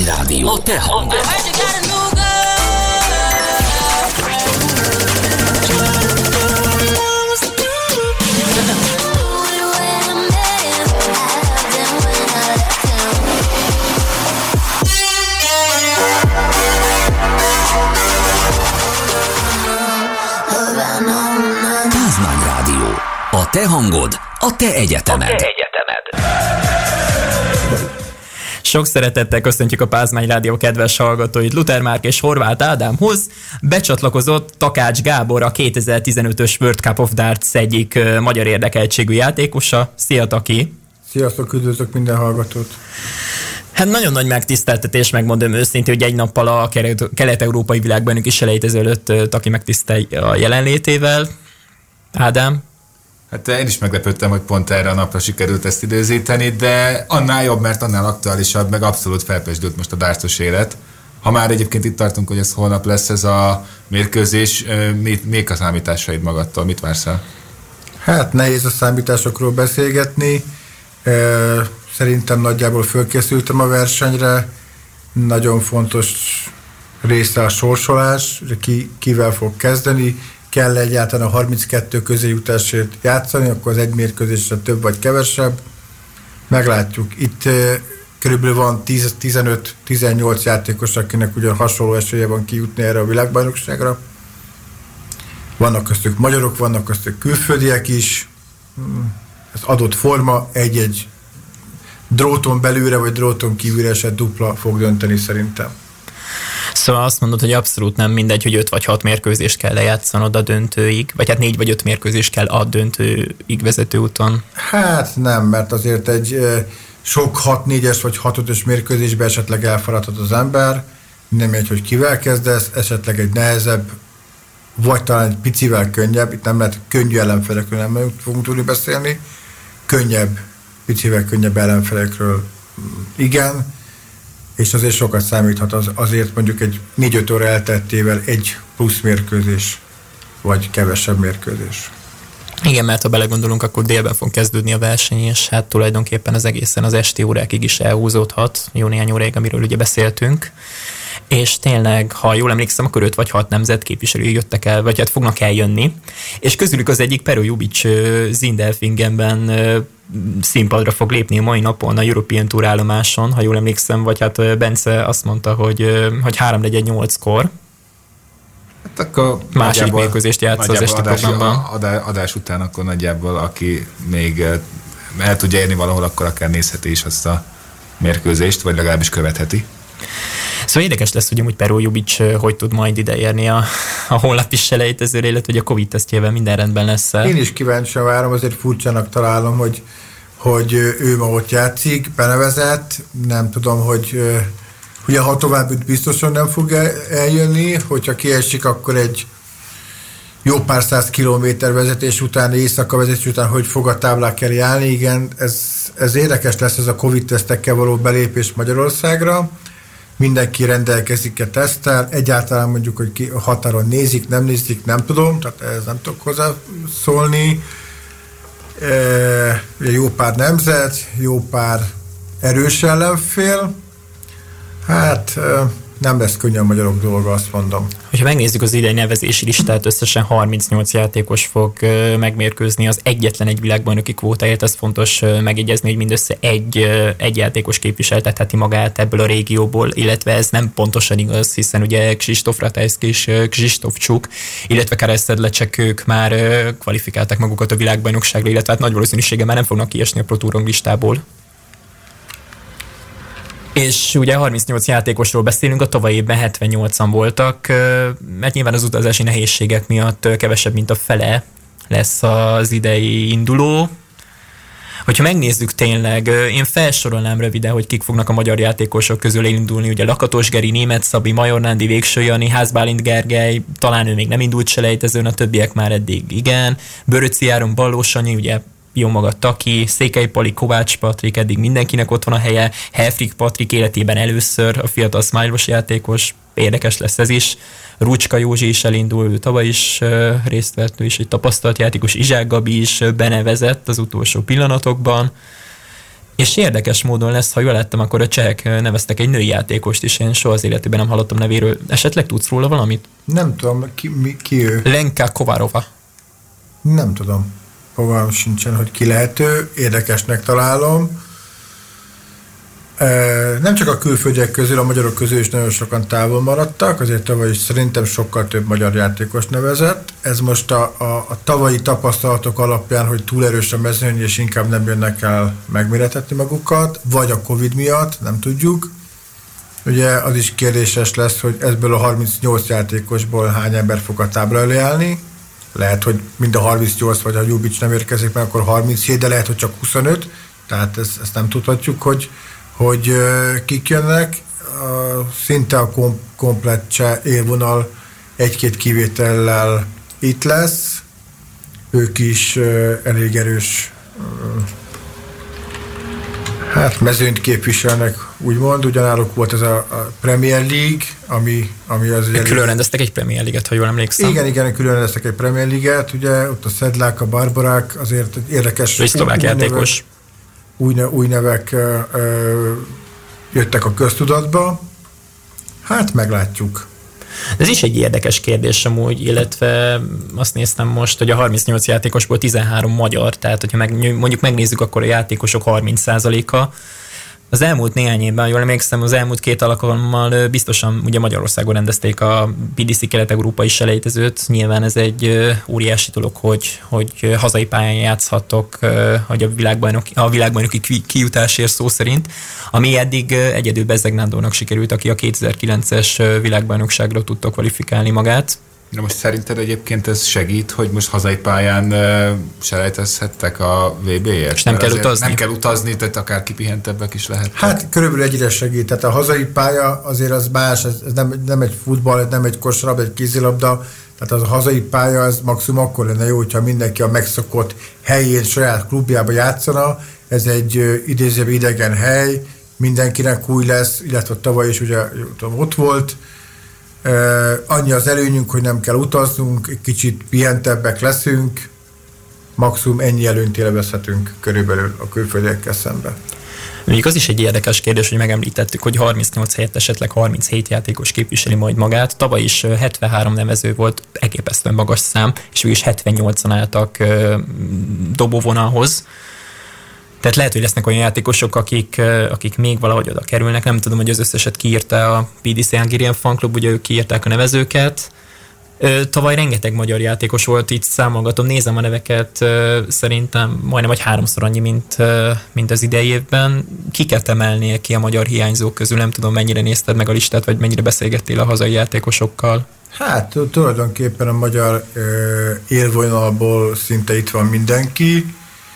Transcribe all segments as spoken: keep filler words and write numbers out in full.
Rádió, a te hangod. Pázmány Rádió, a te hangod, a te egyetemed. A te egyetemed. Sok szeretettel köszöntjük a Pázmány Rádió kedves hallgatóit. Luther Márk és Horváth Ádámhoz becsatlakozott Takács Gábor, a kétezer-tizenötös World Cup of Darts egyik uh, magyar érdekeltségű játékosa. Szia, Taki! Sziasztok, üdvözlök minden hallgatót! Hát nagyon nagy megtiszteltetés, megmondom őszintén, hogy egy nappal a kelet-európai világbajnoki selejtező előtt uh, Taki megtisztel a jelenlétével. Ádám? Hát én is meglepődtem, hogy pont erre a napra sikerült ezt időzíteni, de annál jobb, mert annál aktuálisabb, meg abszolút felpesdült most a dárcos élet. Ha már egyébként itt tartunk, hogy ez holnap lesz ez a mérkőzés, még a számításaid magadtól, mit vársz el? Hát nehéz a számításokról beszélgetni. Szerintem nagyjából fölkészültem a versenyre. Nagyon fontos része a sorsolás, ki, kivel fog kezdeni. Kell egyáltalán a harminckettő közéjutásért játszani, akkor az egy mérkőzésre több vagy kevesebb. Meglátjuk. Itt e, körülbelül van tíz, tizenöt tizennyolc játékos, akinek ugyan hasonló esélye van kijutni erre a világbajnokságra. Vannak köztük magyarok, vannak köztük külföldiek is. Ez adott forma, egy-egy dróton belülre vagy dróton kívülre esett dupla fog dönteni szerintem. Szóval azt mondod, hogy abszolút nem mindegy, hogy öt vagy hat mérkőzést kell lejátszanod a döntőig, vagy hát négy vagy öt mérkőzést kell a döntőig vezető úton. Hát nem, mert azért egy sok hat négyes vagy hat ötös mérkőzésben esetleg elfáradhat az ember, nem egy, hogy kivel kezdesz, esetleg egy nehezebb, vagy talán egy picivel könnyebb, itt nem lehet könnyű ellenfelekről nem fogunk tudni beszélni, könnyebb, picivel könnyebb ellenfelekről igen, és azért sokat számíthat az, azért mondjuk egy négy-öt óra elteltével egy plusz mérkőzés, vagy kevesebb mérkőzés. Igen, mert ha belegondolunk, akkor délben fog kezdődni a verseny, és hát tulajdonképpen az egészen az esti órákig is elhúzódhat, jó néhány óráig, amiről ugye beszéltünk. És tényleg, ha jól emlékszem, akkor öt vagy hat nemzet képviselői jöttek el, vagy hát fognak eljönni. És közülük az egyik Pero Ljubic Sindelfingenben színpadra fog lépni a mai napon a European Tour állomáson, ha jól emlékszem, vagy hát Bence azt mondta, hogy, hogy három negyven nyolckor hát akkor másik mérkőzést játsz az esti programban. Adás, adás után akkor nagyjából, aki még el tudja érni valahol, akkor akár nézheti is azt a mérkőzést, vagy legalábbis követheti. Szóval érdekes lesz, hogy amúgy Pero Ljubic hogy tud majd ideérni a, a holnapi selejtezőre, illetve hogy a Covid-tesztjével minden rendben lesz. Én is kíváncsian várom, azért furcsának találom, hogy, hogy ő ma ott játszik, benevezett, nem tudom, hogy ugye ha tovább üt, biztosan nem fog eljönni, hogyha kiesik, akkor egy jó pár száz kilométer vezetés után, éjszaka vezetés után, hogy fog a táblák elé állni. Igen, ez, ez érdekes lesz, ez a Covid-tesztekkel való belépés Magyarországra. Mindenki rendelkezik-e teszttel, egyáltalán mondjuk, hogy ki a határon nézik, nem nézik, nem tudom, tehát ez nem tudok hozzászólni. E, jó pár nemzet, jó pár erős ellenfél, hát e, nem lesz könnyű a magyarok dolga, azt mondom. Ha megnézzük az idei nevezési listát, összesen harmincnyolc játékos fog megmérkőzni az egyetlen egy világbajnoki kvótáért. Ez fontos megjegyezni, hogy mindössze egy, egy játékos képviseltetheti magát ebből a régióból, illetve ez nem pontosan igaz, hiszen ugye Krzysztof Ratajski és Krzysztof Csuk, illetve Karel Sedlacek, ők már kvalifikálták magukat a világbajnokságra, illetve hát nagy valószínűséggel már nem fognak kiesni a Pro Tour listából. És ugye harmincnyolc játékosról beszélünk, a tavalyi évben hetvennyolcan voltak, mert nyilván az utazási nehézségek miatt kevesebb, mint a fele lesz az idei induló. Hogyha megnézzük tényleg, én felsorolnám röviden, hogy kik fognak a magyar játékosok közül elindulni, ugye Lakatos Geri, Németh Szabi, Major Nándi, Végső Jani, Ház Bálint Gergely, talán ő még nem indult selejtezőn, a többiek már eddig igen, Böröczi Áron, Ballós Sanyi, ugye jó maga Taki, Székely Pali, Kovács Patrik, eddig mindenkinek ott van a helye, Helfrich Patrik életében először a fiatal Smile-os játékos, érdekes lesz ez is, Rucska Józsi is elindul, ő tavaly is uh, részt vett, ő is egy tapasztalt játékos, Izsák Gabi is benevezett az utolsó pillanatokban, És érdekes módon lesz, ha jól láttam, akkor a csehek neveztek egy női játékost is, én soha az életében nem hallottam nevéről. Esetleg tudsz róla valamit? Nem tudom, ki, mi, ki ő? Lenka Kovarova. Nem tudom. Fogalmam sincsen, hogy ki lehet ő. Érdekesnek találom. Nem csak a külföldiek közül, a magyarok közül is nagyon sokan távol maradtak, azért tavaly is szerintem sokkal több magyar játékos nevezett. Ez most a, a, a tavalyi tapasztalatok alapján, hogy túl erős a mezőny, és inkább nem jönnek el megméretetni magukat, vagy a Covid miatt, nem tudjuk. Ugye az is kérdéses lesz, hogy ebből a harmincnyolc játékosból hány ember fog a tábla elé állni. Lehet, hogy mind a harmincnyolc, vagy ha Ljubic nem érkezik meg, akkor harminchét, de lehet, hogy csak huszonöt. Tehát ezt, ezt nem tudhatjuk, hogy hogy uh, kik jönnek, uh, szinte a kom- komplett cseh élvonal egy-két kivétellel itt lesz, ők is uh, elég erős uh, hát mezőnyt képviselnek, úgymond, ugyanárok volt ez a, a Premier League, ami, ami az... Külön rendeztek egy Premier League-et, ha jól emlékszem. Igen, igen, külön rendeztek egy Premier League-et, ugye ott a Szedlák, a Barbarák, azért egy érdekes... Egy szlovák játékos. Új, ne, új nevek ö, ö, jöttek a köztudatba. Hát meglátjuk. Ez is egy érdekes kérdés amúgy, illetve azt néztem most, hogy a harmincnyolc játékosból tizenhárom magyar, tehát hogyha meg, mondjuk megnézzük, akkor a játékosok harminc százaléka. Az elmúlt néhány évben, jól emlékszem, az elmúlt két alkalommal biztosan ugye Magyarországon rendezték a bé dé cé kelet-európai selejtezőt. Nyilván ez egy óriási dolog, hogy, hogy hazai pályán játszhattok, hogy a világbajnoki, a világbajnoki kijutásért szó szerint, ami eddig egyedül Bezzeg Nándornak sikerült, aki a kétezer-kilences világbajnokságra tudta kvalifikálni magát. Na most szerinted egyébként ez segít, hogy most hazai pályán uh, selejtezhettek a vé bé-ért? És nem kell utazni? Nem kell utazni, tehát akár kipihentebbek is lehet. Hát körülbelül egyre segít. Tehát a hazai pálya azért az más, ez, ez nem, nem egy futball, ez nem egy kosarlabda, egy kézilabda, tehát az a hazai pálya az maximum akkor lenne jó, hogyha mindenki a megszokott helyén, saját klubjába játszana. Ez egy uh, idézőbb idegen hely, mindenkinek új lesz, illetve tavaly is ugye tudom, ott volt. Uh, annyi az előnyünk, hogy nem kell utaznunk, egy kicsit pihentebbek leszünk, maximum ennyi előnyt élvezhetünk körülbelül a külföldiekkel szemben. Még az is egy érdekes kérdés, hogy megemlítettük, hogy harmincnyolc helyett esetleg harminchét játékos képviseli majd magát. Tavaly is hetvenhárom nevező volt, elképesztően magas szám, és végül is hetvennyolcan álltak uh, dobóvonalhoz. Tehát lehet, hogy lesznek olyan játékosok, akik, akik még valahogy oda kerülnek. Nem tudom, hogy az összeset kiírta a pé dé cé Hungarian Fan Club, ugye ők kiírták a nevezőket. Tavaly rengeteg magyar játékos volt, itt számolgatom, nézem a neveket, szerintem majdnem vagy háromszor annyi, mint, mint az idei évben. Kiket emelnél ki a magyar hiányzók közül? Nem tudom, mennyire nézted meg a listát, vagy mennyire beszélgettél a hazai játékosokkal? Hát tulajdonképpen a magyar élvonalból szinte itt van mindenki.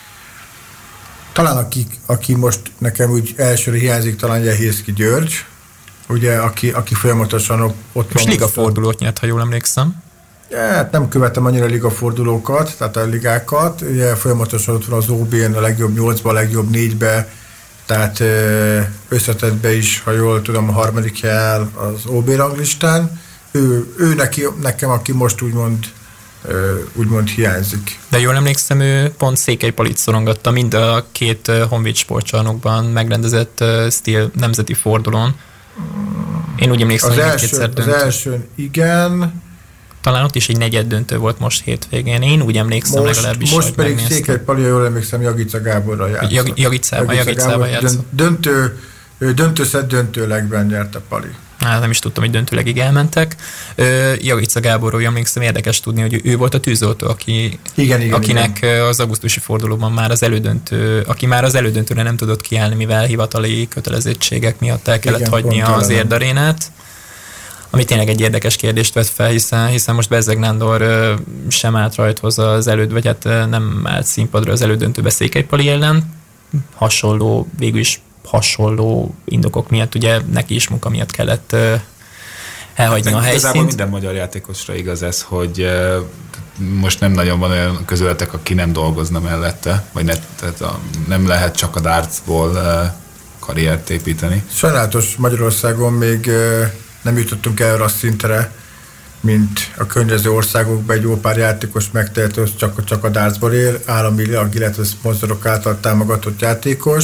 Talán aki, aki most nekem úgy elsőre hiányzik, talán Jehészki György, ugye, aki, aki folyamatosan ott van. Most ligafordulót nyert, ha jól emlékszem. Hát nem követem annyira ligafordulókat, tehát a ligákat. Ugye folyamatosan ott van az o bén, a legjobb nyolcba, a legjobb négybe, tehát összetettbe is, ha jól tudom, a harmadik hely az o bé ranglistán. Ő, ő neki, nekem, aki most úgymond úgymond hiányzik. De jól emlékszem, ő pont Székely Palit szorongatta mind a két Honvéd sportcsarnokban megrendezett Steel nemzeti fordulón. Én úgy emlékszem, az hogy első, kétszer Az elsőn igen. Talán ott is egy negyed döntő volt most hétvégén. Én úgy emlékszem most, legalábbis. Most pedig megnéztem. Székely Pali, jól emlékszem, Jagica Gáborral játszott. Jag, Jagicában Jagicában játszott. Döntő, döntőszett döntőlegben nyerte Pali. Hát nem is tudtam, hogy döntőlegig elmentek. Jagica Gáborról emlékszem, érdekes tudni, hogy ő volt a tűzoltó, aki, igen, igen, akinek igen. az augusztusi fordulóban már az elődöntő, aki már az elődöntőre nem tudott kiállni, mivel hivatali kötelezettségek miatt el kellett igen, hagynia az Érdarénát. Ami tényleg egy érdekes kérdést vett fel, hiszen, hiszen most Bezzeg Nándor sem állt rajthoz az előd, vagy hát nem állt színpadra az elődöntőbe Székely Pali ellen. Hasonló, végül is hasonló indokok miatt, ugye neki is munka miatt kellett uh, elhagyni a helyszínt. Igazából minden magyar játékosra igaz ez, hogy uh, most nem nagyon van olyan közületek, aki nem dolgozna mellette, vagy ne, tehát a, nem lehet csak a dartsból uh, karriert építeni. Sajnálatos, Magyarországon még uh, nem jutottunk el arra a szintre, mint a környező országokban egy jó pár játékos megtehető, csak, csak a dartsból él, államilag, illetve szponzorok által támogatott játékos.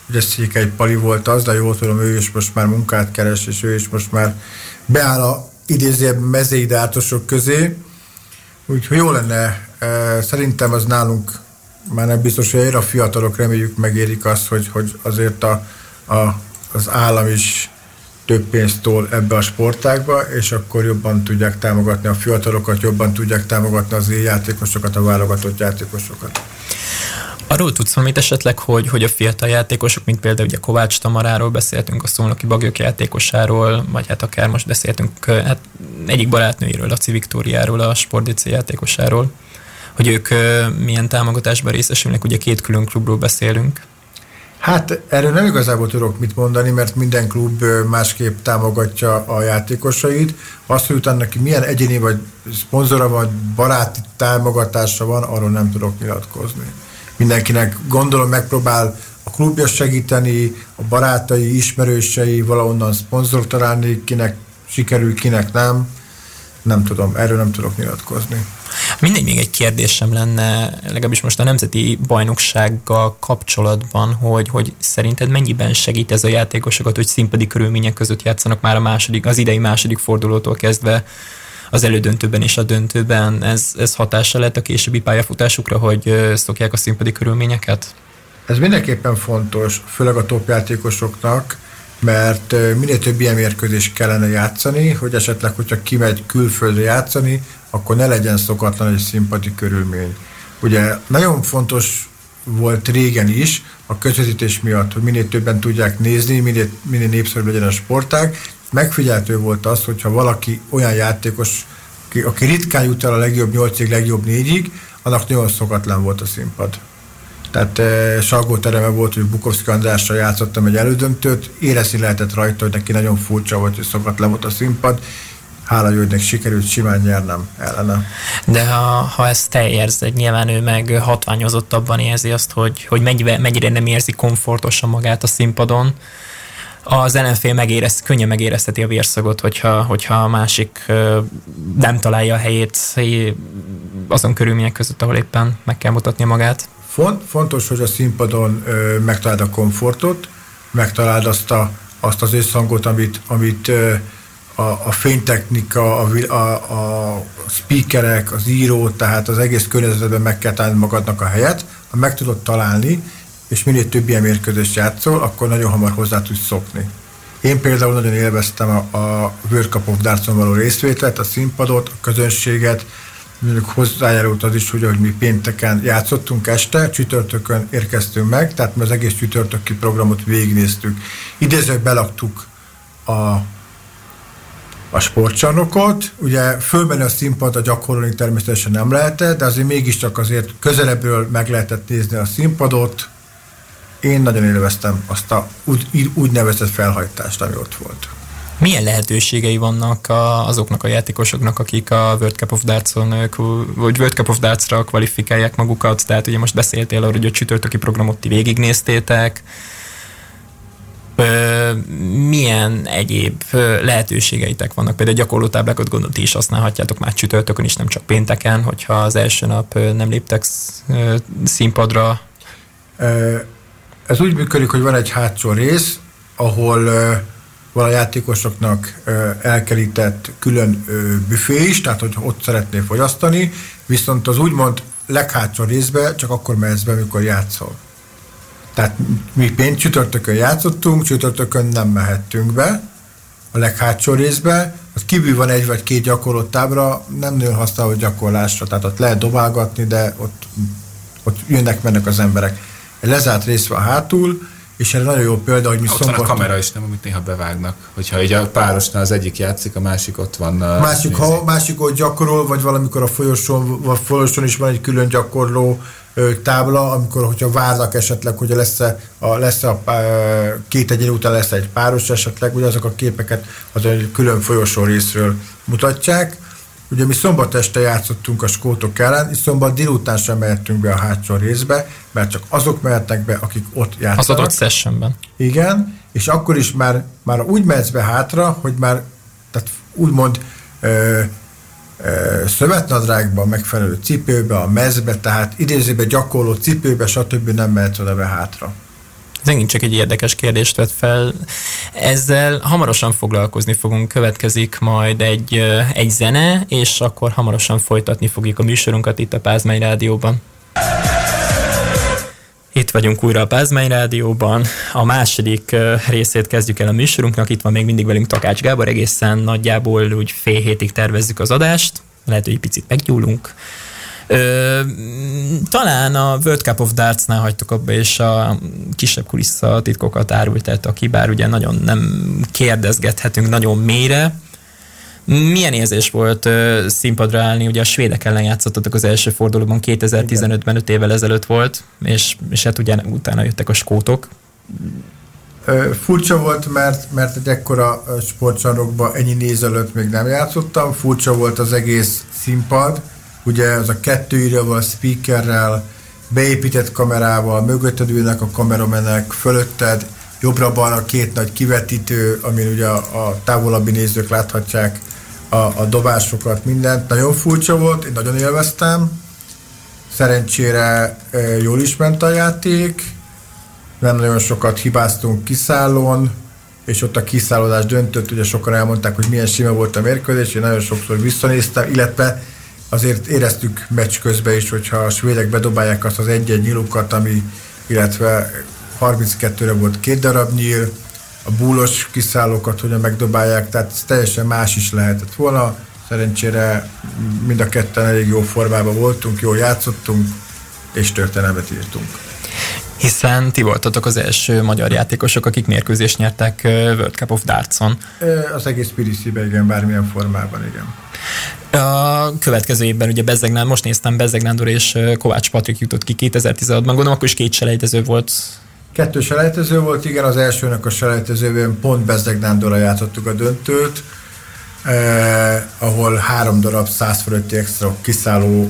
ugye Székely Pali volt az, de jól tudom, ő is most már munkát keres, és ő is most már beáll a idézőjelben mezei dártosok közé. Úgyhogy jó lenne, szerintem az nálunk már nem biztos, hogy a fiatalok reméljük megérik azt, hogy, hogy azért a, a, az állam is több pénzt tol ebbe a sportágba, és akkor jobban tudják támogatni a fiatalokat, jobban tudják támogatni az ilyen játékosokat, a válogatott játékosokat. Arról tudsz valamit esetleg, hogy, hogy a fiatal játékosok, mint például ugye Kovács Tamaráról beszéltünk, a Szolnoki Baglyok játékosáról, vagy hát akár most beszéltünk hát egyik barátnőiről, Laci Viktóriáról, a Sport dé cé játékosáról, hogy ők milyen támogatásban részesülnek, ugye két külön klubról beszélünk. Hát erről nem igazából tudok mit mondani, mert minden klub másképp támogatja a játékosait. Azt, hogy utána neki milyen egyéni vagy szponzora vagy baráti támogatása van, arról nem tudok nyilatkozni. Mindenkinek gondolom megpróbál a klubja segíteni, a barátai, ismerősei valahonnan szponzor találni, kinek sikerül, kinek nem. Nem tudom, erről nem tudok nyilatkozni. Mindegy, még egy kérdésem lenne, legalábbis most a nemzeti bajnoksággal kapcsolatban, hogy, hogy szerinted mennyiben segít ez a játékosokat, hogy színpadi körülmények között játszanak már a második, az idei második fordulótól kezdve az elődöntőben és a döntőben. Ez, ez hatása lett a későbbi pályafutásukra, hogy szokják a színpadi körülményeket? Ez mindenképpen fontos, főleg a top játékosoknak, mert minél több ilyen mérkőzést kellene játszani, hogy esetleg, hogyha kimegy külföldre játszani, akkor ne legyen szokatlan egy színpadi körülmény. Ugye nagyon fontos volt régen is a közvetítés miatt, hogy minél többen tudják nézni, minél, minél népszerűbb legyen a sportág. Megfigyeltő volt az, hogyha valaki olyan játékos, aki ritkán jut el a legjobb nyolcig, legjobb négyig, annak nagyon szokatlan volt a színpad. Tehát e, Salgótereme volt, hogy Bukovszki Andrással játszottam egy elődöntőt, érezni lehetett rajta, hogy neki nagyon furcsa volt, hogy szokatlan volt a színpad. Hála jó, hogy sikerült simán nyernem ellene. De ha, ha ezt te érzed, nyilván ő meg hatványozottabban érzi azt, hogy, hogy mennyire, mennyire nem érzi komfortosan magát a színpadon. Az ellenfél megérez, könnyen megérezheti a vérszagot, hogyha, hogyha a másik nem találja a helyét azon körülmények között, ahol éppen meg kell mutatnia magát. Font, fontos, hogy a színpadon ö, megtaláld a komfortot, megtaláld azt, a, azt az összhangot, amit, amit ö, a, a fénytechnika, a, a, a speakerek, az író, tehát az egész környezetben meg kell találni magadnak a helyet. Ha meg tudod találni, és minél több ilyen mérkőzést játszol, akkor nagyon hamar hozzá tudsz szokni. Én például nagyon élveztem a, a World Cup of Dartson való részvételt, a színpadot, a közönséget, mondjuk hozzájárult az is, hogy, hogy mi pénteken játszottunk este, csütörtökön érkeztünk meg, tehát mi az egész csütörtöki programot végignéztük. Idézőleg belaktuk a, a sportcsarnokot, ugye fölmenni a színpadra gyakorolni természetesen nem lehetett, de azért mégiscsak azért közelebbről meg lehetett nézni a színpadot. Én nagyon élveztem azt a úgy, úgynevezett felhajtást, ami ott volt. Milyen lehetőségei vannak a, azoknak a játékosoknak, akik a World Cup of Dartson, vagy World Cup of Dartsra kvalifikálják magukat? Tehát ugye most beszéltél arról, hogy a csütörtöki programot ti végignéztétek. Milyen egyéb lehetőségeitek vannak? Például gyakorlótáblákat gondolom, ti is használhatjátok már csütörtökön is, nem csak pénteken, hogyha az első nap nem léptek színpadra. Ez úgy működik, hogy van egy hátsó rész, ahol van a játékosoknak elkerített külön büfé is, tehát hogy ott szeretné fogyasztani, viszont az úgymond leghátsó részbe csak akkor mehetsz be, amikor játszol. Tehát mi pént csütörtökön játszottunk, csütörtökön nem mehettünk be a leghátsó részbe, az kívül van egy vagy két gyakorlott tábla, nem nagyon használó gyakorlásra, tehát ott lehet dobálgatni, de ott, ott jönnek, mennek az emberek. Egy lezárt rész van hátul, és erre nagyon jó példa, hogy mi ott szombaton... van a kamera is, nem, amit néha bevágnak. Hogyha így a párosnál az egyik játszik, a másik ott van... Másik, ha, másik ott gyakorol, vagy valamikor a folyosón, vagy folyosón is van egy külön gyakorló ö, tábla, amikor, hogyha várnak esetleg, hogy lesz-e a, lesz a két egyén után lesz egy páros esetleg, ugye azok a képeket az egy külön folyosó részről mutatják. Ugye mi szombat este játszottunk a skótok ellen, és szombat délután sem mehettünk be a hátsó részbe, mert csak azok mehetnek be, akik ott játszanak. Az adott sessionben. Igen, és akkor is már, már úgy mehetsz be hátra, hogy már, tehát úgymond ö, ö, szövetnadrágban, megfelelő cipőbe, a mezbe, tehát idézőbe gyakorló cipőbe, stb. Nem mehetsz oda be hátra. Ez megint csak egy érdekes kérdést vett fel. Ezzel hamarosan foglalkozni fogunk, következik majd egy, egy zene, és akkor hamarosan folytatni fogjuk a műsorunkat itt a Pázmány Rádióban. Itt vagyunk újra a Pázmány Rádióban. A második részét kezdjük el a műsorunknak. Itt van még mindig velünk Takács Gábor, egészen nagyjából úgy fél hétig tervezzük az adást. Lehet, hogy egy picit meggyúlunk. Ö, talán a World Cup of Darts-nál hagytuk abba, és a kisebb kulisszatitkokat árultatta ki, bár ugye nagyon nem kérdezgethetünk nagyon mélyre. Milyen érzés volt ö, színpadra állni? Ugye a svédek ellen játszottatok az első fordulóban kétezer-tizenötben, öt évvel ezelőtt volt, és, és hát ugye utána jöttek a skótok. Ö, furcsa volt, mert, mert egy ekkora sportcsarnokban ennyi néz előtt még nem játszottam. Furcsa volt az egész színpad. Ugye az a kettő írjával, speakerrel, beépített kamerával, mögötted ülnek a kameramenek, fölötted, jobbra-balra két nagy kivetítő, amin ugye a, a távolabbi nézők láthatják a, a dobásokat, mindent. Nagyon furcsa volt, én nagyon élveztem. Szerencsére e, jól is ment a játék, nem nagyon sokat hibáztunk kiszállón, és ott a kiszállódás döntött, ugye sokan elmondták, hogy milyen sima volt a mérkőzés, én nagyon sokszor visszanéztem, illetve azért éreztük meccs közben is, hogyha a svédek bedobálják azt az egy-egy nyilukat, ami, illetve harminckettőre volt két darab nyíl, a búlos kiszállókat hogyan megdobálják, tehát teljesen más is lehetett volna. Szerencsére mind a ketten elég jó formában voltunk, jól játszottunk, és történelmet írtunk. Hiszen ti voltatok az első magyar játékosok, akik mérkőzést nyertek World Cup of Darts-on. Az egész pé dé cé-ben, igen, bármilyen formában, igen. A következő évben ugye Bezzeg, most néztem, Bezzeg Nándor és Kovács Patrik jutott ki kétezer-tizenhatban, gondolom akkor is két selejtező volt. Kettő selejtező volt, igen, az elsőnek a selejtezőben pont Bezzeg Nándorral játszottuk a döntőt, eh, ahol három darab száz fölötti extra kiszálló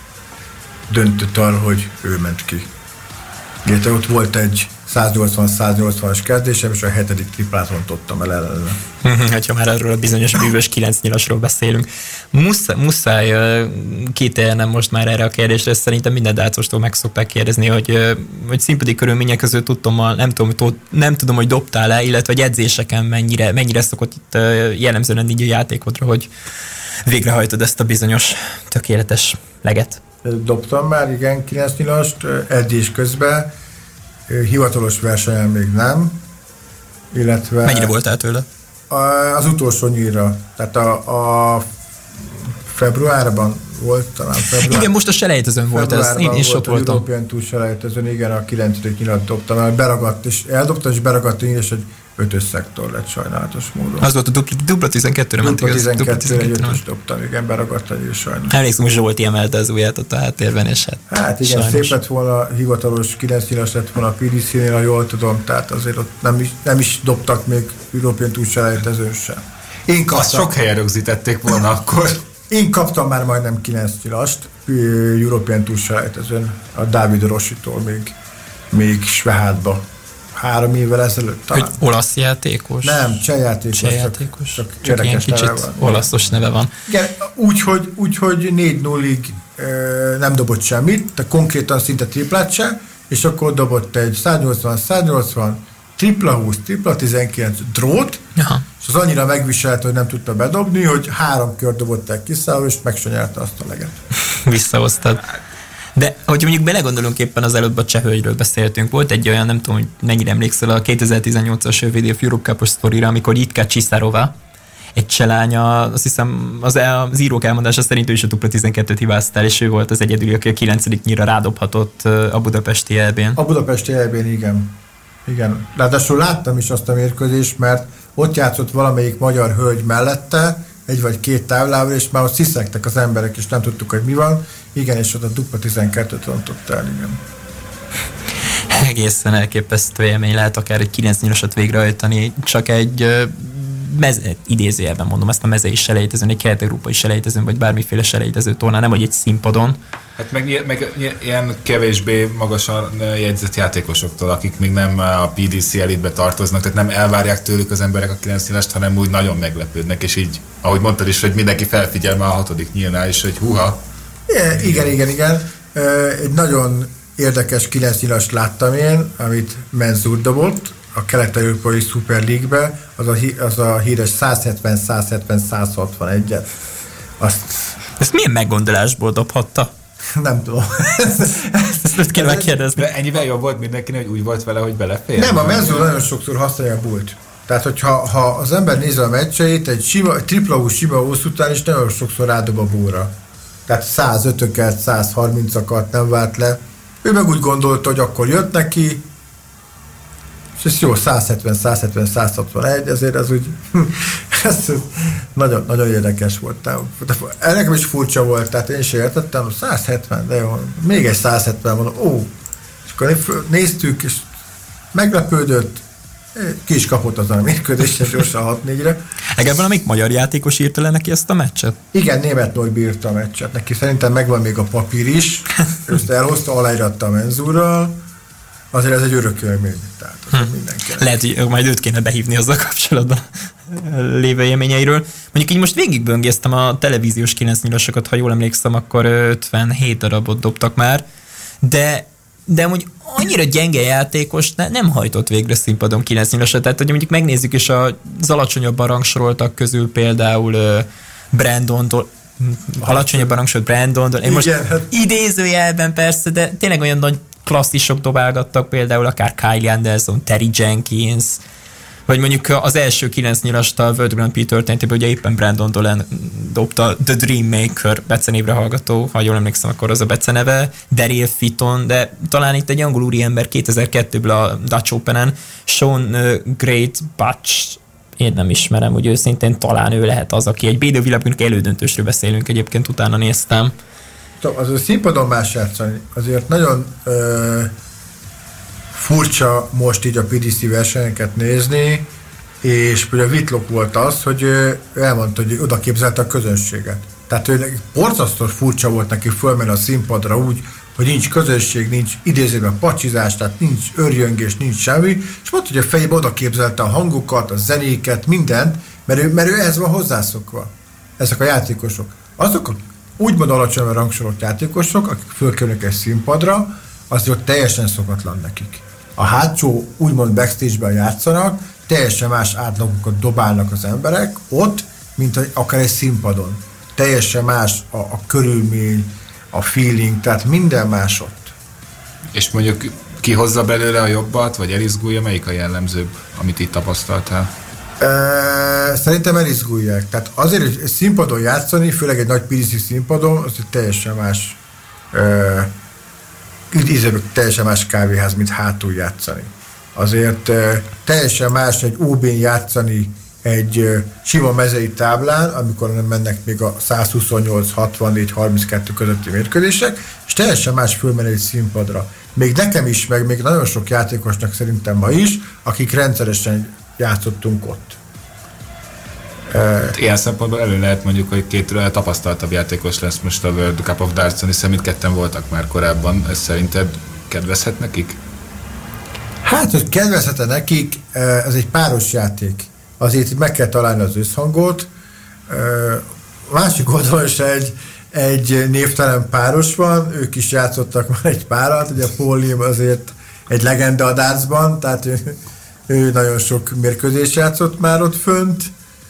döntött arra, hogy ő ment ki. Illetve ott volt egy száznyolcvan-száznyolcvanas kezdésem, és a hetedik triplát rontottam el ellene. Ha már erről a bizonyos bűvös kilenc nyilasról beszélünk. Muszáj, muszáj kételjenem most már erre a kérdésre, szerintem minden dácostól meg szokták kérdezni, hogy, hogy színpadi körülmények között tudtam, nem tudom, nem tudom, hogy dobtál-e, illetve hogy edzéseken mennyire, mennyire szokott itt jellemzően lenni így a játékodra, hogy végrehajtod ezt a bizonyos tökéletes leget. Dobtam már, igen, kilenc nyilast, edzés közben, hivatalos versenyen még nem, illetve... Mennyire voltál tőle? Az utolsó nyílra, tehát a, a februárban volt talán február. Igen, most a selejtezőn volt ez, én is ott voltam. A European Tour selejtezőn, igen, a kilencedik nyilat dobtam, mert beragadt, és eldobtam, és beragadt, és egy ötös szektor lett sajnálatos módon. Az volt a dupla, dupla tizenkettőre mentek. Dupla tizenkettőre egy ötös dobtam, igen, beragadt egy sajnos. Emlékszem, hogy Zsolti emelte az ujját ott a háttérben, és hát Hát igen, sajnos. Szép lett volna, hivatalos kilenc nyilas lett volna a pé dé cé-nél, ha jól tudom, tehát azért ott nem is, nem is dobtak még European Tour selejtezőn sem. Én kaptam, azt sok helyen rögzítették volna akkor. Én kaptam már majdnem kilenc nyilast European Tour selejtezőn, a Dávid Rossitól még, még Svehádba. Három évvel ezelőtt talán. Hogy olasz játékos? Nem, cseh játékos. Cseh játékos. Csak, csak, csak ilyen kicsit olaszos neve van. Igen, úgy, hogy, úgy, hogy négy nullig e, nem dobott semmit, tehát konkrétan szinte triplát se, és akkor dobott egy száznyolcvan-száznyolcvan, tripla húsz, tripla tizenkilenc drót, aha. És az annyira megviselte, hogy nem tudta bedobni, hogy három kör dobott el kiszálló, és megsonyelte azt a leget. Visszahoztad. De hogy mondjuk belegondolunk, éppen az előbb a csehhölgyről beszéltünk, volt egy olyan, nem tudom, hogy mennyire emlékszel a kétezer-tizennyolcas vé dé ef Europe Cup-os sztorira, amikor Jitka Csiszárova, egy cselánya, azt hiszem az, az írók elmondása szerint ő is a dupla tizenkettőt hibáztál, és ő volt az egyedüli, aki a kilencedik nyíra rádobhatott a budapesti elbén. A budapesti elbén, igen. Igen. Ráadásul láttam is azt a mérkőzést, mert ott játszott valamelyik magyar hölgy mellette, egy vagy két táblával, és már ott sziszegtek az emberek, és nem tudtuk, hogy mi van. Igen, és ott a dupla tizenkettőt rontott el, igen. Egészen elképesztő élmény lehet akár egy kilenc nyilasat végrehajtani, csak egy meze, idézőjelben mondom, ezt a mezei selejtezőn, egy kelet-európai selejtezőn, vagy bármiféle selejtező tornán, nem hogy egy színpadon. Hát meg, meg ilyen kevésbé magasan jegyzett játékosoktól, akik még nem a pé dé cé elitbe tartoznak, tehát nem elvárják tőlük az emberek a kilenc nyilast, hanem úgy nagyon meglepődnek, és így, ahogy mondtad is, hogy mindenki felfigyel már a hatodik nyílnál is, hogy huha. Igen, igen, igen. igen. Egy nagyon érdekes kilenc nyilast láttam én, amit Menzur dobott a Kelet-Európai Super League-be, az a, az a híres száz hetven száz hetven száz hatvanegyet. Azt... Ezt milyen meggondolásból dobhatta? Nem tudom. Ezt most kell megkérdezni. De ennyivel jobb volt mindenkinek, hogy úgy volt vele, hogy belefér. Nem, a Menzur nagyon sokszor használja a bult. Tehát, hogyha ha az ember nézi a meccseit, egy, sima, egy tripla sima ósz után is nagyon sokszor rádob a búra. Tehát száz ötöket, száz harmincakat nem vált le. Ő meg úgy gondolta, hogy akkor jött neki, és ez jó, száz hetven száz hetven száz hatvanegy, ezért ez úgy, ez nagyon, nagyon érdekes volt. Nekem is furcsa volt, tehát én sem értettem, száz hetven, de jó, még egy száz hetven, mondom, ó, és akkor néztük, és meglepődött, ki is kapott azon a mérkőzésen gyorsan hat négyre. Egyen valamik magyar játékos írta le neki ezt a meccset? Igen, német Norbi írta a meccset. Neki szerintem megvan még a papír is. Őt elhozta, aláíratta a Menzurral. Azért ez egy örök élmény. Tehát hm. mindenkinek. Lehet, hogy majd őt kéne behívni azzal kapcsolatban lévő élményeiről. Mondjuk így most végigböngésztem a televíziós kilenc nyilasokat, ha jól emlékszem, akkor ötvenhét darabot dobtak már. De de amúgy annyira gyenge játékos ne, nem hajtott végre színpadon kilenc nyilasat. Tehát, hogy mondjuk megnézzük is az alacsonyabban rangsoroltak közül például uh, Brandontól, alacsonyabban rangsorolt Brandontól. Én most igen, idézőjelben persze, de tényleg olyan nagy klasszisok dobálgattak, például akár Kyle Anderson, Terry Jenkins, vagy mondjuk az első kilenc nyilast a World Grand Prix történetében, ugye éppen Brandon Dolan dobta The Dream Maker becenévre hallgató, ha jól emlékszem, akkor az a beceneve, Daryl Fitton, de talán itt egy angol úriember kétezer-kettőből a Dutch Openen, Sean uh, Great Butch, én nem ismerem, hogy őszintén talán ő lehet az, aki egy védővilágunk elődöntősről beszélünk, egyébként utána néztem. Az a színpadon más játszani, azért nagyon uh... furcsa most így a pé dé cé versenyeket nézni, és például Whitlock volt az, hogy ő elmondta, hogy oda képzelte a közönséget. Tehát ő borzasztó furcsa volt neki fölmenni a színpadra úgy, hogy nincs közönség, nincs idézőben pacsizás, tehát nincs örjöngés, nincs semmi, és mondta, hogy a fejében oda képzelte a hangokat, a zenéket, mindent, mert ő, mert ő ehhez van hozzászokva. Ezek a játékosok. Azok a úgymond alacsonyan rangsorolt játékosok, akik fölkerülnek egy színpadra, azért teljesen szokatlan nekik. A hátsó, úgymond backstage-ben játszanak, teljesen más átlagokat dobálnak az emberek ott, mint akár egy színpadon. Teljesen más a, a körülmény, a feeling, tehát minden más ott. És mondjuk ki hozza belőle a jobbat, vagy elizgulja, melyik a jellemzőbb, amit itt tapasztaltál? E, szerintem elizgulják. Tehát azért, hogy színpadon játszani, főleg egy nagy pé dé cé színpadon, az teljesen más e, idézőben teljesen más kávéház, mint hátul játszani. Azért e, teljesen más egy ó bén játszani egy e, sima mezei táblán, amikor nem mennek még a száz huszonnyolc, hatvannégy, harminckettő közötti mérkőzések, és teljesen más fölmenni egy színpadra. Még nekem is, meg még nagyon sok játékosnak szerintem ma is, akik rendszeresen játszottunk ott. Uh, Ilyen szempontból elő lehet mondjuk, hogy két tapasztaltabb játékos lesz most a World Cup of Darts-on, hiszen mindketten voltak már korábban. Ez szerinted kedvezhet nekik? Hát, hogy kedvezhet nekik, ez egy páros játék. Azért meg kell találni az összhangot. Másik oldalon is egy, egy névtelen páros van, ők is játszottak már egy párat, ugye Paul Lim azért egy legenda a dartsban, tehát ő, ő nagyon sok mérkőzést játszott már ott fönt.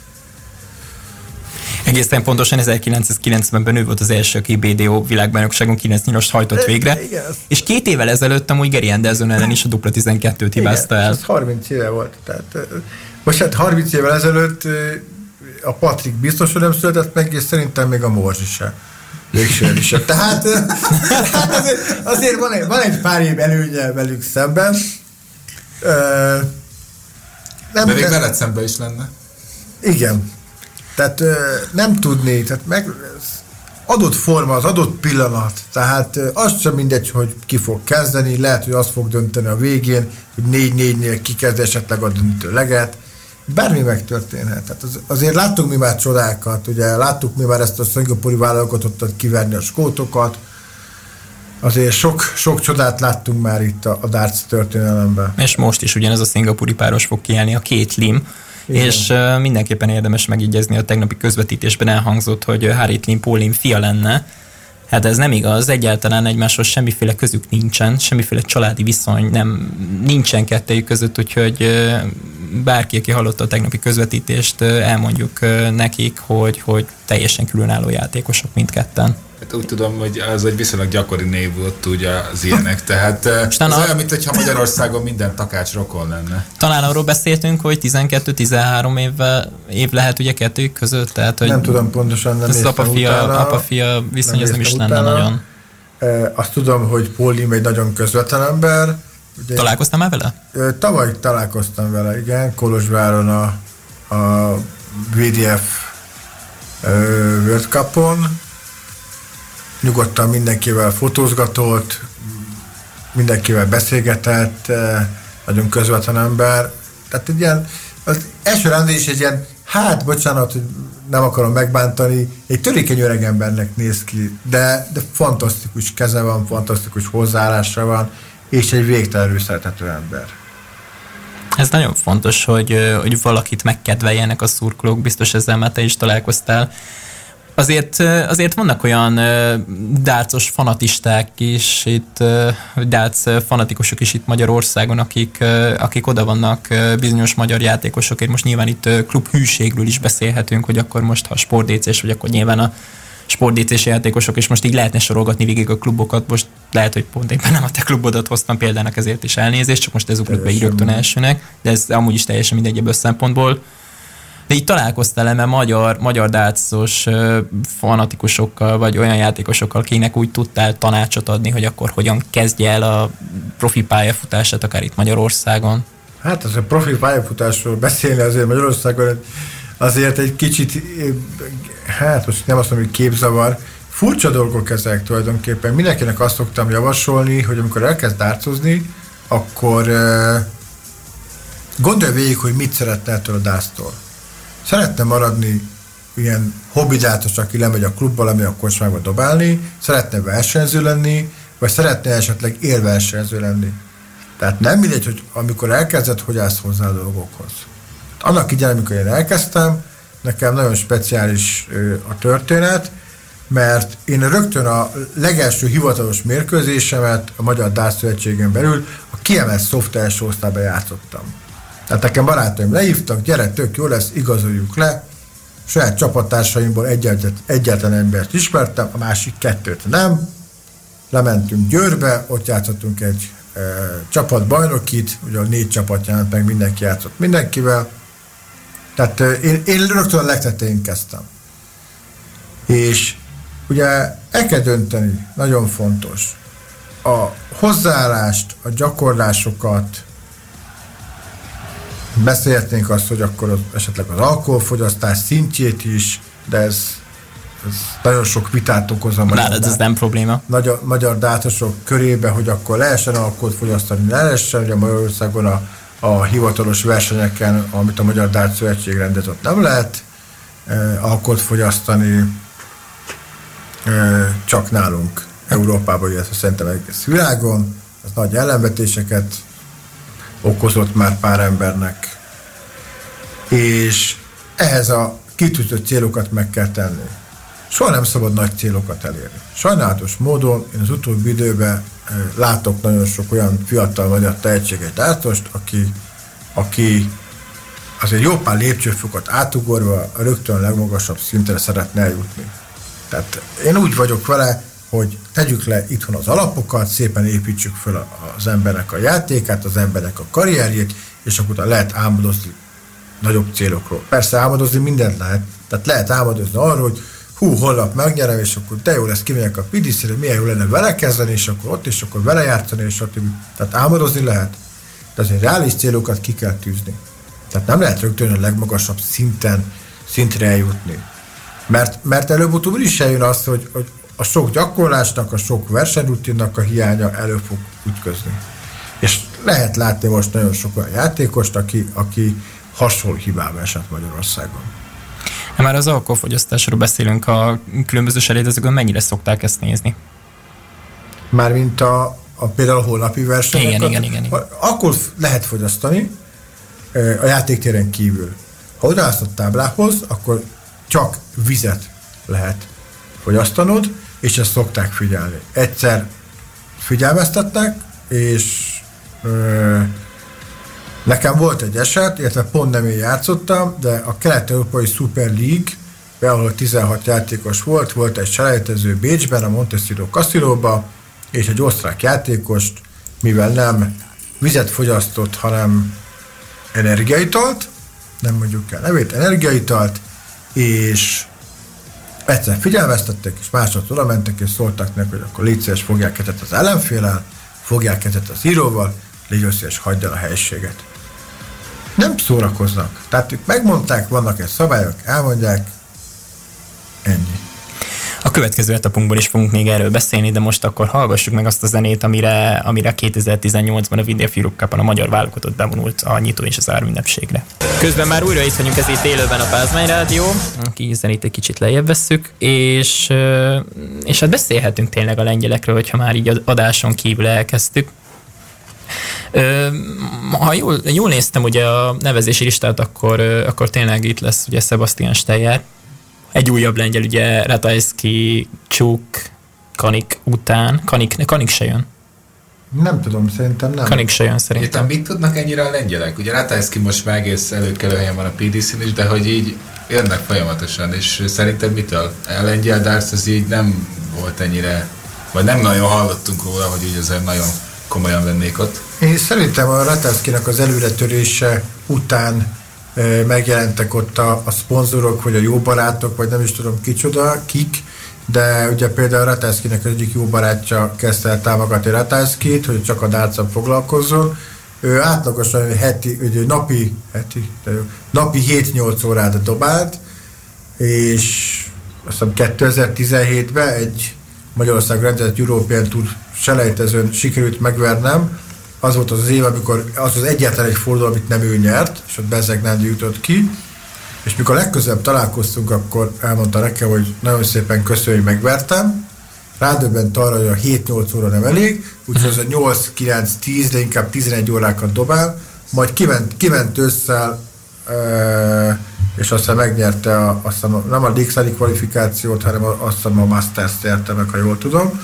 Egészen pontosan ezerkilencszázkilencvenben ő volt az első, aki bé dé o világbajnokságon kilenc nyilast hajtott végre, igen, és két évvel ezelőtt amúgy Gary Anderson ellen is a dupla tizenkettőt hibázta el. Ez harminc éve volt. Tehát, most hát harminc évvel ezelőtt a Patrik biztos, hogy nem született meg, és szerintem még a Morzsi se. Végsően se. Tehát, tehát azért, azért van, egy, van egy pár év előnye velük szemben. Nem, de még veled szemben is lenne. Igen. Tehát nem tudni, tehát meg adott forma, az adott pillanat, tehát az sem mindegy, hogy ki fog kezdeni, lehet, hogy az fog dönteni a végén, hogy négy négynél kikezd esetleg a döntőleget, bármi megtörténhet. Tehát az, azért láttuk mi már csodákat, ugye láttuk mi már ezt a szingapúri válogatottat kiverni a skótokat, azért sok, sok csodát láttunk már itt a, a darts történelemben. És most is ugyanez a szingapúri páros fog kiállni, a két Lim. Igen. És uh, mindenképpen érdemes megjegyezni, a tegnapi közvetítésben elhangzott, hogy Harriet Lim Paul Lim fia lenne. Hát ez nem igaz, egyáltalán egymáshoz semmiféle közük nincsen, semmiféle családi viszony nem, nincsen kettőjük között, úgyhogy bárki, aki hallotta a tegnapi közvetítést, elmondjuk nekik, hogy, hogy teljesen különálló játékosok mindketten. Hát úgy tudom, hogy az egy viszonylag gyakori név volt ugye az ilyenek, tehát ez a... olyan, mint hogyha Magyarországon minden takács rokon lenne. Talán arról beszéltünk, hogy tizenkettő-tizenhárom évvel, év lehet ugye kettőjük között, tehát hogy nem tudom pontosan, nem ez apa-fia, apa-fia viszony, ez nem is lenne nagyon. E, azt tudom, hogy Pólim egy nagyon közvetlen ember. Ugye, találkoztál már vele? E, tavaly találkoztam vele, igen, Kolozsváron a, a vé dé ef e, World Cupon. Nyugodtan mindenkivel fotózgatott, mindenkivel beszélgetett, nagyon közvetlen ember. Tehát egy ilyen, az első rendben is egy ilyen, hát bocsánat, hogy nem akarom megbántani, egy törékeny öreg embernek néz ki, de, de fantasztikus keze van, fantasztikus hozzáállása van, és egy végtelenül szerethető ember. Ez nagyon fontos, hogy, hogy valakit megkedveljenek a szurkolók, biztos ezzel már te is találkoztál. Azért, azért vannak olyan dárcos fanatisták is, itt, dárc fanatikusok is itt Magyarországon, akik, akik oda vannak bizonyos magyar játékosokért. Most nyilván itt klubhűségről is beszélhetünk, hogy akkor most, ha sportdécés, vagy akkor nyilván a sportdécés játékosok, és most így lehetne sorolgatni végig a klubokat. Most lehet, hogy pont éppen nem a te klubodat hoztam példának, ezért is elnézést, csak most ez ugrott be így rögtön elsőnek, de ez amúgy is teljesen mindegy ebből szempontból. De így találkoztál-e, mert magyar, magyar dátszos fanatikusokkal, vagy olyan játékosokkal, akinek úgy tudtál tanácsot adni, hogy akkor hogyan kezdje el a profi pályafutását, akár itt Magyarországon? Hát az a profi pályafutásról beszélni azért Magyarországon azért egy kicsit, hát most nem azt mondom, hogy képzavar, furcsa dolgok ezek tulajdonképpen. Mindenkinek azt szoktam javasolni, hogy amikor elkezd dárcozni, akkor gondolj végig, hogy mit szeretne ettől a dárctól. Szeretne maradni ilyen hobbidátos, aki lemegy a klubba, lemegy a kocsmába dobálni, szeretne versenyző lenni, vagy szeretne esetleg élversenyző lenni. Tehát nem mindegy, hogy amikor elkezdett, hogy állsz hozzá a dolgokhoz. Annak idején, amikor én elkezdtem, nekem nagyon speciális a történet, mert én rögtön a legelső hivatalos mérkőzésemet a Magyar Dárcszövetségen belül a kiemelt szoft első osztályban játszottam. Tehát nekem barátaim lehívtak, gyere, tök jó lesz, igazoljuk le. Saját csapattársaimból egyetlen, egyetlen embert ismertem, a másik kettőt nem. Lementünk Győrbe, ott játszottunk egy e, csapatbajnokit, ugye a négy csapat jelent meg, mindenki játszott mindenkivel. Tehát e, én, én rögtön a legtetején kezdtem. És ugye el kell dönteni, nagyon fontos, a hozzáállást, a gyakorlásokat. Beszélhetnénk azt, hogy akkor az, esetleg az alkoholfogyasztás szintjét is, de ez, ez nagyon sok vitát okoz a magyar, Nálad ez nem probléma. Magyar, magyar dátosok körébe, hogy akkor lehessen alkoholt fogyasztani, ne lehessen, ugye Magyarországon a, a hivatalos versenyeken, amit a Magyar Dátszövetség rendezett, nem lehet eh, alkoholt fogyasztani, eh, csak nálunk Európában, illetve szerintem egész világon, az nagy ellenvetéseket okozott már pár embernek. És ehhez a kitűzött célokat meg kell tenni. Soha nem szabad nagy célokat elérni. Sajnálatos módon én az utóbbi időben látok nagyon sok olyan fiatal magyar tehetséges dárcost, aki, aki azért jó pár lépcsőfokot átugorva rögtön a legmagasabb szintre szeretne eljutni. Tehát én úgy vagyok vele, hogy tegyük le itthon az alapokat, szépen építsük fel az embernek a játékát, az embernek a karrierjét, és akkor lehet álmodozni nagyobb célokról. Persze álmodozni mindent lehet, tehát lehet álmodozni arról, hogy hú, holnap megnyerem, és akkor de jó lesz, kimegyek a pidiszre, milyen jó lenne vele kezdeni, és akkor ott, és akkor vele játszani, és stb. Tehát álmodozni lehet, de azért reális célokat ki kell tűzni. Tehát nem lehet rögtön a legmagasabb szinten, szintre eljutni. Mert, mert előbb-utóbb is eljön az, hogy, hogy a sok gyakorlásnak, a sok versenyrutinnak a hiánya elő fog ütközni. És lehet látni most nagyon sok olyan játékost, aki, aki hasonló hibába esett Magyarországon. Ha már az alkoholfogyasztásról beszélünk, a különböző selejtezőkön mennyire szokták ezt nézni? Mármint a, a például a holnapi versenyeket. Igen, igen, igen, igen. Akkor lehet fogyasztani a játéktéren kívül. Ha odaállsz a táblához, akkor csak vizet lehet fogyasztanod, és ezt szokták figyelni. Egyszer figyelmeztettek, és ö, nekem volt egy eset, illetve pont nem én játszottam, de a Kelet-Európai Super League, ahol tizenhat játékos volt, volt egy selejtező Bécsben, a Montesiro Casino-ba, és egy osztrák játékost, mivel nem vizet fogyasztott, hanem energiaitalt, nem mondjuk el nevét, energiaitalt, és egyszer figyelmeztettek, és másodszor oda mentek, és szóltak neki, hogy akkor légy szíves, fogják kezet az ellenféllel, fogják kezet az íróval, légy szíves, hagyd el a helységet. Nem szórakoznak. Tehát ők megmondták, vannak egy szabályok, elmondják, ennyi. A következő etapunkban is fogunk még erről beszélni, de most akkor hallgassuk meg azt a zenét, amire, amire kétezer-tizennyolcban a Windia Europe Cup-on a magyar válogatott bevonult a nyitó és az árünnepségre. Közben már újra itt vagyunk, ez itt élőben a Pázmány Rádió, aki zenét egy kicsit lejjebb vesszük, és, és hát beszélhetünk tényleg a lengyelekről, hogyha már így adáson kívül elkezdtük. Ha jól, jól néztem ugye a nevezési listát, akkor, akkor tényleg itt lesz ugye Sebastian Steyer, egy újabb lengyel, ugye Ratajski, Csuk, Kanik után. Kanik, Kanik se jön. Nem tudom, szerintem nem. Kanik se jön szerintem. Értem, mit tudnak ennyire a lengyelek? Ugye Ratajski most már egész előkelő helyen van a pé dé cén is, de hogy így jönnek folyamatosan, és szerinted mitől? A lengyel darts az így nem volt ennyire, vagy nem nagyon hallottunk róla, hogy így azért nagyon komolyan vennék ott. Én szerintem a Ratajskinak az előretörése után megjelentek ott a, a szponzorok, vagy a jó barátok, vagy nem is tudom kicsoda, kik, de ugye például Ratajskinek az egyik jó barátja kezdte el támogatni Ratajskit, hogy csak a dartszal foglalkozzon. Ő átlagosan heti, ugye napi, heti, de jó, napi hét-nyolc órát dobált, és azt hiszem kétezer-tizenhétben egy Magyarország rendezett European Tour selejtezőn sikerült megvernem. Az volt az az év, amikor az az egyetlen egy forduló, amit nem ő nyert, és ott Bezeg Nándi jutott ki, és mikor legközelebb találkoztunk, akkor elmondta nekem, hogy nagyon szépen köszönjük, hogy megvertem. Rádöbbent arra, hogy a hét-nyolc óra nem elég, úgyhogy az a nyolc-kilenc-tíz, de inkább tizenegy órákat dobál, majd kiment, kiment ősszel, és aztán megnyerte a, aztán nem a Lékszányi kvalifikációt, hanem aztán a Masters-t nyerte meg, ha jól tudom.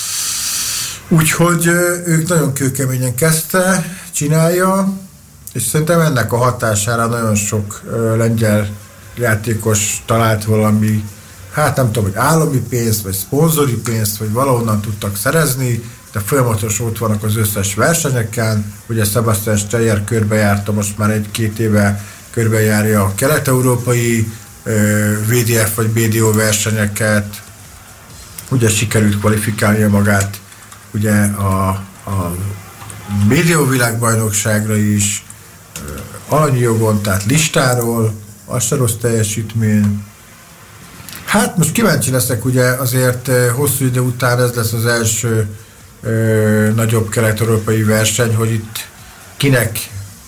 Úgyhogy ők nagyon kőkeményen kezdte, csinálja, és szerintem ennek a hatására nagyon sok uh, lengyel játékos talált valami, hát nem tudom, hogy állami pénzt, vagy szponzori pénzt, vagy valahonnan tudtak szerezni, de folyamatosan ott vannak az összes versenyeken. Ugye Sebastian Steyer körbejárta, most már egy-két éve körbejárja a kelet-európai uh, vé dé ef vagy bé dé o versenyeket, ugye sikerült kvalifikálnia magát ugye a, a bé dé o világbajnokságra is, alanyi jogon, tehát listáról, az se rossz teljesítmény. Hát most kíváncsi leszek, ugye azért hosszú idő után ez lesz az első ö, nagyobb kelet-európai verseny, hogy itt kinek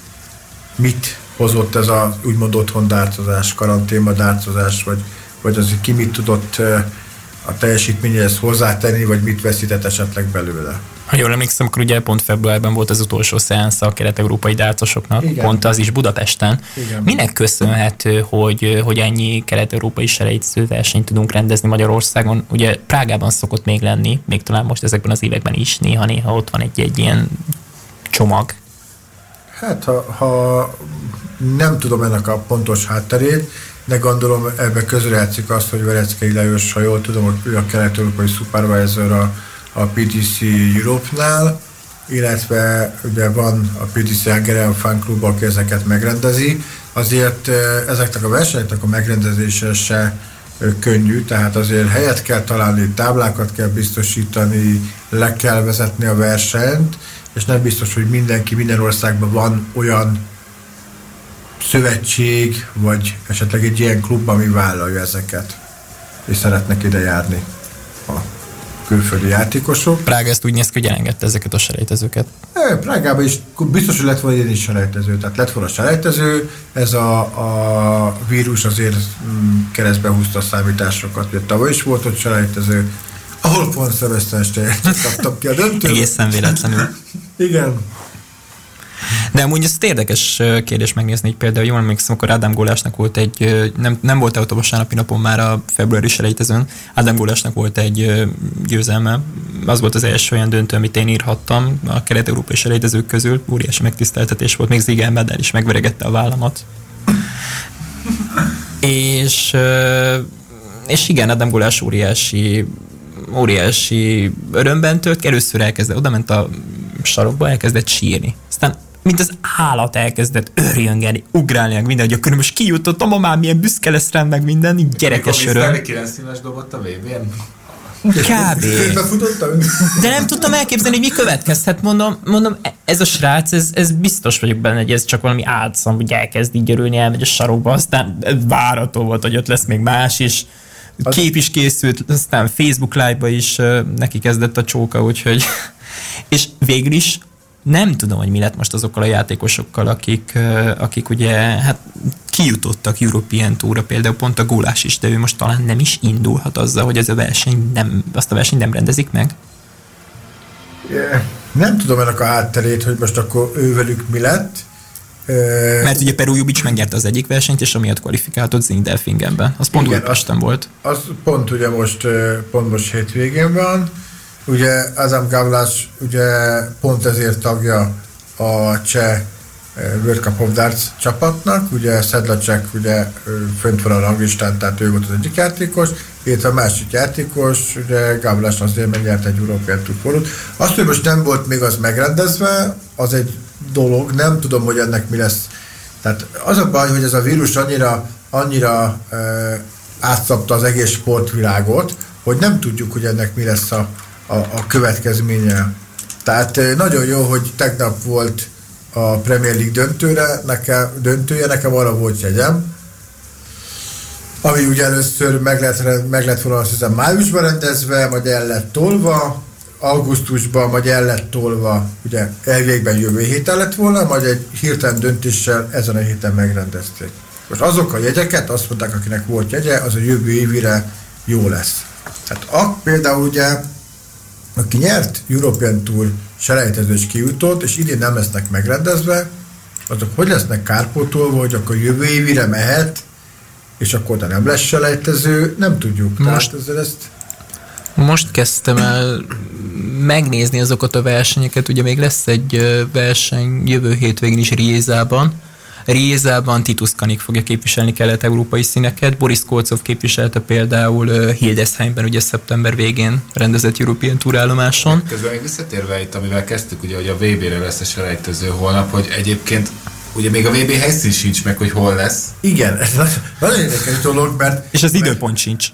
mit hozott ez a úgymond otthon dárcozás, karanténba dárcozás, vagy, vagy az, ki mit tudott ö, a teljesítményhez hozzátenni, vagy mit veszített esetleg belőle. Ha jól emlékszem, akkor ugye pont februárban volt az utolsó szeánsz a kelet-európai dárcosoknak, igen. Pont az is Budapesten. Igen. Minek köszönhető, hogy, hogy ennyi kelet-európai selejtező versenyt tudunk rendezni Magyarországon? Ugye Prágában szokott még lenni, még talán most ezekben az években is, néha-néha ott van egy-egy ilyen csomag. Hát, ha, ha nem tudom ennek a pontos hátterét, de gondolom ebbe közrejátszik azt, hogy Vereckei Lajos, ha jól tudom, hogy ő a kelet-európai supervisor a, a pé té cé Europe-nál, illetve ugye van a pé té cé Hungarian Fan Club, aki ezeket megrendezi. Azért ezeknek a versenyeknek a megrendezése se könnyű, tehát azért helyet kell találni, táblákat kell biztosítani, le kell vezetni a versenyt, és nem biztos, hogy mindenki minden országban van olyan szövetség, vagy esetleg egy ilyen klub, ami vállalja ezeket, és szeretnek ide járni a külföldi játékosok. Prága ezt úgy néz ki, hogy elengedte ezeket a selejtezőket. É, Prágában is biztos, hogy lett volna ilyen is selejtező, tehát lett volna selejtező, ez a, a vírus azért mm, keresztbe húzta a számításokat, hogy tavaly is volt ott selejtező, ahol pont Sebastian Steyert kaptam ki a döntőt. Egészen véletlenül. Igen. De amúgy ez érdekes kérdés megnézni, hogy például jól emlékszem, akkor Ádám Gólásnak volt egy, nem, nem volt ott a vasárnapi napon már a februári selejtezőn, Ádám Gólásnak volt egy győzelme, az volt az első olyan döntő, amit én írhattam a kelet-európai selejtezők közül, óriási megtiszteltetés volt, még Zigelmedel is megveregette a vállamat. és, és igen, Ádám Gólás óriási óriási örömben tölt, először elkezdett, oda ment a sarokba, elkezdett sírni. Aztán mint az állat elkezdett örjöngeni, ugrálni, meg minden, hogy akkor most kijutottam, a már milyen büszke lesz rám, meg minden, így gyerekes öröm. Mikor kilenc színes dobott a vé bén? Kb. De nem tudtam elképzelni, hogy mi következhet. Mondom, mondom ez a srác, ez, ez biztos vagyok benne, hogy ez csak valami álszom, hogy elkezd így örülni, elmegy a sarokba, aztán várható volt, hogy ott lesz még más is. Kép is készült, aztán Facebook Live-ba is uh, neki kezdett a csóka, úgyhogy... És végül is nem tudom, hogy mi lett most azokkal a játékosokkal, akik, uh, akik ugye hát kijutottak European Tourra, például pont a Gólás is, de ő most talán nem is indulhat azzal, hogy ez a verseny nem, azt a versenyt nem rendezik meg. Yeah. Nem tudom ennek a hátterét, hogy most akkor ővelük mi lett. Mert ugye Peru Jubic megnyerte az egyik versenyt, és amiatt kvalifikáltott Zindelfingenben. Az pont Újpesten volt. Az pont ugye most, pont most hétvégén van. Ugye Ádám Gavlas ugye pont ezért tagja a cseh World Cup of Darts csapatnak. Ugye Sedlacek ugye fönt van a ranglistán, tehát ő volt az egyik játékos, illetve a másik játékos, ugye Gavlas azért megnyerte egy European Tour fordulót. Azt, hogy most nem volt még az megrendezve, az egy dolog, nem tudom, hogy ennek mi lesz. Tehát az a baj, hogy ez a vírus annyira, annyira e, átszapta az egész sportvilágot, hogy nem tudjuk, hogy ennek mi lesz a, a, a következménye. Tehát e, nagyon jó, hogy tegnap volt a Premier League döntőre, nekem, döntője, nekem arra volt jegyem, ami ugye először meg lett, meg lett volna azt hiszem májusban rendezve, majd el lett tolva, augusztusban, majd el lett tolva, ugye elvégben jövő héten lett volna, majd egy hirtelen döntéssel ezen a héten megrendezték. Most azok a jegyeket, azt mondták, akinek volt jegye, az a jövő évire jó lesz. Tehát a, például ugye, aki nyert European Tour selejtezős kijutott, és idén nem lesznek megrendezve, azok hogy lesznek kárpótolva, hogy akkor jövő évire mehet, és akkor de nem lesz selejtező, nem tudjuk. Most, Tehát ezzel ezt... most kezdtem el megnézni azokat a versenyeket, ugye még lesz egy verseny jövő hétvégén is Riezában. Riezában Titus Kanik fogja képviselni kelet-európai színeket, Boris Kolcov képviselte például Hildesheimben, ugye szeptember végén rendezett European Tour állomáson. Közben még visszatérve itt, amivel kezdtük, ugye, hogy a vé bére lesz a selejtező holnap, hogy egyébként ugye még a vé bé helyszín sincs meg, hogy hol lesz. Igen, ez nagyon érdekes dolog, mert... És az időpont sincs.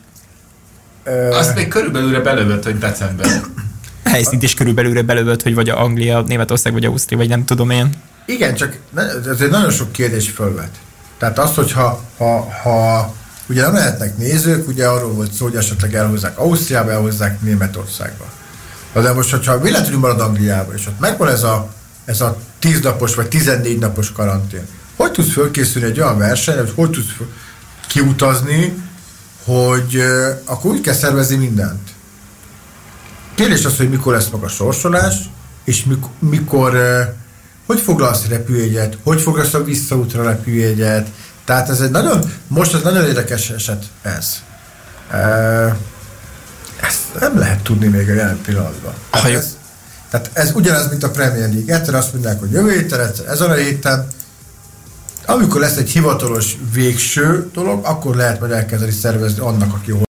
Azt még körülbelülre belövött, hogy december. A helyszínt is körülbelülre belövött, hogy vagy a Anglia, Németország, vagy Ausztria, vagy nem tudom én. Igen, csak ezért nagyon sok kérdés fölvet. Tehát az, hogyha ha, ha, ugye nem lehetnek nézők, ugye arról volt szó, hogy esetleg elhozzák Ausztriába, elhozzák Németországba. De most, hogyha véletlenül marad Angliába, és ott megvan ez a, ez a tíz napos vagy tizennégy napos karantén, hogy tudsz fölkészülni egy olyan versenyre, hogy hogy tudsz kiutazni, hogy uh, akkor úgy kell szervezni mindent. Kérdés az, hogy mikor lesz maga a sorsolás, és mikor, mikor uh, hogy foglalsz repülőjegyet, hogy foglalsz a visszaútra repülőjegyet. Tehát ez egy nagyon, most ez nagyon érdekes eset ez. Uh, ezt nem lehet tudni még a jelen pillanatban. Tehát ez, tehát ez ugyanaz, mint a Premier League. Egyszer azt mondják, hogy jövő héten, egyszer ezen a héten. Amikor lesz egy hivatalos végső dolog, akkor lehet majd elkezdeni szervezni annak, aki hol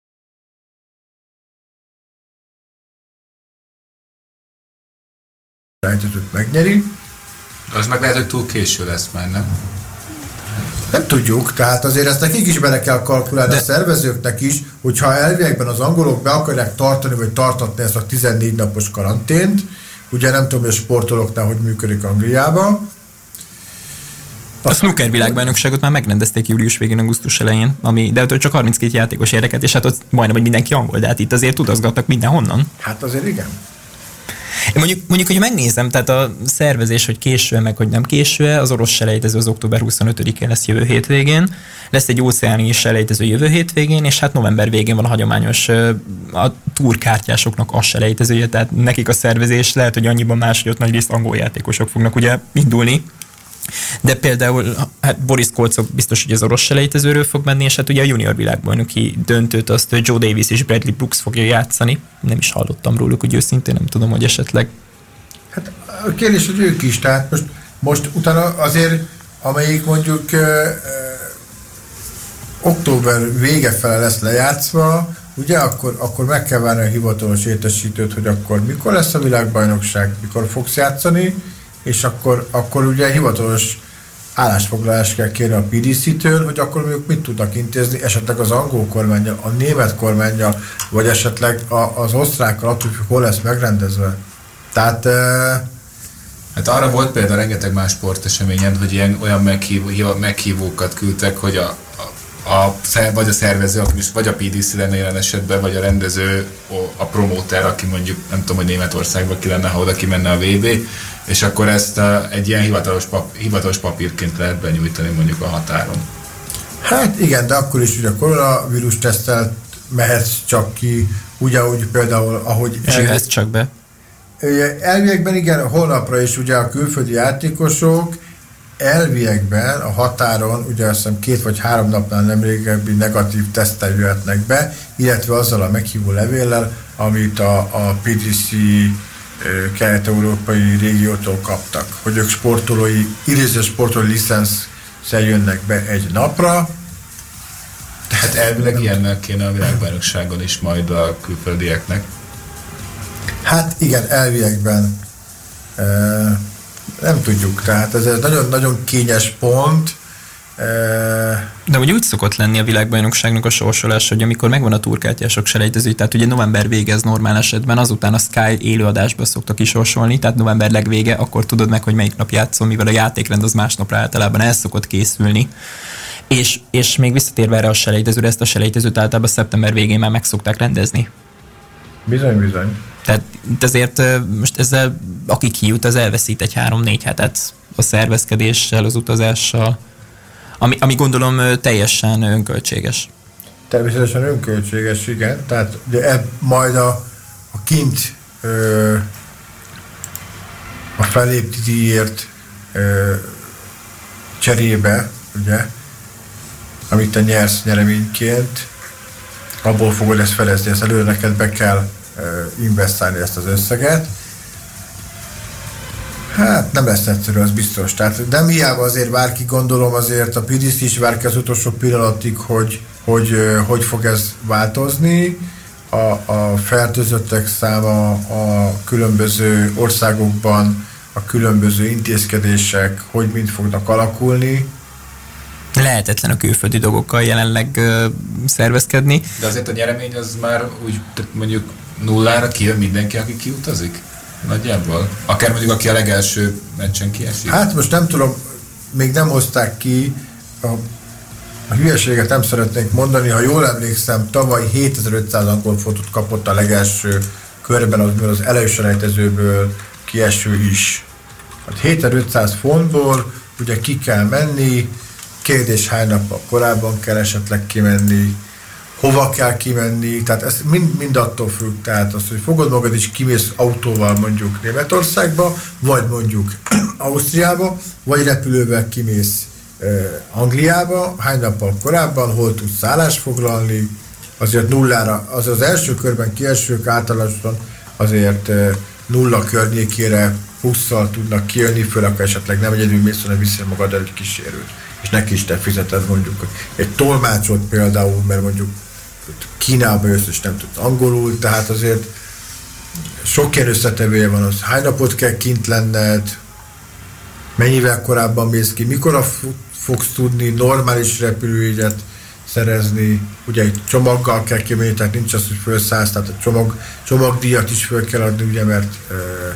rejtetőt megnyeri. Az meg lehet, hogy túl késő lesz már, nem? Nem tudjuk, tehát azért ezt nekik is bele kell kalkulálni, de a szervezőknek is, hogyha elviekben az angolok be akarják tartani, vagy tartatni ezt a tizennégy napos karantént, ugye nem tudom, hogy a sportolóknál hogy működik Angliában. A snooker világbajnokságot már megrendezték július végén, augusztus elején, ami, de ott csak harminckét játékos érdekelt, és hát ott majdnem, hogy mindenki angol, de hát itt azért utazgatnak mindenhonnan. Hát azért igen. Mondjuk, mondjuk, hogy megnézem, tehát a szervezés, hogy késő, meg hogy nem késő, az orosz selejtező az október huszonötödikén lesz jövő hétvégén, lesz egy óceáni selejtező jövő hétvégén, és hát november végén van a hagyományos a túrkártyásoknak a selejtezője, tehát nekik a szervezés lehet, hogy annyiban más, hogy ott nagyrészt angol játékosok fognak ugye indulni. De például hát Boris Kolcov biztos, hogy az orosz selejtezőről fog menni, és hát ugye a junior világbajnoki döntőt azt Joe Davis és Bradley Brooks fogja játszani. Nem is hallottam róluk, hogy őszintén nem tudom, hogy esetleg. Hát a kérdés, hogy ők is, tehát most, most utána azért, amelyik mondjuk ö, ö, október vége fele lesz lejátszva, ugye, akkor, akkor meg kell várni a hivatalos értesítőt, hogy akkor mikor lesz a világbajnokság, mikor fogsz játszani, és akkor, akkor ugye hivatalos állásfoglalást kell kérni a pé dé cé-től, hogy akkor ők mit tudnak intézni, esetleg az angol kormánnyal, a német kormánnyal, vagy esetleg a, az osztrákkal, attól, hogy hol lesz megrendezve. Tehát... Uh, hát arra volt például rengeteg más sporteseményen, hogy ilyen olyan meghívó, meghívókat küldtek, hogy a, a, a, vagy a szervező, aki is, vagy a pé dé cé lenne jelen esetben, vagy a rendező, a promóter, aki mondjuk, nem tudom, hogy Németországban ki lenne, ha oda kimenne a vé bé, és akkor ezt a, egy ilyen hivatalos, pap, hivatalos papírként lehet benyújtani mondjuk a határon. Hát igen, de akkor is ugye a koronavírus tesztelt mehetsz csak ki, ugyanúgy például, ahogy... És jöhetsz csak be. Elviekben igen, holnapra is ugye a külföldi játékosok elviekben a határon ugye azt hiszem két vagy három napnál nem régebbi negatív teszttel jöhetnek be, illetve azzal a meghívó levéllel, amit a, a pé dé cé kelet-európai régiótól kaptak, hogy ők sportolói, idéző sportolói licenszel jönnek be egy napra. Tehát elvileg ilyennek kéne a világbajnokságon is majd a külföldieknek. Hát igen, elviekben e, nem tudjuk, tehát ez egy nagyon-nagyon kényes pont. E, De hogy úgy szokott lenni a világbajnokságnak a sorsolás, hogy amikor megvan a túrkártyások selejtező, tehát ugye november vége ez normál esetben, azután a Sky élőadásba szoktak kisorsolni, tehát november legvége, akkor tudod meg, hogy melyik nap játszol, mivel a játékrend az másnapra általában el szokott készülni. És, és még visszatérve erre a selejtezőre, ezt a selejtezőt általában szeptember végén már meg szokták rendezni. Bizony, bizony. Tehát azért most ezzel, aki kijut, az elveszít egy három-négy hetet a szervezkedéssel, az utazással, ami, ami gondolom teljesen önköltséges. Természetesen önköltséges, igen. Tehát ugye ebb, majd a, a kint ö, a fellépti díjért ö, cserébe, ugye, amit te nyersz nyereményként, abból fogod ezt felezni, ezt előre neked be kell investálni ezt az összeget. Hát nem lesz egyszerű, az biztos. Tehát nem hiába azért bárki, gondolom azért a pé dé cé is vár ki az utolsó pillanatig, hogy hogy, hogy fog ez változni. A, a fertőzöttek száma a különböző országokban, a különböző intézkedések, hogy mind fognak alakulni. Lehetetlen a külföldi dolgokkal jelenleg uh, szervezkedni. De azért a nyeremény az már úgy mondjuk nullára kijön mindenki, aki kiutazik? Nagyjából? Akár mondjuk, aki a legelső meccsen kiesik? Hát most nem tudom, még nem hozták ki, a, a hülyeséget nem szeretnék mondani, ha jól emlékszem, tavaly hétezer-ötszáz angol fotót kapott a legelső körben, az, az előselejtezőből kieső is. Hát hétezer-ötszáz fontból ugye ki kell menni, kérdés hány nappal korábban kell esetleg kimenni, hova kell kimenni, tehát ez mind, mind attól függ, tehát az, hogy fogod magad is kimész autóval mondjuk Németországba, vagy mondjuk Ausztriába, vagy repülővel kimész eh, Angliába, hány nappal korábban, hol tudsz szállást foglalni, azért nullára, az az első körben kiesők általában azért eh, nulla környékére busszal tudnak kijönni, főleg akkor esetleg nem egyedül mész, hanem viszi magad egy kísérőt, és neki is te fizeted mondjuk egy tolmácsot például, mert mondjuk Kínába jössz, és nem tudsz angolul, tehát azért sok ilyen összetevője van, az hány napot kell kint lenned, mennyivel korábban mész ki, mikor fogsz tudni normális repülőjegyet szerezni, ugye egy csomaggal kell kimenni, tehát nincs az, hogy felszállsz, tehát a csomag, csomagdíjat is föl kell adni, ugye, mert uh,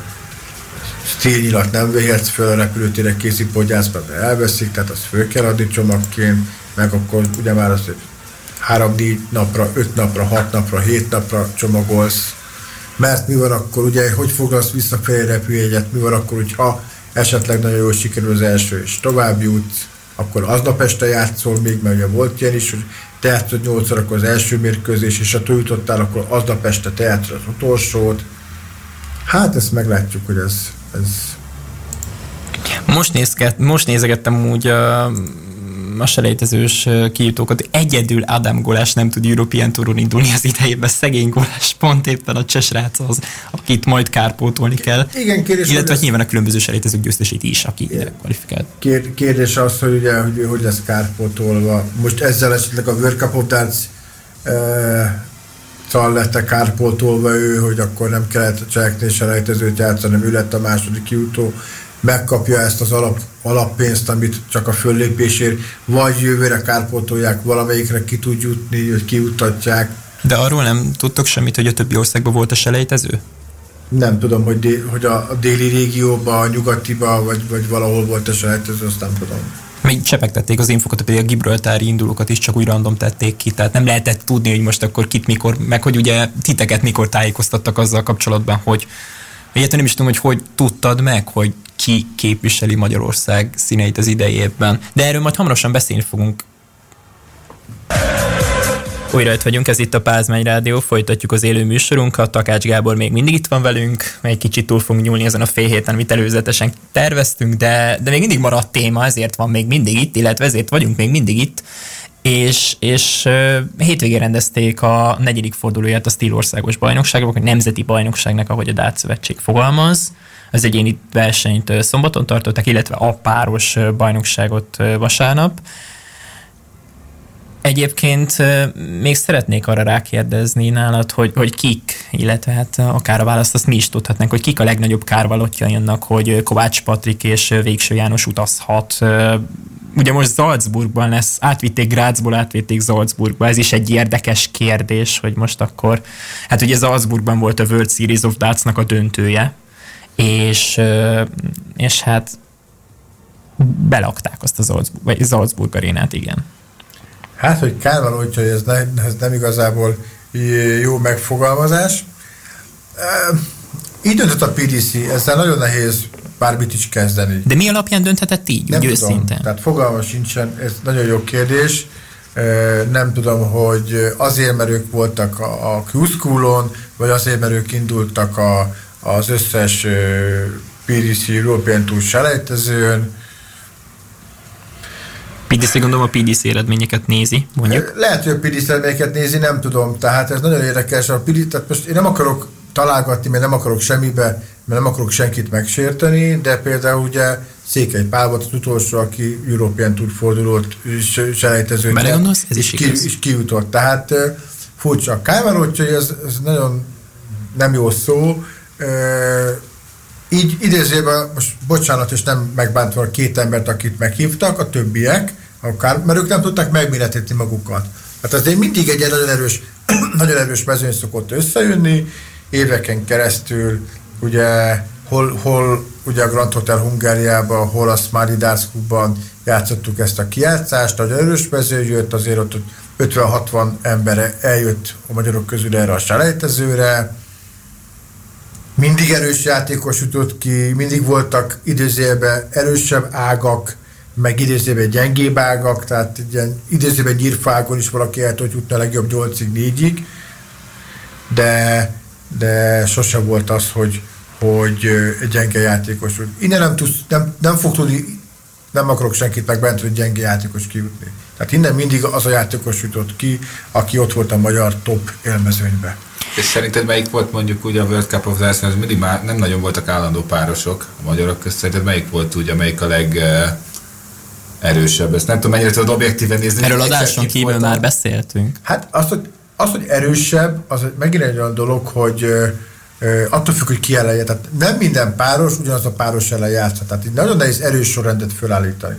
stélnyilat nem vehetsz föl a repülőtérek készipodgyászban, de elveszik, tehát azt föl kell adni csomagként, meg akkor ugye már azt, hogy három-négy napra, öt napra, hat napra, hét napra csomagolsz, mert mi van akkor, ugye, hogy foglalsz visszafelé repülőjegyet, mi van akkor, hogyha esetleg nagyon jól sikerül az első, és tovább jutsz, akkor aznap este játszol még, mert ugye volt ilyen is, hogy te játszol nyolc órakor az első mérkőzés, és ha túljutottál, akkor aznap este te játszol az utolsót. Hát ezt meglátjuk, hogy ez... ez... Most, nézget, most nézegettem úgy a, a selejtezős kijutókat. Egyedül Adam Golás nem tud European Touron indulni az idejében. Szegény Golás pont éppen a csesrác az, akit majd kárpótolni kell. Igen, kérdés, illetve nyilván a különböző selejtezők győztesét is, aki ide kvalifikált. Kér, kérdés az, hogy ugye, hogy, hogy lesz kárpótolva. Most ezzel esetleg a World Cup of Darts e, szal lett kárpótolva ő, hogy akkor nem kellett a cseleknél selejtezőt játszani, ő lett a második kijutó, megkapja ezt az alap, alappénzt, amit csak a föllépésért, vagy jövőre kárpótolják, valamelyikre ki tud jutni, hogy kiutatják. De arról nem tudtok semmit, hogy a többi országban volt a selejtező? Nem tudom, hogy, dé, hogy a, a déli régióban, a nyugatiban, vagy, vagy valahol volt a selejtező, azt nem tudom. Még csepegtették az infokat, pedig a gibraltári indulókat is csak úgy random tették ki, tehát nem lehetett tudni, hogy most akkor kit mikor, meg hogy ugye titeket mikor tájékoztattak azzal kapcsolatban, hogy egyáltalán nem is tudom, hogy hogy tudtad meg, hogy ki képviseli Magyarország színeit az idei évben. De erről majd hamarosan beszélni fogunk. Újra itt vagyunk, ez itt a Pázmány Rádió, folytatjuk az élő műsorunkat, Takács Gábor még mindig itt van velünk, egy kicsit túl fogunk nyúlni ezen a fél héten, amit előzetesen terveztünk, de, de még mindig maradt téma, ezért van még mindig itt, illetve ezért vagyunk még mindig itt, és, és uh, hétvégén rendezték a negyedik fordulóját a Steel országos bajnokságok, vagy nemzeti bajnokságnak, ahogy a Darts Szövetség fogalmaz. Az egyéni versenyt szombaton tartották, illetve a páros bajnokságot vasárnap. Egyébként még szeretnék arra rákérdezni nálad, hogy, hogy kik, illetve hát akár a választ azt mi is tudhatnánk, hogy kik a legnagyobb kárvalótjai annak, hogy Kovács Patrik és Végső János utazhat. Ugye most Salzburgban lesz, átvitték Grazból, átvitték Salzburgba, ez is egy érdekes kérdés, hogy most akkor, hát ugye Salzburgban volt a World Series of Darts-nak a döntője, és, és hát belakták azt a Salzburg, vagy Salzburg arénát, igen. Hát, hogy kárvalótja, hogy ez, ne, ez nem igazából jó megfogalmazás. E, így döntött a pé dé cé, ezzel nagyon nehéz bármit is kezdeni. De mi alapján dönthetett így, nem úgy tudom, őszintén? Tehát fogalma sincsen, ez nagyon jó kérdés. E, nem tudom, hogy azért, mert ők voltak a, a Q-Schoolon, vagy azért, mert ők indultak a, az összes pé dé cé European Tour selejtezőn. pé dé cé, gondolom a pé dé cé eredményeket nézi, mondjuk. Lehet, hogy a pé dé cé eredményeket nézi, nem tudom. Tehát ez nagyon érdekes. A pé dé cé, tehát most én nem akarok találgatni, mert nem akarok semmibe, mert nem akarok senkit megsérteni, de például ugye Székely Pál volt az utolsó, aki European Tour fordulót selejtezőt belegondolsz, ez is ki, is kijutott. Tehát furcsa. A Kárvalótjai, ez, ez nagyon nem jó szó. Így idézőben, most bocsánat, és nem megbántva a két embert, akit meghívtak, a többiek, akár, mert ők nem tudták megméretíteni magukat. Hát azért mindig egy nagyon erős, nagyon erős mezőny szokott összejönni, éveken keresztül, ugye, hol, hol ugye a Grand Hotel Hungáriában, hol a Smiley Darts Clubban játszottuk ezt a kijátszást, nagyon erős mezőny jött, azért ott ötven-hatvan ember eljött a magyarok közül erre a selejtezőre, mindig erős játékos jutott ki, mindig voltak idézőjelben erősebb ágak, meg idézőjelben gyengébb ágak, tehát ilyen idézőjelben nyírfágon is valaki el tud jutni a legjobb nyolcig, négyig, de, de sose volt az, hogy, hogy egy gyenge játékos jut. Innen nem, tudsz, nem, nem fog tudni, nem akarok senkit megbántani, hogy gyenge játékos kijutni. Tehát innen mindig az a játékos jutott ki, aki ott volt a magyar top élmezőnyben. És szerinted melyik volt mondjuk ugye a World Cup of Darts, mert mindig már nem nagyon voltak állandó párosok a magyarok között, szerinted melyik volt ugye, melyik a legerősebb? Ezt nem tudom, mennyire tudod objektíven nézni. Erről adáson kívül voltam. Már beszéltünk. Hát az, hogy, az, hogy erősebb, az megint egy olyan dolog, hogy ö, ö, attól függ, hogy ki ellen. Tehát nem minden páros ugyanaz a páros ellen játszott. Tehát így nagyon nehéz erős sorrendet fölállítani.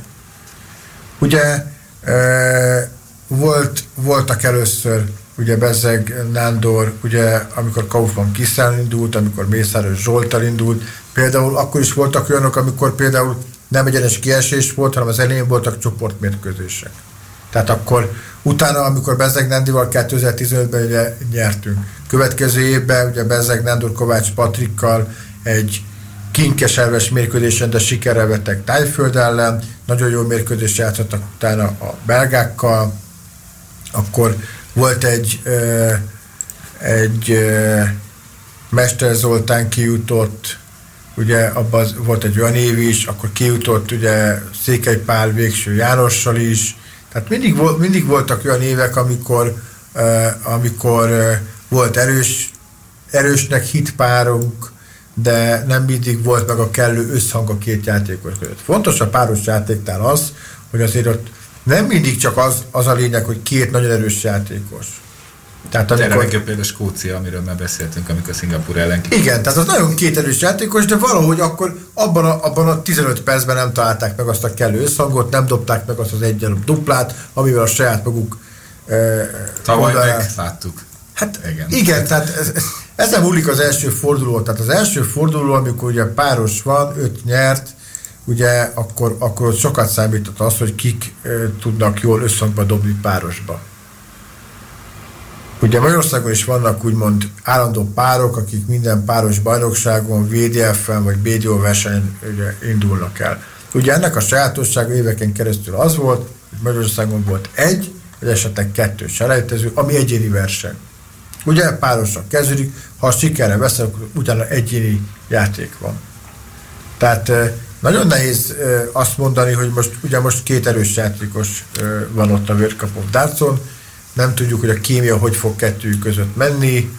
Ugye ö, volt, voltak először ugye Bezzeg, Nándor, ugye amikor Kaufmann Kiszel indult, amikor Mészáros Zsolttal indult, például akkor is voltak olyanok, amikor például nem egyenes kiesés volt, hanem az elején voltak csoportmérkőzések. Tehát akkor utána, amikor Bezzeg Nándival kétezer-tizenötben ugye nyertünk. Következő évben ugye Bezzeg Nándor Kovács Patrikkal egy kinkeserves mérkőzésen, de sikerrel vettek Tájföld ellen, nagyon jó mérkőzést játszottak utána a belgákkal, akkor volt egy, egy Mester Zoltán kijutott, ugye abban volt egy olyan év is, akkor kijutott ugye Székely Pál végső Jánossal is, tehát mindig, volt, mindig voltak olyan évek, amikor, uh, amikor uh, volt erős, erősnek hit párunk, de nem mindig volt meg a kellő összhang a két játékos között. Fontos a páros játéknál az, hogy azért ott nem mindig csak az, az a lényeg, hogy két nagyon erős játékos. Tehát amikor... Erre legjobb például Skócia, amiről már beszéltünk, amikor Szingapúr ellen ki. Igen, tehát az nagyon két erős játékos, de valahogy akkor abban a, abban a tizenöt percben nem találták meg azt a kellő összhangot, nem dobták meg azt az egyenlő duplát, amivel a saját maguk eh, tavaly megláttuk. Hát igen, igen tehát ez, ez, ezen múlik az első forduló. Tehát az első forduló, amikor ugye páros van, öt nyert, ugye akkor, akkor sokat számított az, hogy kik e, tudnak jól összhangba dobni párosba. Ugye Magyarországon is vannak úgymond állandó párok, akik minden páros bajnokságon, vé dé ef-en vagy bé dé o versenyen ugye, indulnak el. Ugye ennek a sajátossága éveken keresztül az volt, hogy Magyarországon volt egy, vagy esetleg kettő selejtező, ami egyéni verseny. Ugye párosan kezdődik, ha sikerre veszel, akkor utána egyéni játék van. Tehát nagyon nehéz azt mondani, hogy most, ugye most két erős játékos van ott a World Cup of Dartson, nem tudjuk, hogy a kémia hogy fog kettőjük között menni.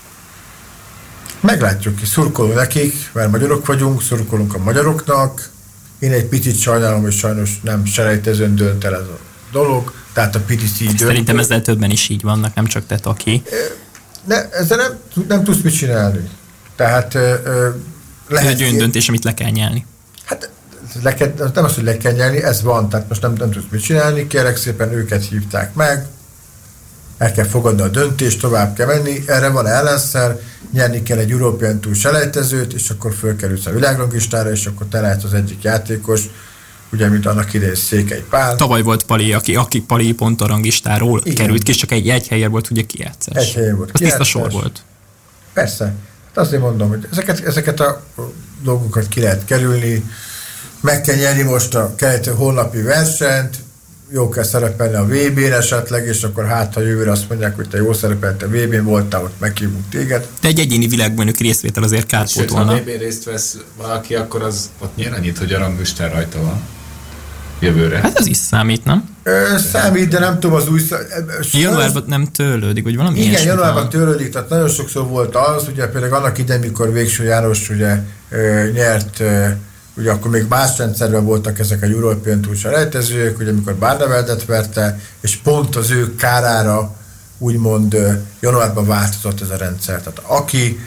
Meglátjuk ki, szurkolunk nekik, mert magyarok vagyunk, szurkolunk a magyaroknak. Én egy picit sajnálom, hogy sajnos nem selejtezőn dönt el ez a dolog, tehát a pé té cé dönt. Szerintem ezzel többen is így vannak, nem csak te, aki. Ne, ezzel nem, nem tudsz mit csinálni. Tehát lehet... Ez egy olyan döntés, amit le kell nyelni. Hát le kell, nem az, hogy le kell nyelni, ez van, tehát most nem, nem tudsz mit csinálni, kérlek szépen őket hívták meg, el kell fogadni a döntést, tovább kell menni, erre van ellenszer, nyerni kell egy European Tour selejtezőt, és akkor fölkerülsz a világranglistára, és akkor te lehetsz az egyik játékos, ugye, mint annak idején Székely Pál. Tavaly volt Pali, aki, aki Pali pont a rangistáról igen. került ki, és csak egy, egy helyen volt ugye kijátszás. Egy helyen volt. Az tiszta sor volt. Persze. Hát azért mondom, hogy ezeket, ezeket a dolgokat ki lehet kerülni, meg kell nyerni most a keleti holnapi versenyt, jó kell szerepelni a vé bén esetleg, és akkor hát, ha jövőre azt mondják, hogy te jó szerepeltél a vé bén, voltál, ott meghívunk téged. De egy egyéni világbajnoki részvétel azért kárpótolna. Sőt, ha a vé bén részt vesz valaki, akkor az ott nyer annyit, hogy a ranglistán rajta van jövőre. Hát ez is számít, nem? Ö, számít, de nem tudom, az új... Januárban nem törlődik, vagy valami igen, januárban törlődik, tehát nagyon sokszor volt az, ugye például annak idején, mikor Végső János ugye ö, nyert, ö, ugye akkor még más rendszerben voltak ezek a European Tour selejtezők, ugye amikor Barneveldet verte, és pont az ő kárára úgymond januárban változott ez a rendszer. Tehát aki,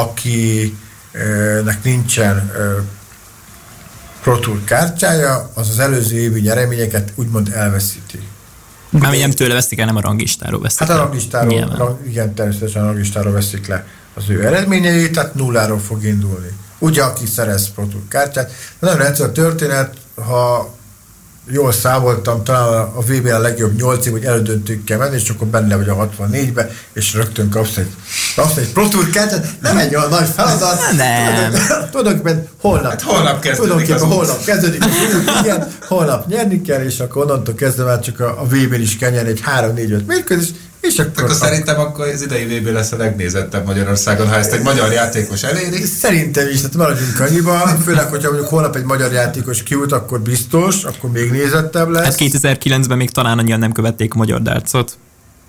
akinek nincsen Pro Tour kártyája, az az előző évi nyereményeket úgymond elveszíti. Mármint nem tőle veszik el, nem a rangistáról veszik hát a rangistáról, rang, igen, természetesen a rangistáról veszik le az ő eredményeit, tehát nulláról fog indulni. Ugye, aki szerez Pro Tour kártyát. Nagyon egyszerű a történet, ha jól számoltam, talán a vé bén a legjobb nyolc év, hogy elődöntők kell menni, és akkor benne vagy a hatvannégybe, és rögtön kapsz egy, kapsz egy Pro Tour kártyát. Nem egy olyan nagy feladat. Nem. Tudok, mert holnap, hát holnap kezdődik. Tudom, holnap kezdődik. Igen, holnap nyerni kell, és akkor onnantól kezdve már csak a, a vé bén is kell nyerni egy három négy öt mérkőzés, és akkor... Akkor szerintem akkor az idei vé bé lesz a legnézettebb Magyarországon, ha ezt egy magyar játékos eléri. Szerintem is, tehát maradjunk annyiban, főleg, hogyha mondjuk holnap egy magyar játékos kijut, akkor biztos, akkor még nézettebb lesz. Hát kétezer-kilencben még talán annyian nem követték a magyar dárcot.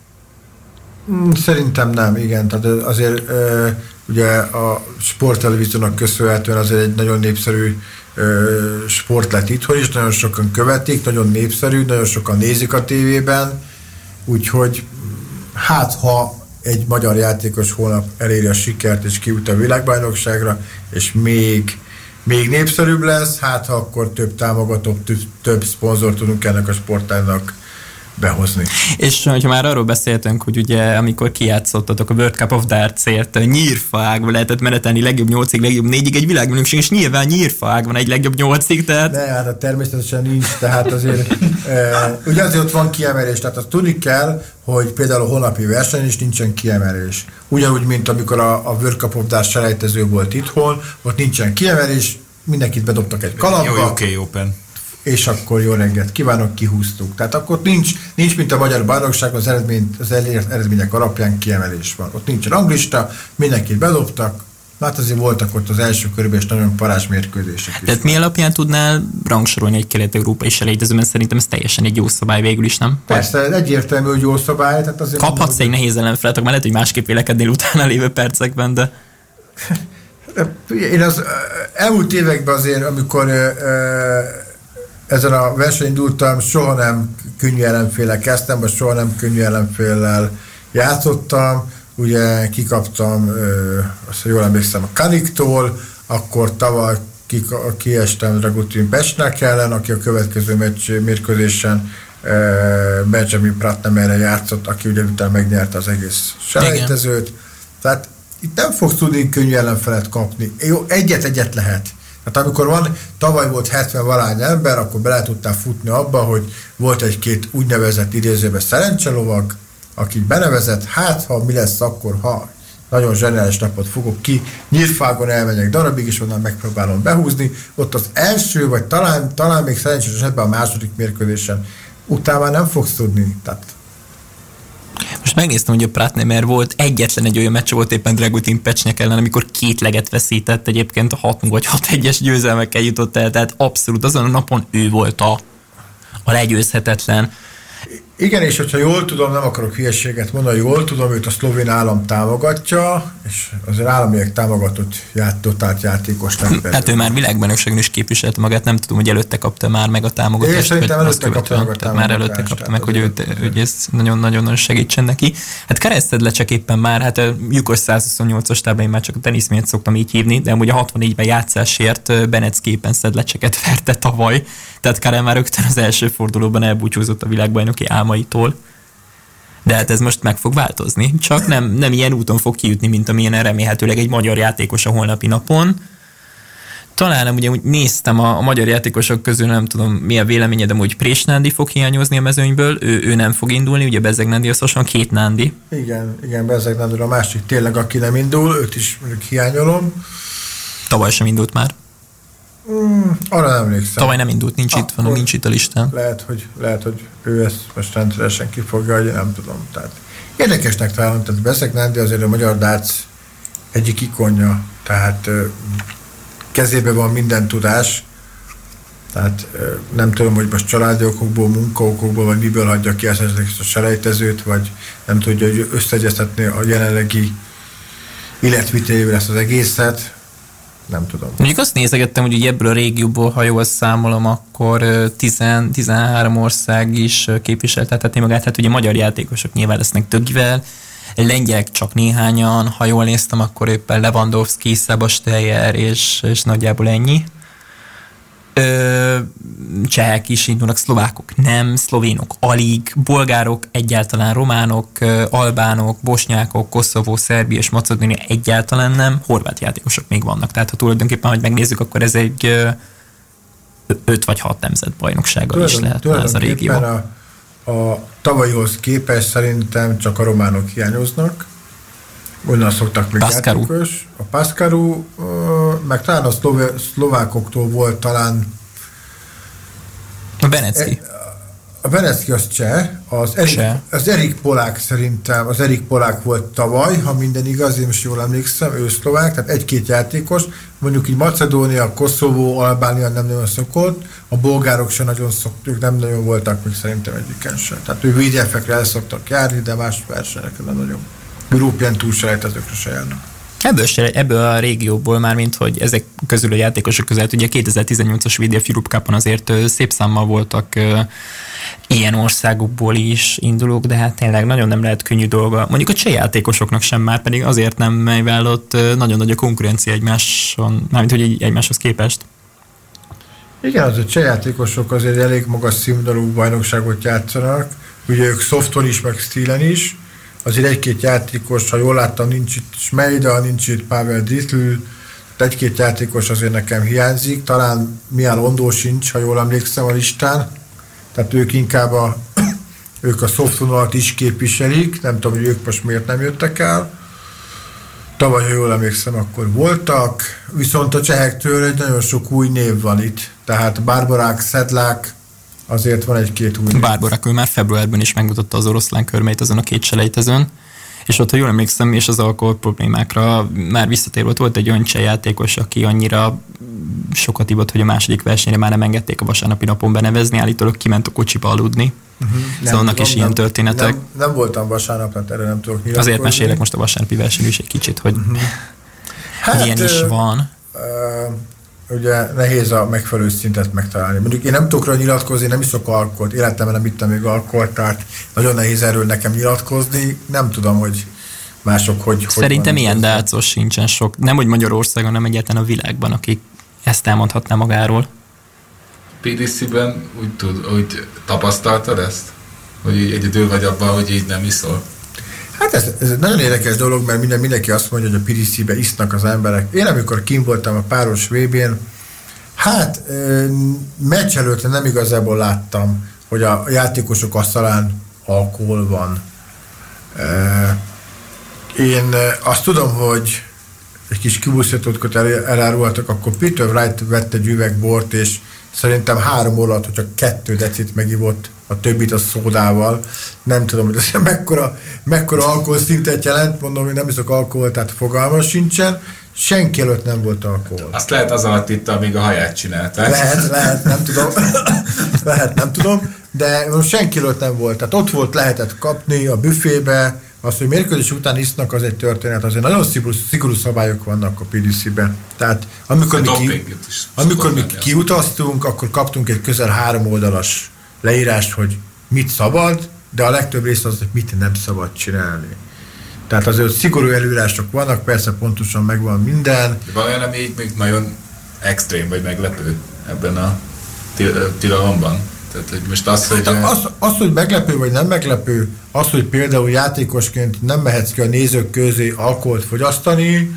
Szerintem nem, igen, tehát azért ugye a sporttelevíziónak köszönhetően azért egy nagyon népszerű sport lett itthon is, nagyon sokan követik, nagyon népszerű, nagyon sokan nézik a tévében, úgyhogy hát ha egy magyar játékos holnap eléri a sikert és kijut a világbajnokságra, és még, még népszerűbb lesz, hát ha akkor több támogató, több, több szponzor tudunk ennek a sportágnak behozni. És hogyha már arról beszéltünk, hogy ugye amikor kijátszottatok a World Cup of Dartsért, nyírfaágban lehetett menetelni legjobb nyolcig, legjobb négyig egy világbajnokság, és nyilván nyírfaágban egy legjobb nyolcig, tehát... Ne, hát természetesen nincs, tehát azért e, ugye azért ott van kiemelés, tehát azt tudni kell, hogy például a holnapi verseny is nincsen kiemelés. Ugyanúgy, mint amikor a, a World Cup of Darts selejtező volt itthon, ott nincsen kiemelés, mindenkit bedobtak egy kalapba. Jó, oké, Open. És akkor jó reggelt kívánok, kihúztuk. Tehát akkor nincs, nincs mint a magyar bajnokságon az, eredmény, az elért eredmények alapján kiemelés van. Ott nincs ranglista, mindenkit bedobtak, Hát azért voltak ott az első körben is nagyon parás mérkőzések is. Tehát mi alapján tudnál rangsorolni egy kelet-európai selejtező, mert szerintem ez teljesen egy jó szabály végül is, nem? Persze, egyértelmű, hogy jó szabály. Tehát azért kaphatsz mondom, egy nehéz ellenfelet, akkor már lehet, hogy másképp vélekednél utána lévő percekben, de... Én az elmúlt években azért, amikor ezen a versenyen indultam, soha nem könnyű ellenféllel kezdtem, vagy soha nem könnyű ellenféllel játszottam. Ugye kikaptam, azt jól emlékszem, a Kaniktól, akkor tavaly kiestem Dragutin Pesnek ellen, aki a következő meccs mérkőzésen Benjamin Pratnemerre játszott, aki ugye utána megnyerte az egész selejtezőt. Tehát itt nem fogsz tudni könnyű ellenfelet kapni. Jó, egyet-egyet lehet. Tehát amikor van, tavaly volt hetven valány ember, akkor bele tudtál futni abba, hogy volt egy-két úgynevezett idézőben szerencselovag, aki benevezett, hát ha mi lesz akkor, ha nagyon zseniális napot fogok ki, Nyírfágon elmegyek darabig, és onnan megpróbálom behúzni, ott az első, vagy talán, talán még szerencsés esetben a második mérkőzésen, utána már nem fogsz tudni. Tehát most megnéztem, hogy a Pratnemer volt, egyetlen egy olyan meccs volt éppen Dragutin Pecsnek ellen, amikor két leget veszített, egyébként a hat vagy hat egyes győzelmekkel jutott el, tehát abszolút azon a napon ő volt a, a legyőzhetetlen. Igen, és hogyha jól tudom, nem akarok hülyeséget mondani, jól tudom, őt a szlovén állam támogatja, és azért államileg támogatott ját, dotált játékosnak. Hát ő már világbajnokságon is képviselte magát, nem tudom, hogy előtte kapta már meg a támogatást. Én szerintem előtte kapta meg a támogatást. Már előtte kapta meg, hogy, őt, hogy ez nagyon-nagyon segítsen neki. Hát Keresztedlecsek éppen már, hát a lyukos százhuszonnyolcas táblán én már csak a tenisz miatt szoktam így hívni, de amúgy a hatvannégyben játszásért Benecképpen Szedlecseket verte tavaly, tehát Karel már rögtön az első fordulóban elbúcsúzott a világbajnoki álmaitól. De hát ez most meg fog változni. Csak nem, nem ilyen úton fog kijutni, mint amilyen remélhetőleg egy magyar játékos a holnapi napon. Talán nem, ugye úgy néztem a, a magyar játékosok közül, nem tudom mi a véleményed, de hogy Prés Nándi fog hiányozni a mezőnyből, ő, ő nem fog indulni, ugye Bezeg Nándi, az hasonló két Nándi. Igen, igen, Bezeg Nándi a másik tényleg, aki nem indul, őt is hiányolom. Tavaly sem indult már. Mm, arra nem emlékszem. Tavaly nem indult, nincs itt, van, nincs itt a listán. Lehet, hogy, lehet, hogy ő ezt most rendszeresen kifogja, hogy nem tudom. Tehát érdekesnek találom, tehát Bezeg Nándi azért a magyar dác egyik ikonja, tehát ö, kezében van minden tudás, tehát ö, nem tudom, hogy most családi okokból, munkaokokból, vagy miből hagyja ki ezt a selejtezőt, vagy nem tudja, hogy összeegyeztetni a jelenlegi életvitélével ezt az egészet. Nem tudom. Mondjuk azt nézegettem, hogy ebből a régióból, ha jól számolom, akkor tíz, tizenhárom ország is képviseltethetné magát. Hát ugye magyar játékosok nyilván lesznek Dögivel, lengyelek csak néhányan, ha jól néztem, akkor éppen Lewandowski, Sebastian és, és nagyjából ennyi. Ö, csehek is indulnak, szlovákok nem, szlovénok alig, bolgárok egyáltalán, románok, albánok, bosnyákok, Koszovó, Szerbia és Macedónia egyáltalán nem, horvát játékosok még vannak. Tehát ha tulajdonképpen, hogy megnézzük, akkor ez egy öt vagy hat nemzetbajnoksággal is lehet ez a régió. A, a tavalyhoz képest szerintem csak a románok hiányoznak. Onnan szoktak még Pascaru. játékos. A Pascaru, meg talán a szlové, szlovákoktól volt talán a Benecki. A Benecki az cseh, az Erik, az Erik Polák szerintem, az Erik Polák volt tavaly, ha minden igaz, én most jól emlékszem, ő szlovák, tehát egy-két játékos, mondjuk így Macedónia, Koszovó, Albánia nem nagyon szokott, a bolgárok sem nagyon szoktuk, nem nagyon voltak még szerintem egyiken sem. Tehát ő vé dé ef-ekre el szoktak járni, de más versenyekre nem nagyon. Európián túlselejtezőkre se járnak. Ebből, se, ebből a régióból már, mint hogy ezek közül a játékosok között, ugye kétezer-tizennyolcas vé dé ef Europe Cupon azért szép számmal voltak ö, ilyen országokból is indulók, de hát tényleg nagyon nem lehet könnyű dolga. Mondjuk a cseh játékosoknak sem már, pedig azért nem, mivel ott nagyon nagy a konkurencia egymáson, mármint hogy egymáshoz képest. Igen, az a cseh játékosok azért elég magas színvonalú bajnokságot játszanak, ugye ők softon is, meg stílen is. Azért egy-két játékos, ha jól láttam, nincs itt Smejda, nincs itt Pavel Dritl, egy-két játékos azért nekem hiányzik, talán Mián Ondó sincs, ha jól emlékszem a listán, tehát ők inkább a, ők a soft vonalat is képviselik, nem tudom, hogy ők most miért nem jöttek el. Tavaly, ha jól emlékszem, akkor voltak, viszont a csehektől egy nagyon sok új név van itt, tehát Barbarák, Szedlák, azért van egy-két új. Bárborak, ő már februárban is megmutatta az oroszlán körmeit azon a két selejtezőn. És ott, ha jól emlékszem, és az alkohol problémákra már visszatér volt, volt egy olyan játékos, aki annyira sokat ivott, hogy a második versenyre már nem engedték a vasárnapi napon benevezni, állítólag kiment a kocsiba aludni. Uh-huh. Szóval annak is ilyen nem, történetek. Nem, nem voltam vasárnap, hát erre nem tudok nyilatkozni. Azért mesélek most a vasárnapi verseny is egy kicsit, hogy uh-huh. hát, ilyen is van. Uh, ugye nehéz a megfelelő szintet megtalálni. Mondjuk én nem tudok rá nyilatkozni, nem iszok alkoholt, életemben nem ittam még alkoholt, tehát nagyon nehéz erről nekem nyilatkozni. Nem tudom, hogy mások hogy... Szerintem hogy ilyen dácos sincsen sok. Nem, hogy Magyarországon, nem egyáltalán a világban, akik ezt elmondhatná magáról. pé dé cé-ben úgy, tud, úgy tapasztaltad ezt? Hogy egyedül vagy abban, hogy így nem iszol? Hát ez, ez egy nagyon érdekes dolog, mert minden, mindenki azt mondja, hogy a pé dé cé-be isznak az emberek. Én amikor kint voltam a páros vé bén, hát meccs előtt nem igazából láttam, hogy a játékosok asztalán alkohol van. Én azt tudom, hogy egy kis kibuszítót elárultak, akkor Peter Wright vett egy üveg bort, és szerintem három óra alatt, hogy csak kettő decit megivott, a többit a szódával. Nem tudom, hogy ez mekkora, mekkora alkoholszintet jelent, mondom, hogy nem iszok alkohol, tehát fogalmam sincsen. Senki előtt nem volt alkohol. Azt lehet az alatt itt, amíg a haját csinálták. Lehet, lehet, nem tudom. lehet, nem tudom, de senki előtt nem volt. Tehát ott volt, lehetett kapni a büfébe. Az, hogy mérkőzés után isznak, az egy történet. Azért nagyon szigorú, szigorú szabályok vannak a pé dé cé-ben. Tehát amikor mi, ki, amikor mi kiutaztunk, akkor kaptunk egy közel három oldalas leírást, hogy mit szabad, de a legtöbb rész az, hogy mit nem szabad csinálni. Tehát azért szigorú előírások vannak, persze pontosan megvan minden. De van olyan, ami így még nagyon extrém vagy meglepő ebben a tilalomban? Tehát, hogy most az, hogy... Az, az, hogy meglepő vagy nem meglepő, az, hogy például játékosként nem mehetsz ki a nézők közé alkoholt fogyasztani,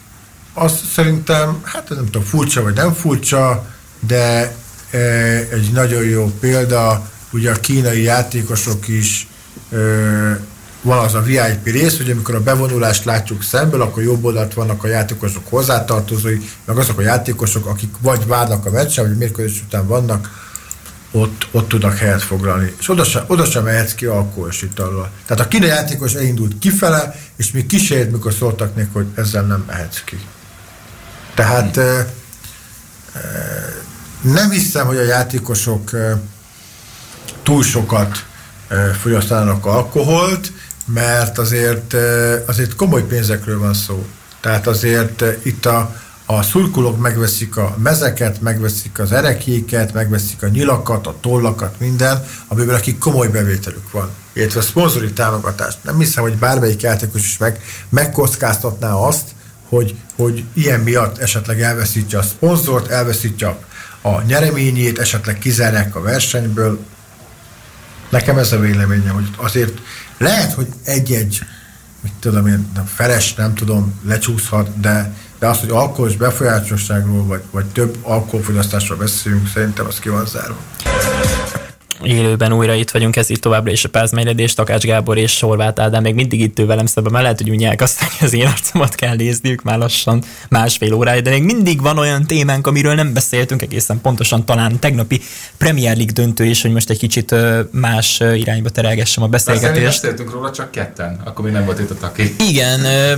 az szerintem, hát nem tudom, furcsa vagy nem furcsa, de e, egy nagyon jó példa, ugye a kínai játékosok is e, van az a vé i pé rész, hogy amikor a bevonulást látjuk szemből, akkor jobb oldalt vannak a játékosok hozzátartozói, meg azok a játékosok, akik vagy várnak a meccsen, vagy mérkőzés után vannak, Ott, ott tudnak helyet foglalni. És oda sem, oda sem mehetsz ki alkoholos itallal. Tehát a kínai játékos elindult kifele, és még kísért, mikor szóltak neki, hogy ezzel nem mehetsz ki. Tehát hmm. e, e, nem hiszem, hogy a játékosok e, túl sokat e, fogyasztanának alkoholt, mert azért, e, azért komoly pénzekről van szó. Tehát azért e, itt a A szurkolók megveszik a mezeket, megveszik az erekjéket, megveszik a nyilakat, a tollakat, minden, amiből akik komoly bevételük van. Illetve a szponzori támogatást. Nem hiszem, hogy bármelyik játékos is meg, megkockáztatná azt, hogy, hogy ilyen miatt esetleg elveszítse a szponzort, elveszítse a nyereményét, esetleg kizárják a versenyből. Nekem ez a véleményem, hogy azért lehet, hogy egy-egy, mit tudom én, nem, feles, nem tudom, lecsúszhat, de de az, hogy alkoholos befolyásosságról, vagy, vagy több alkoholfogyasztásról beszélünk, szerintem az ki van zárva. Élőben újra itt vagyunk, ez itt továbbra is a Pázmegyedés, Takács Gábor és Horváth Ádám még mindig itt ő velem szemben, mert lehet, hogy úgy nyelkazták, az én arcomat kell nézniük már lassan másfél órája, de még mindig van olyan témánk, amiről nem beszéltünk egészen pontosan, talán tegnapi Premier League döntő is, hogy most egy kicsit más irányba terelgessem a beszélgetést. Beszéltünk róla csak ketten, akkor még nem volt itt a Taki. Igen,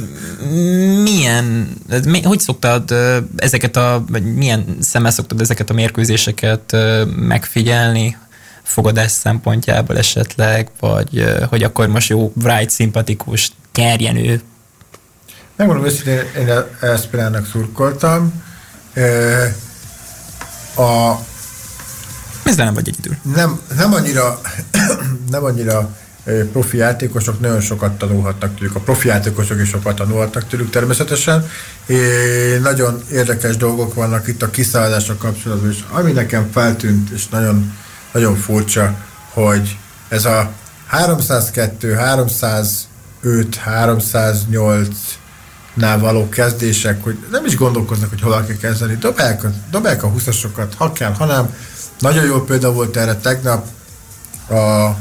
milyen, hogy szoktad ezeket a, vagy milyen szemmel szoktad ezeket a mérkőzéseket megfigyelni? Fogadás szempontjából esetleg, vagy hogy akkor most jó, Wright szimpatikus, nyerjen. Megmondom őszintén, én Eszpinának szurkoltam. A, Ezzel nem vagy egyedül. Nem, nem annyira, nem annyira profi játékosok nagyon sokat tanulhatnak tőlük. A profi játékosok is sokat tanulhatnak tőlük természetesen. É, nagyon érdekes dolgok vannak itt a kiszállások kapcsolatban, és ami nekem feltűnt, és nagyon Nagyon furcsa, hogy ez a háromszázkettő, háromszázöt, háromszáznyolcnál való kezdések, hogy nem is gondolkoznak, hogy hol kell kezdeni. Dobálják a, dobálják a húszasokat, ha kell, ha nem. Nagyon jó példa volt erre tegnap. A,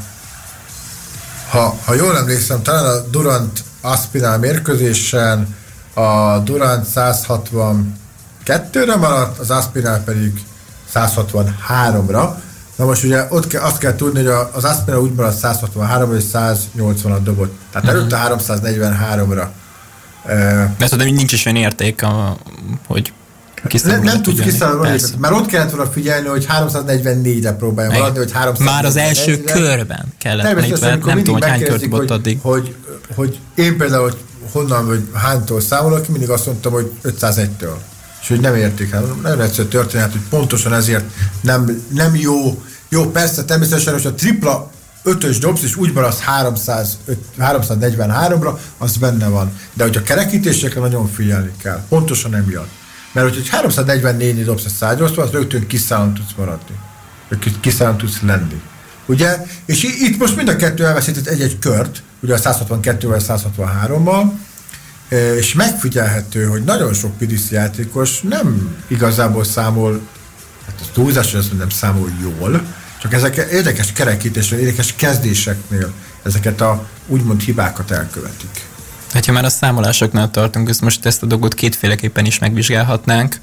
ha, ha jól emlékszem, talán a Durant Aspinall mérkőzésen a Durant száz hatvankettőre maradt, az Aspinall pedig száz hatvanháromra. Na most ugye ott ke, azt kell tudni, hogy az Aspinall úgy maradt száz hatvanhárom és száz nyolcvanat dobott. Tehát uh-huh. előtte háromszáznegyvenháromra. Persze, de nincs is olyan érték, a, hogy nem, nem tudsz kiszállni, mert ott kellett volna figyelni, hogy háromszáznegyvennégyre próbálja maradni, hogy háromszáznegyvennégyre. Már az első körben kellett, nem tudom, hogy hány kört dobott addig. Hogy, hogy én például, hogy honnan, vagy hánytól számolok ki, mindig azt mondtam, hogy ötszázegytől. És hogy nem érték el. Nagyon egyszerű történet, hogy pontosan ezért nem, nem jó. Jó, persze, természetesen, hogy a tripla ötös dobsz, és úgy maradsz háromszáznegyvenháromra, az benne van. De hogy a kerekítésekre nagyon figyelni kell. Pontosan emiatt. Mert hogyha háromszáznegyvennégynél dobsz a száz nyolcvan, az rögtön kiszállon tudsz maradni. Kiszállon tudsz lenni. Ugye? És itt most mind a kettő elveszített egy-egy kört, ugye a száz hatvankettővel, száz hatvanhárommal, és megfigyelhető, hogy nagyon sok pé dé cé játékos nem igazából számol, hát a túlzás, hogy azt mondom, számol jól, csak ezek érdekes kerekítésre, érdekes kezdéseknél ezeket a úgymond hibákat elkövetik. Hát ha már a számolásoknál tartunk, ezt most ezt a dolgot kétféleképpen is megvizsgálhatnánk.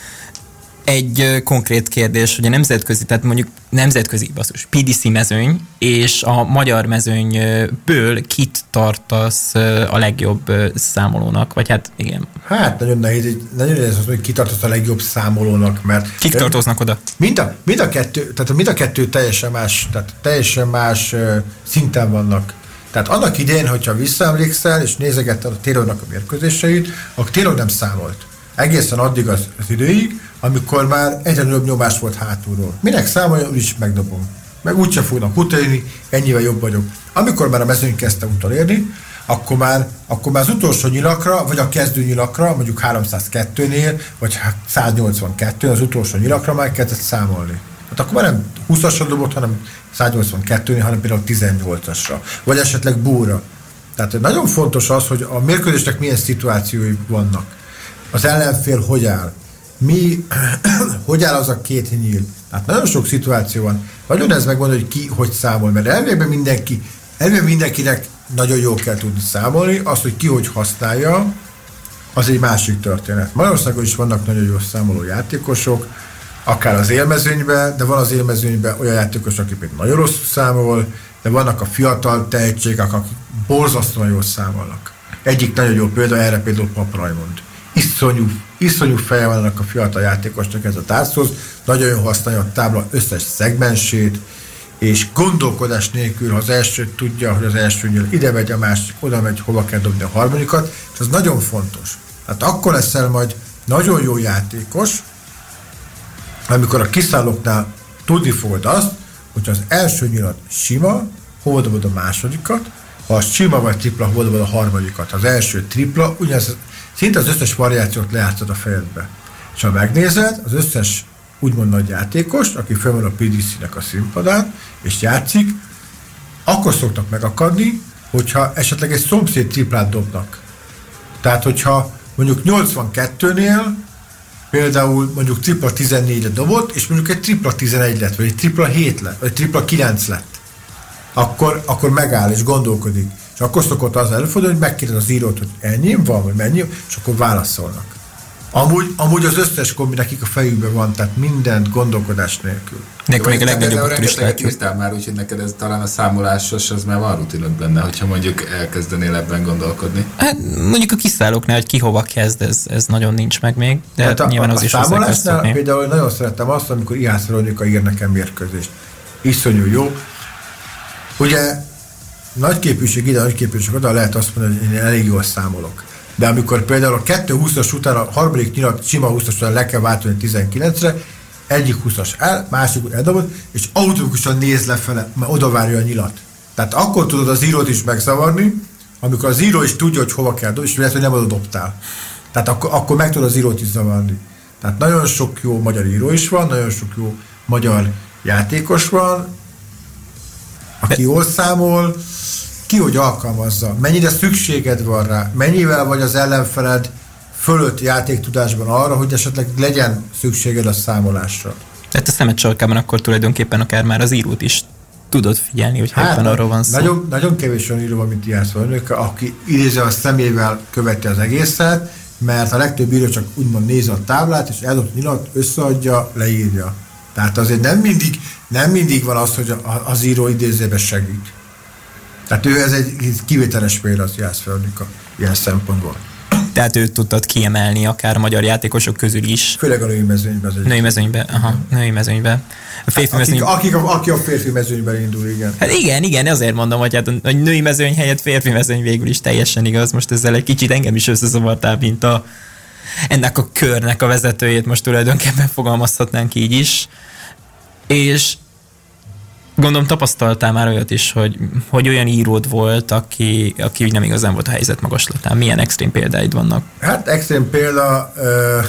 Egy konkrét kérdés, hogy a nemzetközi, tehát mondjuk nemzetközi basszus, pé dé cé mezőny és a magyar mezőnyből kit tartasz a legjobb számolónak? Vagy hát igen. Hát nagyon nehéz, nagyon nehéz az, hogy ki tartasz a legjobb számolónak, mert... Kik tartoznak oda? Mind a, mind a kettő, tehát mind a kettő teljesen más, tehát teljesen más szinten vannak. Tehát annak idején, hogyha visszaemlékszel, és nézegetted a Taylornak a mérkőzéseit, akkor Taylor nem számolt. Egészen addig az, az időig, amikor már egyre nagyobb nyomás volt hátulról. Minek számolja, úgyis megdobom. Meg úgyse fognak utolérni, ennyivel jobb vagyok. Amikor már a mezőny kezdte utolérni, akkor már, akkor már az utolsó nyilakra, vagy a kezdő nyilakra, mondjuk háromszázkettőnél, vagy száznyolcvankettőnél, az utolsó nyilakra már kellett számolni. Hát akkor már nem húszasra dobott, hanem száznyolcvankettőnél, hanem például tizennyolcasra. Vagy esetleg búra. Tehát nagyon fontos az, hogy a mérkőzésnek milyen szituációi vannak. Az ellenfél hogy áll? Mi, hogy áll az a két nyíl? Tehát nagyon sok szituáció van. Nagyon ez megmondani, hogy ki hogy számol, mert elvégben mindenki, elvégben mindenkinek nagyon jól kell tudni számolni, azt, hogy ki hogy használja, az egy másik történet. Magyarországon is vannak nagyon jó számoló játékosok, akár az élmezőnyben, de van az élmezőnyben olyan játékosok, aki például nagyon rosszul számol, de vannak a fiatal tehetségek, akik borzasztóan jól számolnak. Egyik nagyon jó példa, erre például Pap Raymond. Iszonyú, iszonyú feje van annak a fiatal játékosnak ez a tárchoz, nagyon jól használja a tábla összes szegmensét, és gondolkodás nélkül, ha az első tudja, hogy az elsőnyől ide megy, a másik oda megy, hova kell dobni a harmadikat, és ez nagyon fontos. Hát akkor leszel majd nagyon jó játékos, amikor a kiszállóknál tudni fogod azt, hogyha az első nyilat sima, hova dobod a másodikat, ha az sima vagy tripla, hova dobod a harmadikat. Az első tripla, ugyanez szinte az összes variációt lejátszod a fejedbe. És ha megnézed, az összes úgymond nagy játékos, aki fel van a pé dé cé-nek a színpadán, és játszik, akkor szoktak megakadni, hogyha esetleg egy szomszéd triplát dobnak. Tehát, hogyha mondjuk nyolcvankettőnél például mondjuk tripla tizennégyre dobott, és mondjuk egy tripla tizenegy lett, vagy egy tripla hét lett, vagy egy tripla kilenc lett, akkor, akkor megáll és gondolkodik. És akkor szokott az előfordulni, hogy megkérdez az írót, hogy ennyi van, vagy mennyi, és akkor válaszolnak. Amúgy, amúgy az összes kombi nekik a fejükben van, tehát mindent gondolkodás nélkül. Nekünk még a legnagyobb is látjuk. Már úgy, hogy neked ez talán a számolásos, az már van rutinod benne, hogyha mondjuk elkezdenél ebben gondolkodni. Hát mondjuk a kiszállóknál, hogy ki hova kezd, ez, ez nagyon nincs meg még, de hát nyilván a, az a is hozzá kell szokni. Például nagyon szerettem azt, amikor Ihász Veronika ír nekem mérkőzést. Iszonyú jó. Ugye nagy képűség ide, nagy képűség oda, lehet azt mondani, hogy én elég jól számolok. De amikor például a kettő húszas után a harmadik nyilat sima húszas után le kell váltani tizenkilencre, egyik húszas el, másik eldobod, és automatikusan néz lefele, mert oda várja a nyilat. Tehát akkor tudod az írót is megzavarni, amikor az író is tudja, hogy hova kell dobni, és lehet, hogy nem oda dobtál. Tehát akkor, akkor meg tudod az írót is zavarni. Tehát nagyon sok jó magyar író is van, nagyon sok jó magyar játékos van, aki jól számol, ki hogy alkalmazza, mennyire szükséged van rá, mennyivel vagy az ellenfeled fölött játéktudásban arra, hogy esetleg legyen szükséged a számolásra. Tehát a szemed sarkában akkor tulajdonképpen akár már az írót is tudod figyelni, hogy hát, éppen arról van szó. Nagyon, nagyon kevés olyan író van, mint Ihász Veronika, aki idézve a szemével követi az egészet, mert a legtöbb író csak úgymond nézi a táblát, és eldobott nyilat, összeadja, leírja. Tehát azért nem mindig, nem mindig van az, hogy az író idézőben segít. Tehát ő ez egy kivételes példa, az Jászföldika ilyen szempontból. Tehát őt tudtad kiemelni akár a magyar játékosok közül is. Főleg a női mezőnyben. Női mezőnyben, aha, női mezőnyben. A férfi akik, mezőny... akik a, aki a férfi mezőnyben indul, igen. Hát igen, igen, azért mondom, hogy hát a női mezőny helyett férfi mezőny végül is teljesen igaz. Most ezzel egy kicsit engem is összezavartál, mint a, ennek a körnek a vezetőjét, most tulajdonképpen fogalmazhatnánk így is. És gondolom tapasztaltál már olyat is, hogy, hogy olyan íród volt, aki, aki nem igazán volt a helyzet magaslatán. Milyen extrém példáid vannak? Hát extrém példa, uh,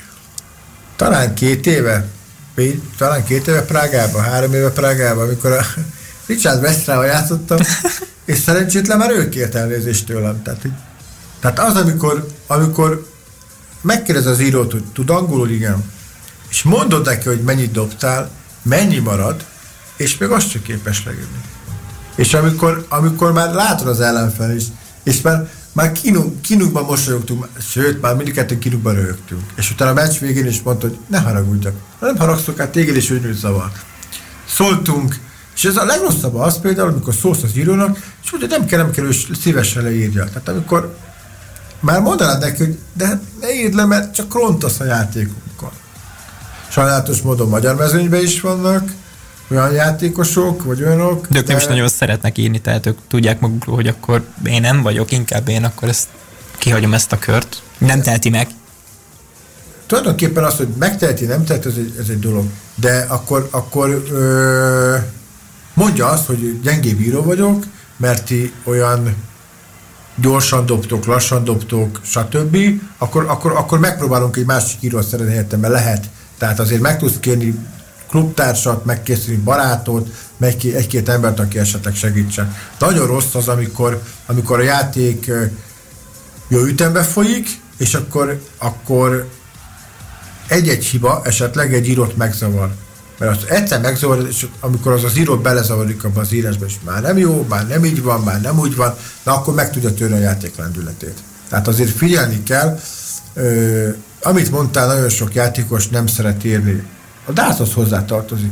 talán két éve, talán két éve Prágában, három éve Prágában, amikor a Richard Westrával játszottam, és szerencsétlen már ő kért elnézést tőlem. Tehát, tehát az, amikor, amikor megkérdez az írót, hogy tud angolul, igen, és mondod neki, hogy mennyit dobtál, mennyi marad, és még azt sem képes leírni. És amikor, amikor már látod az ellenfel is, és már, már kínunk, kínukban mosolyogtunk, sőt, már mindig kettőn kínukban röhögtünk. És utána a meccs végén is mondta, hogy ne haragudjak. Ha nem haragszok, hát téged is úgy zavar. Szóltunk, és ez a legrosszabb az például, amikor szólsz az írónak, és mondja, nem kell, nem kell, ő szívesen leírja. Tehát amikor már mondanád neki, hogy de ne írd le, mert csak rontasz a játékunkon. Sajnálatos módon magyar mezőnyben is vannak olyan játékosok, vagy olyanok. De ők nem is nagyon szeretnek írni, tehát ők tudják magukról, hogy akkor én nem vagyok, inkább én, akkor ezt kihagyom ezt a kört. Nem teheti meg. Tulajdonképpen az, hogy megteheti, nem teheti, ez egy, ez egy dolog. De akkor, akkor ö, mondja azt, hogy gyengébb író vagyok, mert ti olyan gyorsan dobtok, lassan dobtok, stb. Akkor, akkor, akkor megpróbálunk egy másik írót szeretni helyettem, mert lehet. Tehát azért meg tudsz kérni klubtársat, megkészíteni barátot, meg egy-két embert, aki esetleg segítsen. Nagyon rossz az, amikor, amikor a játék jó ütembe folyik, és akkor, akkor egy-egy hiba esetleg egy írót megzavar. Mert az egyszer megzavar, és amikor az az írót belezavarik abba az írásba, és már nem jó, már nem így van, már nem úgy van, na akkor meg tudja törni a játék lendületét. Tehát azért figyelni kell, ö, amit mondtál, nagyon sok játékos nem szeret írni. A dászhoz hozzá tartozik.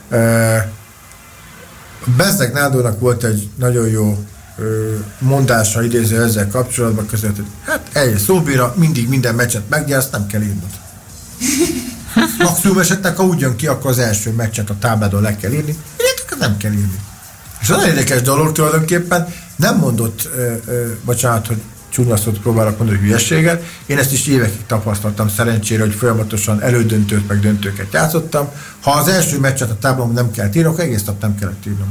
Bezzeg Nándornak volt egy nagyon jó mondása idéző ezzel kapcsolatban között, hogy hát eljön szóbíra, mindig minden meccset megnyersz, nem kell írnod. Maximum esetleg, ha úgy jön ki, akkor az első meccset a tábládon le kell írni, illetve nem kell írni. És az érdekes dolog tulajdonképpen nem mondott, ö, ö, bocsánat, hogy csúnya szót próbálok mondani, hülyeséget. Én ezt is évekig tapasztaltam szerencsére, hogy folyamatosan elődöntőt meg döntőket játszottam. Ha az első meccset a táblán nem kell írnom, akkor egész nap nem kellett írnom.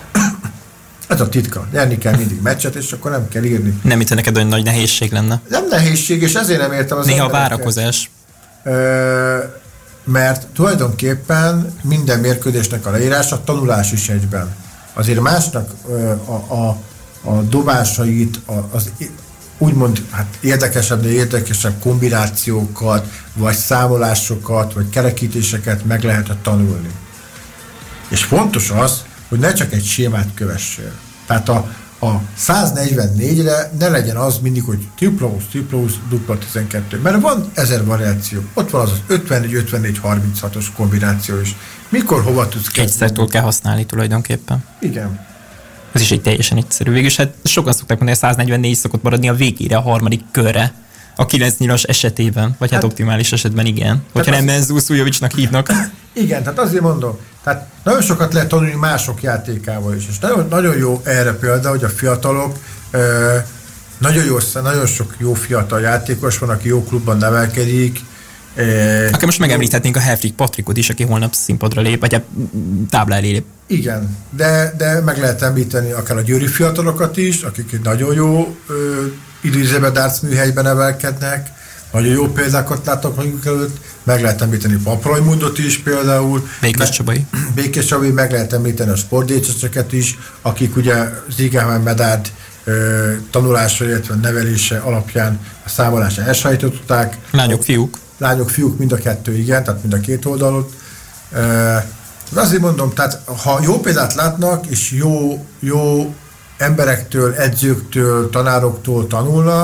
Ez a titka. Nyerni kell mindig meccset, és akkor nem kell írni. Nem, mint neked olyan nagy nehézség lenne. Nem nehézség, és ezért nem értem az néha várakozás. Ö, mert tulajdonképpen minden mérkőzésnek a leírása tanulás is egyben. Azért másnak a, a, a dobásait, a, az úgymond hát érdekesebb, érdekesebb kombinációkat, vagy számolásokat, vagy kerekítéseket meg lehet tanulni. És fontos az, hogy ne csak egy sémát kövessél. Tehát a, a száznegyvennégyre ne legyen az mindig, hogy tripla húsz, tripla húsz, dupla tizenkettő. Mert van ezer variáció. Ott van az az ötvennégy, ötvennégy, harminchatos kombináció is. Mikor, hova tudsz kezdeni? Egyszertől kell használni tulajdonképpen. Igen. Ez is egy teljesen egyszerű. Végülis hát sokan szokták mondani, hogy száznegyvennégy szokott maradni a végére, a harmadik körre. A kilenc nyilas esetében, vagy hát, hát optimális esetben igen. Hogyha nem Menzo Suljovićnak hívnak. Igen, tehát azért mondom, tehát nagyon sokat lehet tanulni mások játékával is. És nagyon, nagyon jó erre példa, hogy a fiatalok, ö, nagyon, jó, nagyon sok jó fiatal játékos van, aki jó klubban nevelkedik. Ö, Akár most megemlíthetnénk a Helfrich Patrikot is, aki holnap színpadra lép, vagy a táblá elé lép. Igen, de, de meg lehet említeni akár a győri fiatalokat is, akik egy nagyon jó ö, időzőben darts műhelyben nevelkednek, nagyon jó példákat láttak maguk előtt, meg lehet említeni Paprajmundot is például. Békés Csabai. Békés Csabai, meg lehet említeni a sportdécseseket is, akik ugye Ziegelman Medard ö, tanulása, illetve nevelése alapján a számolása elsajátították. Lányok, fiúk. Lányok, fiúk, mind a kettő, igen, tehát mind a két oldalot. Ö, azért mondom, tehát ha jó példát látnak, és jó, jó emberektől, edzőktől, tanároktól tanulnak,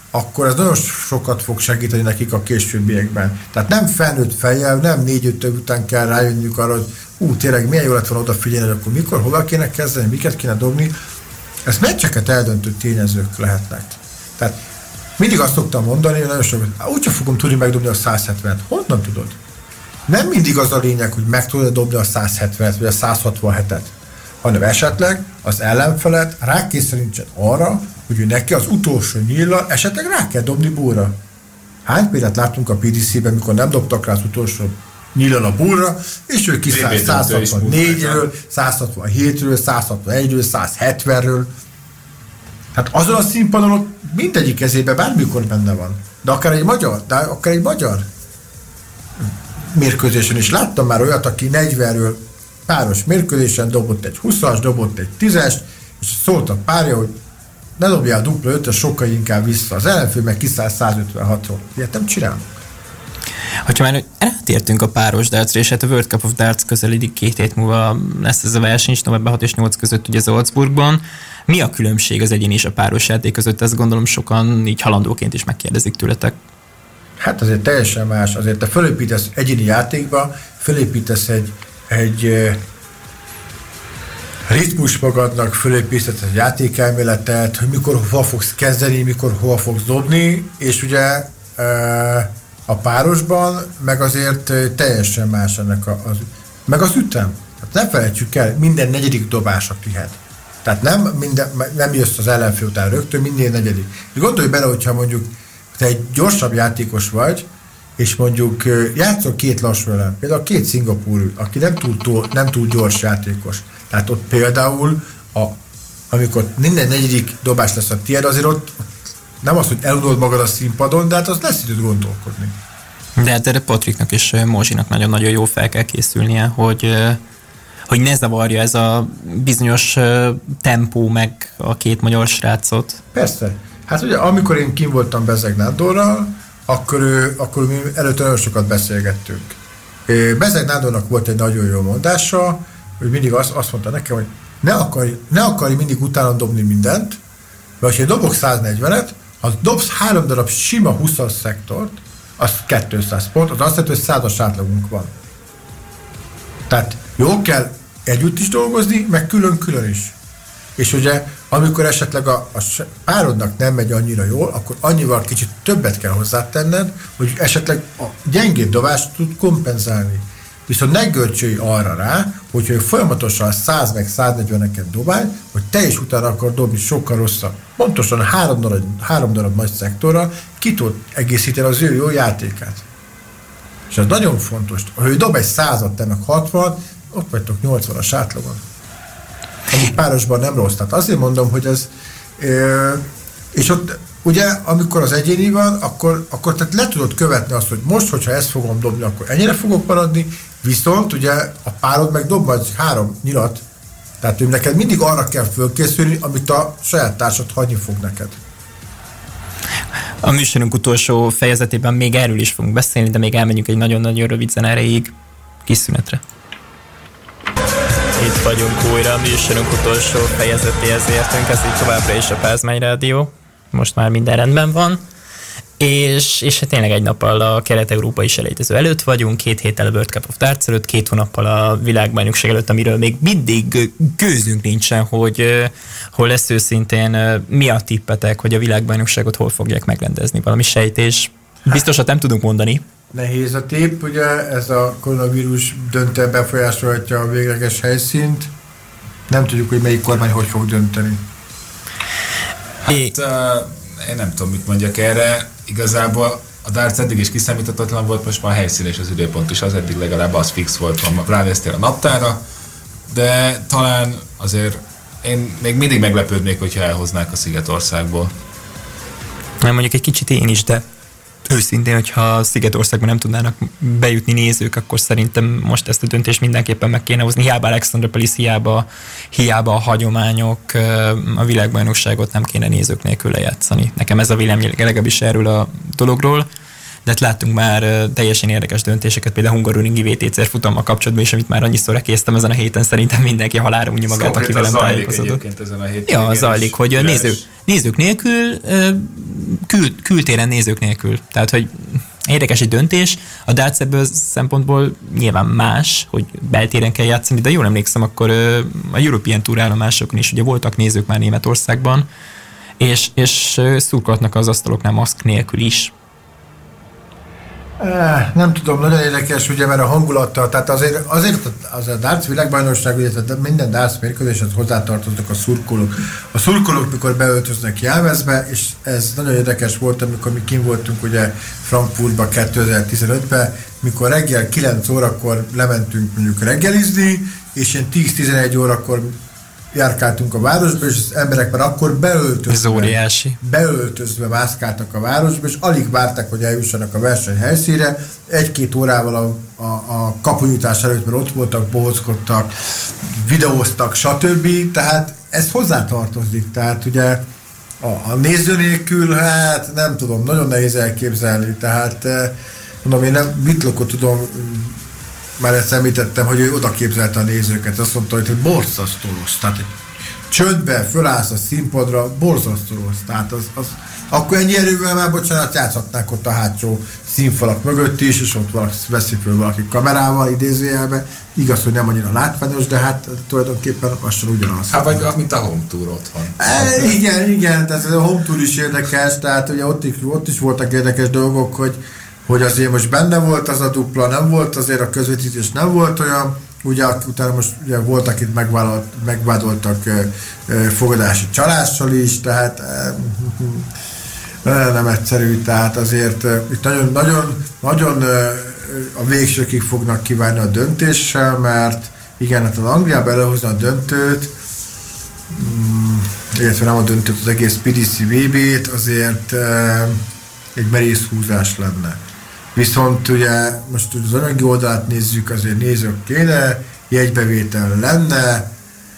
akkor ez nagyon sokat fog segíteni nekik a későbbiekben. Tehát nem felnőtt fejjel, nem négy-öt év után kell rájönnünk arra, hogy ú, tényleg milyen jó lett volna odafigyelni, hogy akkor mikor, hol kéne kezdeni, miket kéne dobni. Ez meccseket eldöntő tényezők lehetnek. Tehát mindig azt szoktam mondani, hogy nagyon sok, úgyse fogom tudni megdobni a száz hetvenet. Honnan tudod? Nem mindig az a lényeg, hogy meg tudod dobni a száz hetvenet, vagy a száz hatvanhetet, hanem esetleg az ellenfelet rákényszerítsen arra, hogy ő neki az utolsó nyíllal esetleg rá kell dobni búra. Hány példát láttunk a pé dé cé-ben, mikor nem dobtak rá az utolsó nyíllal a búra, és ő kiszáll száz hatvannégyről, száz hatvanhétről, száz hatvanegyről, száz hetvenről. Hát azon a színpadon ott mindegyik kezében bármikor benne van. De akár egy magyar, de akár egy magyar mérkőzésen is láttam már olyat, aki negyvenről páros mérkőzésen dobott egy huszas, dobott egy tízes, és szólt a párja, hogy ne dobjál dupla ötös, sokkal inkább vissza. Az ellenfél meg kiszáll száz ötvenhatról. Ilyet nem csinálunk. Hogyha már rátértünk a páros dartsra, és hát a World Cup of Darts közeledik, két hét múlva lesz ez a verseny, november hat és nyolc között ugye Salzburgban. Mi a különbség az egyéni és a páros játék között? Ezt gondolom sokan így halandóként is megkérdezik tőletek. Hát azért teljesen más. Azért te fölépítesz egyéni játékba, fölépítesz egy, egy ritmus magadnak, fölépítesz egy játékelméletet, hogy mikor hova fogsz kezdeni, mikor hova fogsz dobni, és ugye a párosban meg azért teljesen más ennek a, az, meg az ütem. Hát ne felejtsük el, minden negyedik dobásra pihen. Tehát nem, minden, nem jössz az ellenfél után rögtön, minden negyedik. És gondolj bele, hogyha mondjuk te egy gyorsabb játékos vagy, és mondjuk játszol két lassú ellen, például két szingapúri, aki nem túl, túl, nem túl gyors játékos. Tehát ott például, a, amikor minden negyedik dobás lesz a tiéd, azért ott nem az, hogy elunod magad a színpadon, de hát az lesz időt gondolkodni. De hát erre Patricknak és Mozsinak nagyon-nagyon jó fel kell készülnie, hogy, hogy ne zavarja ez a bizonyos tempó meg a két magyar srácot. Persze. Hát ugye amikor én kim voltam Bezeg Nándorral, akkor, ő, akkor mi előtte nagyon sokat beszélgettünk. Bezeg Nándornak volt egy nagyon jó mondása, hogy mindig azt, azt mondta nekem, hogy ne akarj, ne akarj mindig utána dobni mindent, mert ha dobok száznegyvenet, az dobsz három darab sima húszas szektort, az kétszáz pont, az azt jelenti, hogy százas átlagunk van. Tehát jó kell együtt is dolgozni, meg külön-külön is. És ugye, amikor esetleg a, a párodnak nem megy annyira jól, akkor annyival kicsit többet kell hozzátenned, hogy esetleg a gyengébb dobást tud kompenzálni. Viszont ne görcsölj arra rá, hogyha ő folyamatosan száz meg száznegyveneket dobálj, hogy te is utána akar dobni sokkal rosszabb. Pontosan három darab, három darab nagy szektorral ki tud egészíteni az ő jó játékát. És ez nagyon fontos. Ha ő dob egy százat, te meg hatvan, ott vagytok nyolcvanas átlagon. Ami párosban nem rossz. Tehát azért mondom, hogy ez... És ott ugye, amikor az egyéni van, akkor, akkor tehát le tudod követni azt, hogy most, hogyha ezt fogom dobni, akkor ennyire fogok maradni, viszont ugye a párod meg dob majd három nyilat, tehát ő neked mindig arra kell fölkészülni, amit a saját társad hagyni fog neked. A műsorunk utolsó fejezetében még erről is fogunk beszélni, de még elmegyünk egy nagyon-nagyon rövid zene erejéig. Kis szünetre. Itt vagyunk újra, a műsorunk utolsó fejezetéhez értünk, ez így továbbra is a Pázmány Rádió. Most már minden rendben van. És, és hát tényleg egy nappal a kelet-európai selejtező előtt vagyunk, két héttel a World Cup of Darts előtt, két hónappal a világbajnokság előtt, amiről még mindig gőzünk nincsen, hogy hol lesz őszintén, mi a tippetek, hogy a világbajnokságot hol fogják megrendezni, valami sejtés. Biztosat nem tudunk mondani. Nehéz a tipp, ugye ez a koronavírus döntően befolyásolhatja a végleges helyszínt. Nem tudjuk, hogy melyik kormány hogy fog dönteni. Hát, é. uh, én nem tudom, mit mondjak erre. Igazából a darts eddig is kiszámíthatatlan volt, most már a helyszín és az időpont is az, eddig legalább az fix volt, ha ránéztél a naptára, de talán azért én még mindig meglepődnék, hogyha elhoznák a Szigetországból. Nem, mondjuk egy kicsit én is, de őszintén, hogyha Szigetországban nem tudnának bejutni nézők, akkor szerintem most ezt a döntést mindenképpen meg kéne hozni. Hiába Alexandropolis, hiába, hiába a hagyományok, a világbajnokságot nem kéne nézők nélkül lejátszani. Nekem ez a vélemény legalábbis erről a dologról. De hát láttunk már teljesen érdekes döntéseket, például a Hungaroringi vé té cé futammal kapcsolatban is, amit már annyiszor lekésztem ezen a héten, szerintem mindenki halára unja magát, aki velem tájékozódott. Ja, zajlik, hogy nézők, nézők nélkül kül, kültéren nézők nélkül. Tehát, hogy érdekes egy döntés. A darts ebből szempontból nyilván más, hogy beltéren kell játszani, de jól emlékszem, akkor a European Tour állomásokon is ugye voltak nézők már Németországban, és, és szurkolhatnak az asztaloknál maszk nélkül is. Nem tudom, nagyon érdekes, ugye, mert a hangulattal, tehát azért, azért az a darts világbajnokság, ugye, tehát minden darts mérkőzéshez hozzátartoznak a szurkolók. A szurkolók, mikor beöltöznek jelmezbe, és ez nagyon érdekes volt, amikor mi kint voltunk ugye Frankfurtba kétezer-tizenötben, mikor reggel kilenc órakor lementünk mondjuk reggelizni, és ilyen tíz-tizenegy órakor járkáltunk a városba, és az emberek már akkor beöltözve, beöltözve mászkáltak a városba, és alig várták, hogy eljussanak a verseny helyszínre. Egy-két órával a, a, a kapunyítás előtt, mert ott voltak, bohockodtak, videóztak, stb. Tehát ez hozzátartozik. Tehát ugye a, a néző nélkül, hát nem tudom, nagyon nehéz elképzelni. Tehát mondom, én nem Bitlokot tudom, már ezt említettem, hogy ő oda képzelte a nézőket, azt mondta, hogy borzasztó rossz. Tehát csöndbe fölállsz a színpadra, borzasztó rossz. Tehát az, az, akkor ennyi erővel már, bocsánat, játszhatnák ott a hátsó színfalak mögött is, és ott valaki veszi föl valaki kamerával, idézőjelben. Igaz, hogy nem annyira látványos, de hát tulajdonképpen lassan ugyanaz. Hát vagy mint a Home Tour otthon. E, igen, igen, tehát a Home Tour is érdekes, tehát ugye ott is, ott is voltak érdekes dolgok, hogy hogy azért most benne volt az a dupla, nem volt azért a közvetítés, nem volt olyan, ugye utána most ugye voltak itt megvádoltak e, e, fogadási csalással is, tehát e, nem egyszerű, tehát azért e, itt nagyon, nagyon, nagyon e, a végsőkig fognak kívánni a döntéssel, mert igen, hát az Angliába előhozni a döntőt, mm, illetve nem a döntőt, az egész pé dé cé vé bét, azért e, egy merész húzás lenne. Viszont ugye most az anyagi oldalát nézzük, azért nézők kéne, jegybevétel lenne.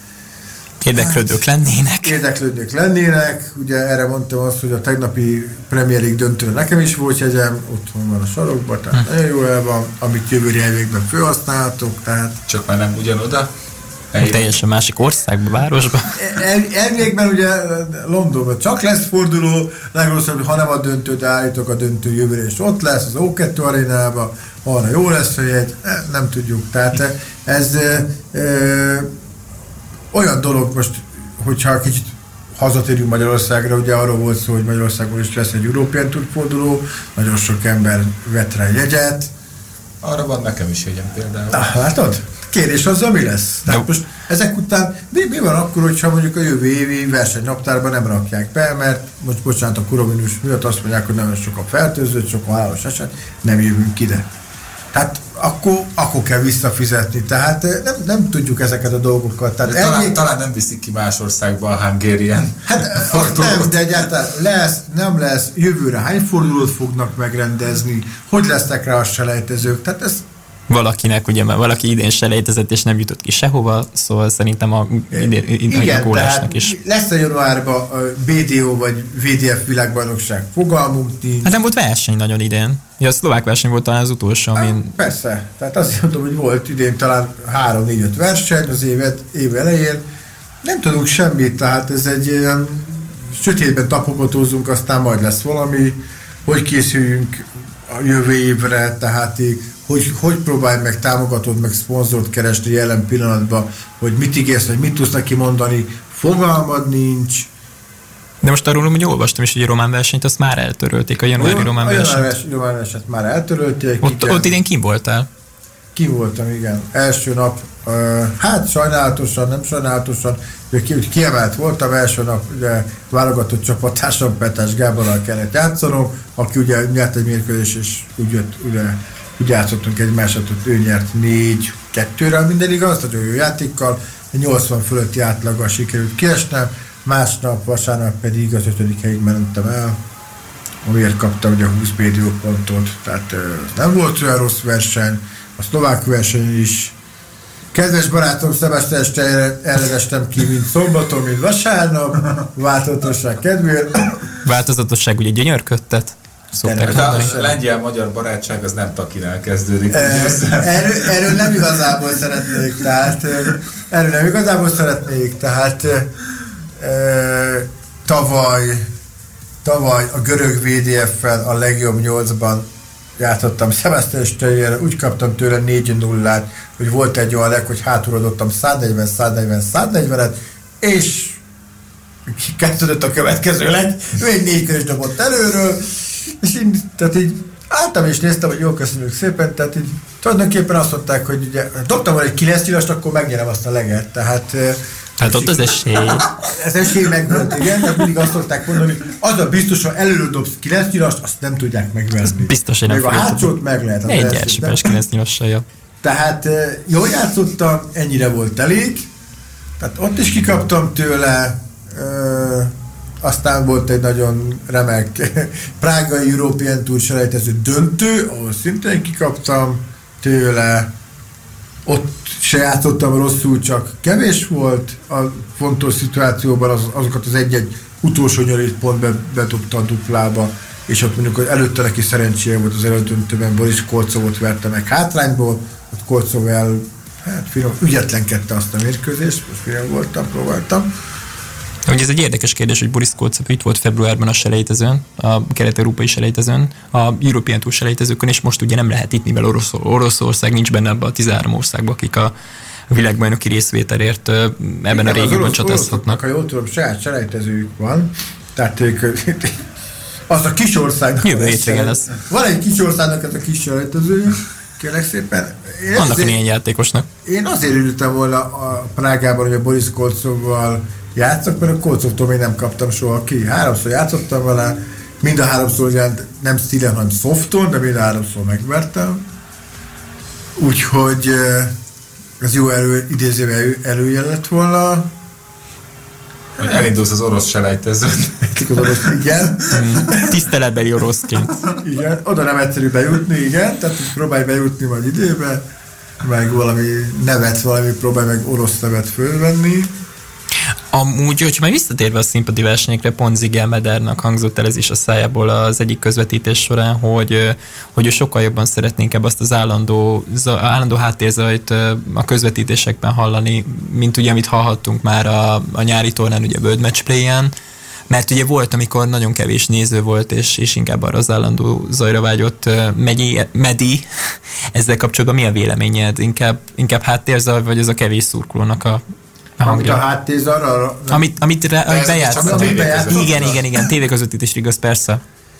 Érdeklődők lennének. Érdeklődők lennének. Ugye erre mondtam azt, hogy a tegnapi Premier League döntőre nekem is volt jegyem, otthon van a sarokban, tehát hm. nagyon jó el van, amit jövő elvégben felhasználhatok. Tehát... Csak már nem ugyanoda? Teljesen másik országba, városba. El, elvégben ugye Londonban csak lesz forduló, legrosszabb, ha nem a döntő, de állítok a döntő jövőre, és ott lesz az ó kettő arénában, arra jó lesz a jegy, nem tudjuk. Tehát ez e, e, olyan dolog most, hogyha kicsit hazatérünk Magyarországra, ugye arról volt szó, hogy Magyarországon is lesz egy European Tour forduló, nagyon sok ember vett rá jegyet. Arra van nekem is jegyem például. Na, látod? Kérdés azzal mi lesz? Tehát no. Most ezek után mi, mi van akkor, hogyha mondjuk a jövő évi versenynaptárban nem rakják be, mert most bocsánat, a koronavírus miatt azt mondják, hogy nagyon sok a fertőző, sok a halálos eset, nem jövünk ide. Tehát akkor, akkor kell visszafizetni, tehát nem, nem tudjuk ezeket a dolgokat. Tehát talán, elég... talán nem viszik ki más országba a Hungarian. Hát nem, de egyáltalán lesz, nem lesz, jövőre hány fordulót fognak megrendezni, hogy lesznek rá a selejtezők, tehát ez valakinek, ugye, mert valaki idén selejtezett és nem jutott ki sehova, szóval szerintem a idén, igen, a gólásnak is. Lesz a januárban a bé dé o vagy vé dé ef világbajnokság, fogalmunk nincs. Hát nem volt verseny nagyon idén. Ja, a szlovák verseny volt talán az utolsó, amin... Hát, persze, tehát azt mondom, hogy volt idén talán három négy öt verseny az évet, év elején. Nem tudunk semmit, tehát ez egy ilyen sötétben tapogatózunk, aztán majd lesz valami, hogy készüljünk a jövő évre, tehát hogy, hogy próbálj meg támogatót, meg szponzort keresni jelen pillanatban, hogy mit ígérsz, hogy mit tudsz neki mondani, fogalmad nincs. De most arról, hogy olvastam is, hogy a román versenyt azt már eltörölték, a januári a román versenyt. A román versenyt már eltörölték. Ott, ott idén kim voltál? Kim voltam, igen. Első nap, uh, hát sajnálatosan, nem sajnálatosan, ki, kiemelt voltam, első nap ugye, válogatott csapattársam Petás Gáborral kellett játszanom, aki ugye nyert egy mérkőzés, és úgy, jött, ugye, úgy játszottunk egy másodat, ő nyert négy kettőre, minden igaz, nagyon jó játékkal, nyolcvan fölötti átlaggal sikerült kiesnem, másnap, vasárnap pedig az ötödik helyig mentem el, amiért kaptam ugye húsz bé dé o pontot, tehát uh, nem volt olyan rossz verseny, a szlovák verseny is. Kedves barátom, Szebeszter este ellenestem ki, mint szombaton, mint vasárnap, változatosság kedvéért. Változatosság ugye gyönyörködtet? De a lengyel-magyar barátság az nem Takinál kezdődik. Erről, erről nem igazából szeretnék, tehát erről nem igazából szeretnék, tehát e, tavaly tavaly a görög vé dé ef-fel a legjobb nyolcban játszottam Szemeszteres Tejjel, úgy kaptam tőle négy nullát, hogy volt egy olyan leg, hogy hátul adottam száznegyven száznegyven száznegyvenet, és kezdődött a következő leg, ő egy négy dobott előről, és én, tehát így álltam és néztem, hogy jó, köszönjük szépen, tehát így tulajdonképpen azt mondták, hogy ugye, dobtam volna egy kilenc nyilast, akkor megnyerem azt a leget, tehát... Hát ott az esély. Ez esély megvolt, igen, de mindig azt szokták mondani, hogy az a biztos, ha előről dobsz kilenc nyilast, azt nem tudják megverni. Biztos, hogy nem meg a hátsót meg lehet. Egy elsőben kilenc nyilassal, jó. Tehát jól játszottam, ennyire volt elég, tehát ott is kikaptam tőle, ö, aztán volt egy nagyon remek prágai European Tour selejtező döntő, ahol szintén kikaptam tőle, ott se játszottam rosszul, csak kevés volt a fontos szituációban, az, azokat az egy-egy utolsó nyolc pont be, betopta a duplába, és ott mondjuk, hogy előtte neki szerencséje volt az elődöntőben, Boris Kolcovot verte meg hátrányból, ott Kolcov el, hát finom, ügyetlenkedte azt a mérkőzést, most finom voltam, próbáltam. Ugye ez egy érdekes kérdés, hogy Boris Kolcov itt volt februárban a selejtezőn, a kelet-európai selejtezőn, a European Tour selejtezőkön, és most ugye nem lehet itt, mivel Orosz, Oroszország nincs benne abban a tizenhárom országban, akik a világbajnoki részvételért ebben igen, a régióban csatázhatnak. Ha jól tudom, saját selejtezőjük van, tehát ők, az a kis országnak. Jövő hétvégén lesz. Van egy kis országnak ez a kis selejtezője, kérlek szépen. Én annak azért, ilyen játékosnak. Én azért ültem volna a Prágában, hogy a Boris Kolcovval játszok, mert a Kolcovtól még nem kaptam soha ki. Háromszor játszottam vele, mind a háromszor ugyan nem szílen, hanem softon, de mind a háromszor megvertem. Úgyhogy ez jó elő, idézőben előjel lett volna. Hogy elindulsz az orosz selejtezőn. Az orosz, igen. Tiszteletbeli oroszként. Igen, oda nem egyszerű bejutni, igen, tehát próbálj bejutni majd időbe, meg valami nevet, valami próbálj meg orosz nevet fölvenni. Amúgy, hogyha majd visszatérve a színpadi versenyekre, pont Zigel Medernak hangzott el ez is a szájából az egyik közvetítés során, hogy, hogy ő sokkal jobban szeretnénk ebbe azt az állandó, állandó háttérzajt a közvetítésekben hallani, mint ugye, amit hallhattunk már a, a nyári tornán, ugye a World Match Play-en, mert ugye volt, amikor nagyon kevés néző volt, és, és inkább arra az állandó zajra vágyott Medi, Medi. Ezzel kapcsolatban mi a véleményed? Inkább, inkább háttérzaj, vagy az a kevés szurkolónak a Amit a háttérzajra... Amit, amit bejátszott. Igen, igen, igen, tévéközvetítésre igaz, persze.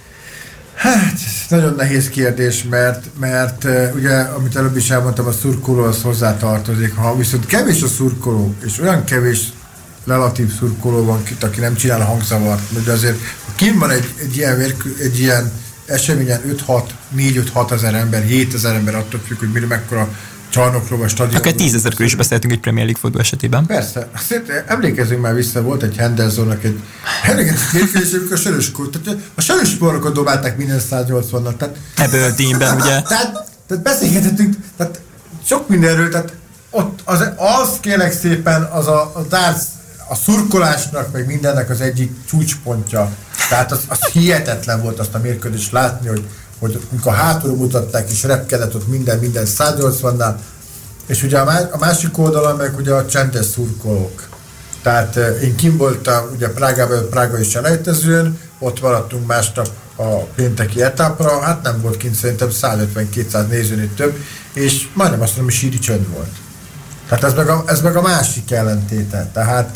Hát, nagyon nehéz kérdés, mert, mert ugye, amit előbb is elmondtam, a szurkoló az hozzátartozik. Ha viszont kevés a szurkoló, és olyan kevés relatív szurkoló van itt, aki nem csinál a hangzavart, de azért, ha kint van egy, egy ilyen, vérkő, egy ilyen eseményen öt-hat, négy-öt-hat ezer ember, hétezer ember, attól függ, hogy mire mekkora csarnokról vagy stadionról. Akár tízezerkről is beszéltünk egy Premier League forduló esetében. Persze. Azért emlékezzünk már vissza, volt egy Hendersonnak egy mérkőzés, amikor a söröskor, a sörössporokat dobálták minden száznyolcvannak. Tehát, Aberdeenben, ugye? Tehát, tehát beszélgethetünk, tehát sok mindenről, tehát ott az, az kérlek szépen az a, a darts, a szurkolásnak, meg mindennek az egyik csúcspontja. Tehát az, az hihetetlen volt azt a mérkőzést látni, hogy hogy amikor hátulról mutatták, és repkedett ott minden, minden száznyolcvannál, és ugye a másik oldalon meg ugye a csendes szurkolók. Tehát én kim voltam ugye Prágában, prágai selejtezőn, ott maradtunk másnap a pénteki etapra, hát nem volt kint szerintem százötven-kétszáz nézőnél több, és majdnem azt mondom, hogy síri csönd volt. Tehát ez meg a, ez meg a másik ellentéte. Tehát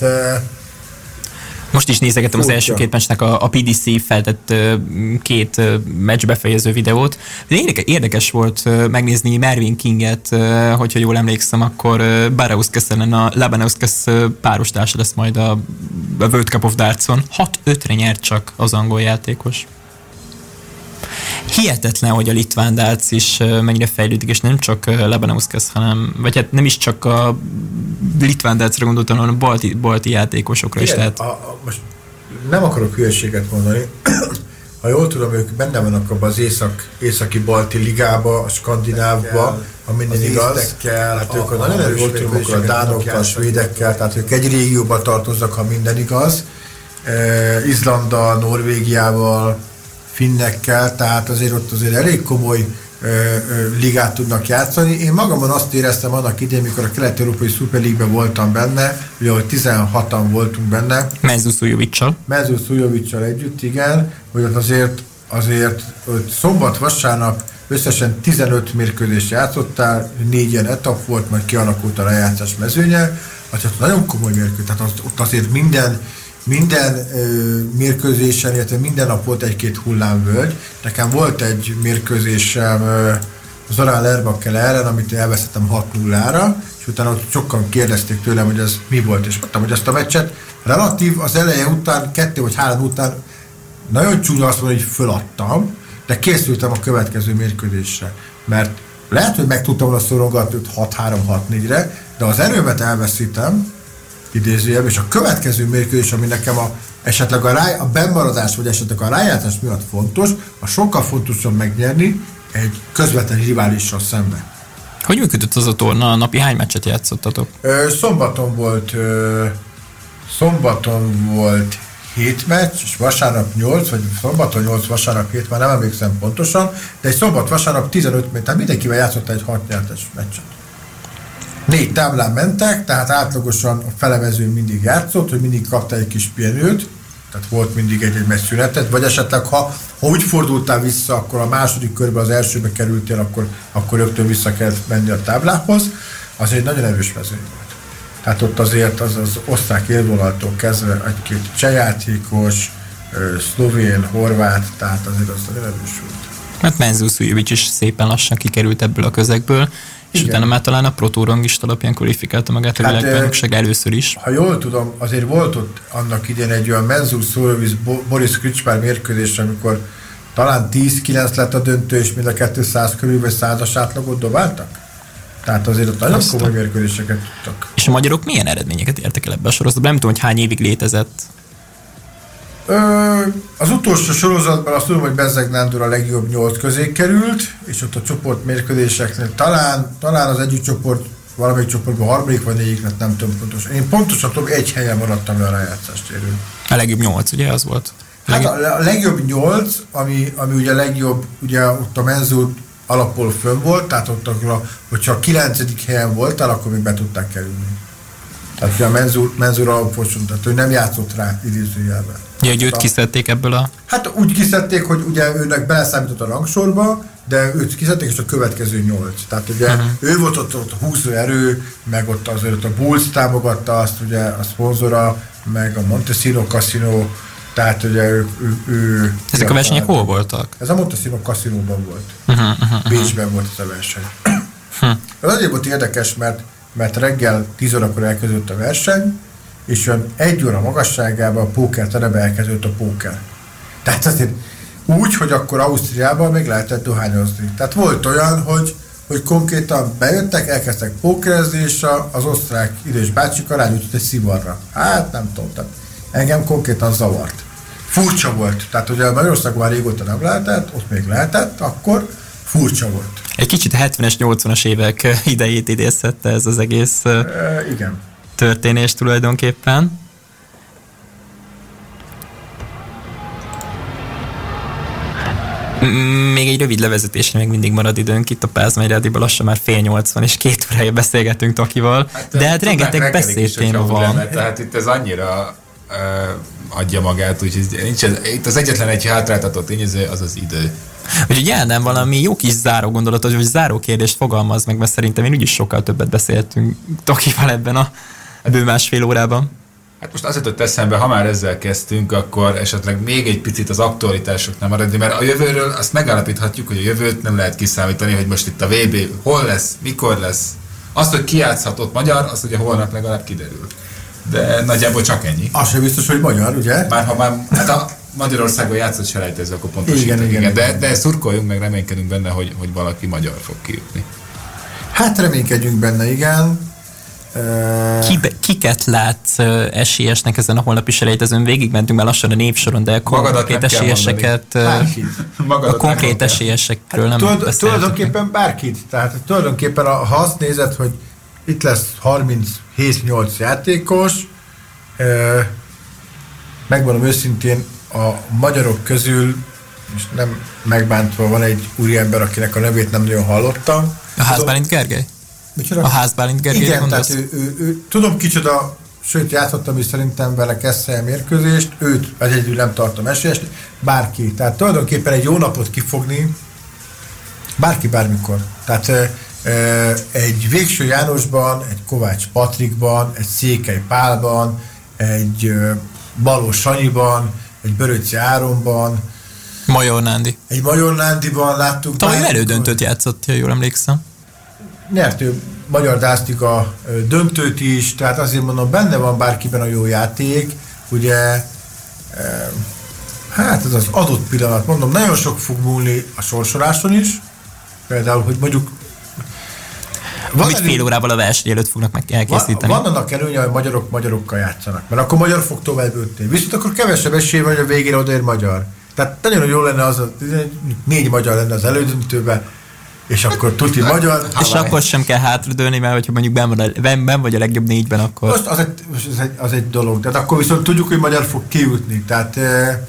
most is nézegettem az első két meccsnek a, a pé dé cé feltett két meccs befejező videót. De érdekes, érdekes volt megnézni Mervyn Kinget, hogyha jól emlékszem, akkor Barauskas ellen a Labanauskas párostársa lesz majd a, a World Cup of Dartson. hat ötre nyert csak az angol játékos. Hihetetlen, hogy a litván darts is mennyire fejlődik, és nem csak Labanauskas, hanem, vagy hát nem is csak a litván dartsra gondoltam, hanem a balti, balti játékosokra igen, is lehet. A, a, most nem akarok hülyeséget mondani, ha jól tudom, ők benne vannak abban az észak, északi balti ligába, a skandinávba, a minden igaz. Észtekkel, hát ők a, a, nagyon jól tudom, akkor a dánokkal, a svédekkel, tehát ők egy régióban tartoznak, ha minden igaz. Uh, Izlanda, Norvégiával, finnekkel, tehát azért ott azért elég komoly ligát tudnak játszani. Én magamon azt éreztem annak idején, mikor a Kelet-Európai Szuperligben voltam benne, ugye, hogy tizenhatan voltunk benne. Menzo Szujovicsal. Menzo Szujovicsal együtt, igen, hogy ott azért, azért szombat-vasárnap összesen tizenöt mérkőzést játszottál, négy ilyen etap volt, majd kialakult a lejátszás mezőnye, az nagyon komoly mérkőzés, tehát az, ott azért minden Minden ö, mérkőzésen, illetve minden nap volt egy-két hullámvölgy. Nekem volt egy mérkőzésem ö, Zorán Lerbakkel ellen, amit elvesztettem hat nullára, és utána ott sokan kérdezték tőlem, hogy ez mi volt, és mondtam, hogy azt a meccset relatív az eleje után, kettő vagy három után nagyon csúnya azt mondani, hogy föladtam, de készültem a következő mérkőzésre, mert lehet, hogy meg tudtam volna szorongatni hat három hat négyre, de az erőmet elveszítem, idézőjebb, és a következő mérkőzés, ami nekem a, esetleg a, ráj, a bennmaradás, vagy esetleg a rájátszás miatt fontos, a sokkal fontosabb megnyerni egy közvetlen riválissal szemben. Hogy működött az a torna? A napi hány meccset játszottatok? Ö, szombaton volt ö, szombaton volt hét meccs, és vasárnap nyolc, vagy szombaton nyolc, vasárnap hét, már nem emlékszem pontosan, de egy szombat-vasárnap tizenöt meccs, tehát mindenkivel játszott egy hat nyertes meccset. Négy táblán mentek, tehát átlagosan a felevező mindig játszott, hogy mindig kapta egy kis pihenőt, tehát volt mindig egy-egy meccsszünetet, vagy esetleg ha, ha úgy fordultál vissza, akkor a második körben az elsőbe kerültél, akkor, akkor rögtön vissza kellett menni a táblához. Az egy nagyon erős mezőny volt. Tehát ott azért az, az osztrák élvonaltól kezdve egy-két csehjátékos, szlovén, horvát, tehát azért az nagyon erős volt. Hát Menzo Szujovics is szépen lassan kikerült ebből a közegből, és igen. Utána már talán a protorangista alapján kvalifikálta magát a hát, világbajnokság először is. Ha jól tudom, azért volt ott annak idén egy olyan Menzo Szujovics Boris Kricmár mérkőzés, amikor talán tíz kilenc lett a döntő, és mind a kétszáz körül, vagy százas átlagot dobáltak. Tehát azért ott nagyon komoly mérkőzéseket tudtak. És a magyarok milyen eredményeket értek el ebbe a sorozatban? Nem tudom, hogy hány évig létezett. Ö, az utolsó sorozatban azt tudom, hogy Bezzeg Nándor a legjobb nyolc közé került, és ott a csoport mérkőzéseknél talán, talán az egyik csoport, valamelyik csoportban harmadik vagy négyik lett, nem tudom pontosan. Én pontosan tudom, egy helyen maradtam le a rájátszást érő. A legjobb nyolc, ugye az volt? A hát a, a legjobb nyolc, ami, ami ugye a legjobb, ugye ott a Menzo alapból fönn volt, tehát ott, akkor, hogyha a kilencedik helyen voltál, akkor még be tudták kerülni. Tehát ugye a Menzo, Menzóra alapfoson, tehát ő nem játszott rá idézőjelben. Ja, hogy őt kiszedték ebből a... Hát úgy kiszedték, hogy ugye őnek beleszámított a rangsorba, de őt kiszedték, és a következő nyolc. Tehát ugye uh-huh. ő volt ott, ott a húzó erő, meg ott azért a Bulls támogatta azt, ugye a szponzora, meg a Montesino Casino, tehát ugye ő... ő, ő Ezek a versenyek hol voltak? Ez a Montesino Casino-ban volt. Uh-huh, uh-huh. Bécsben volt ez a verseny. Uh-huh. Ez azért volt érdekes, mert, mert reggel tíz órakor elkezdődött a verseny, és olyan egy óra magasságában a pókerteremben elkezdődött a póker. Tehát azért úgy, hogy akkor Ausztriában még lehetett dohányozni. Tehát volt olyan, hogy, hogy konkrétan bejöttek, elkezdtek pókerezni, és az osztrák idős bácsika rányújtott egy szivarra. Hát nem tudom, tehát engem konkrétan zavart. Furcsa volt. Tehát ugye Magyarországon már régóta nem lehetett, ott még lehetett, akkor furcsa volt. Egy kicsit a hetvenes, nyolcvanas évek idejét idézhette ez az egész e, igen. történés tulajdonképpen. Még egy rövid levezetésre még mindig marad időnk itt a Pázmány Rádióban, lassan már fél nyolc van, és két órája beszélgetünk Tokival, hát, de hát rengeteg beszédtéma van. Lenne, tehát itt ez annyira uh, adja magát, úgyhogy nincs ez, itt az egyetlen egy hátráltató tényező, az az idő. Úgyhogy nem valami jó kis záró gondolatot, vagy záró kérdést fogalmaz meg, mert szerintem én úgyis sokkal többet beszéltünk Tokival ebben a bő másfél órában. Hát most azt jutott eszembe, ha már ezzel kezdtünk, akkor esetleg még egy picit az aktualitásoknál maradni, mert a jövőről azt megállapíthatjuk, hogy a jövőt nem lehet kiszámítani, hogy most itt a vé bé hol lesz, mikor lesz. Azt, hogy ki játszhatott magyar, az ugye holnap legalább kiderül. De nagyjából csak ennyi. Az sem biztos, hogy magyar, ugye? Már ha már, hát a Magyarországon játszott selejtező, akkor pontosítunk. Igen, igen, igen. De, de szurkoljunk meg, reménykedünk benne, hogy, hogy valaki magyar fog kijutni. Hát reménykedjünk benne, igen. Ki, kiket látsz esélyesnek ezen a holnapi selejtezőn? Végigmentünk már lassan a névsoron, de a konkrét esélyeseket, a konkrét esélyesekről hát, nem tudod, beszéltünk. Tulajdonképpen bárkit. Tehát tulajdonképpen ha azt nézed, hogy itt lesz harminchét nyolc játékos, megmondom őszintén, a magyarok közül és nem megbántva, van egy úriember, akinek a nevét nem nagyon hallottam. A Ház-Bálint Gergely? Micsoda? A Ház-Bálint Gergelyre igen, gondolsz? tehát ő, ő, ő, tudom kicsoda, sőt játszottam is szerintem vele Kessel mérkőzést, őt egyedül nem tartom esélyest, bárki. Tehát tulajdonképpen egy jó napot kifogni, bárki bármikor. Tehát e, e, egy Végső Jánosban, egy Kovács Patrikban, egy Székely Pálban, egy e, Baló Sanyiban, egy Böröcsi Áronban, Major Nándi. egy Major Nándiban láttuk. Tavaly elődöntőt játszott, ha jól emlékszem. Nyert ő Magyar Dászliga döntőt is, tehát azért mondom, benne van bárkiben a jó játék, ugye e, hát ez az adott pillanat, mondom, nagyon sok fog múlni a sorsoláson is, például, hogy mondjuk Amit előny, fél órával a verseny előtt fognak meg elkészíteni. Van, van annak előnye, hogy magyarok magyarokkal játszanak, mert akkor magyar fog tovább jutni. Viszont akkor kevesebb esély van, hogy a végére odaér magyar. Tehát nagyon jó lenne az, négy magyar lenne az elődöntőben, és akkor tuti magyar. És akkor sem kell hátradőlni, mert hogyha mondjuk benn vagy, ben, ben vagy a legjobb négyben, akkor... Most az egy, az, egy, az egy dolog. Tehát akkor viszont tudjuk, hogy magyar fog kijutni. Tehát e,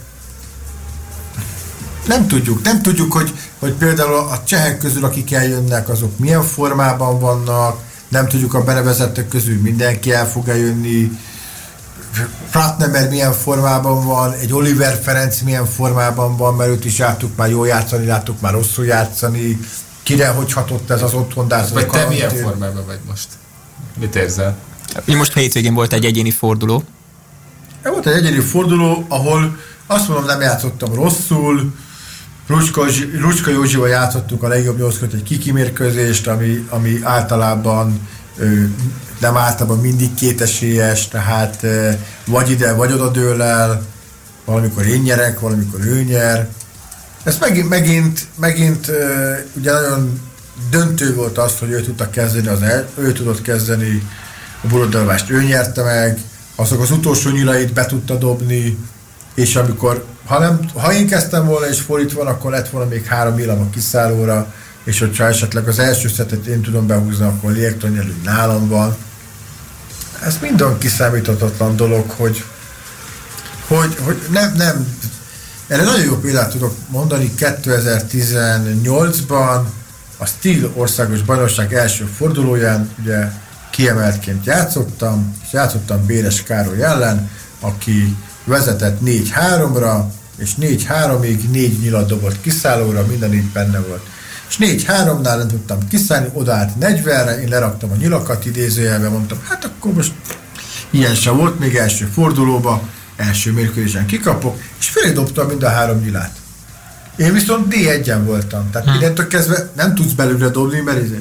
nem tudjuk. Nem tudjuk, hogy, hogy például a csehek közül, akik eljönnek, azok milyen formában vannak. Nem tudjuk, a benevezettek közül mindenki el fog eljönni. Fratnemer milyen formában van, egy Oliver Ferenc milyen formában van, mert őt is láttuk már jól játszani, láttuk már rosszul játszani. Kire hogy hatott ez az otthondás? Vagy te milyen formában vagy most? Mit érzel? Most hétvégén volt egy egyéni forduló. Volt egy egyéni forduló, ahol azt mondom, nem játszottam rosszul. Rucska, Rucska Józsival játszottuk a legjobb nyolc között egy kiki mérkőzést, ami, ami általában nem általában mindig kétesélyes, tehát vagy ide, vagy oda dől el, valamikor én nyerek, valamikor ő nyer. Ez megint, megint, megint ugye nagyon döntő volt az, hogy ő tudta kezdeni, az el, ő tudott kezdeni a Burodalvást, ő nyerte meg, azok az utolsó nyilait be tudta dobni, és amikor, ha, nem, ha én kezdtem volna és fordítva, akkor lett volna még három nyilam a kiszállóra, és hogyha esetleg az első szetet én tudom behúzni, akkor Liekton nyelő nálam van. Ez minden kiszámíthatatlan dolog, hogy, hogy, hogy nem, nem. Erre nagyon jó példát tudok mondani. kétezer-tizennyolcban a Steel országos bajnokság első fordulóján ugye kiemeltként játszottam, és játszottam Béres Károly ellen, aki vezetett négy háromra, és négy háromig négy nyilat dobott kiszállóra, minden így benne volt. És négy háromnál nem tudtam kiszállni, odaállt negyvenre, én leraktam a nyilakat idézőjelben, mondtam, hát akkor most ilyen sem volt, még első fordulóba, első mérkőzésen kikapok, és félé dobtam mind a három nyilát. Én viszont dé egyen voltam, tehát mindentől kezdve nem tudsz belőle dobni, mert ezért.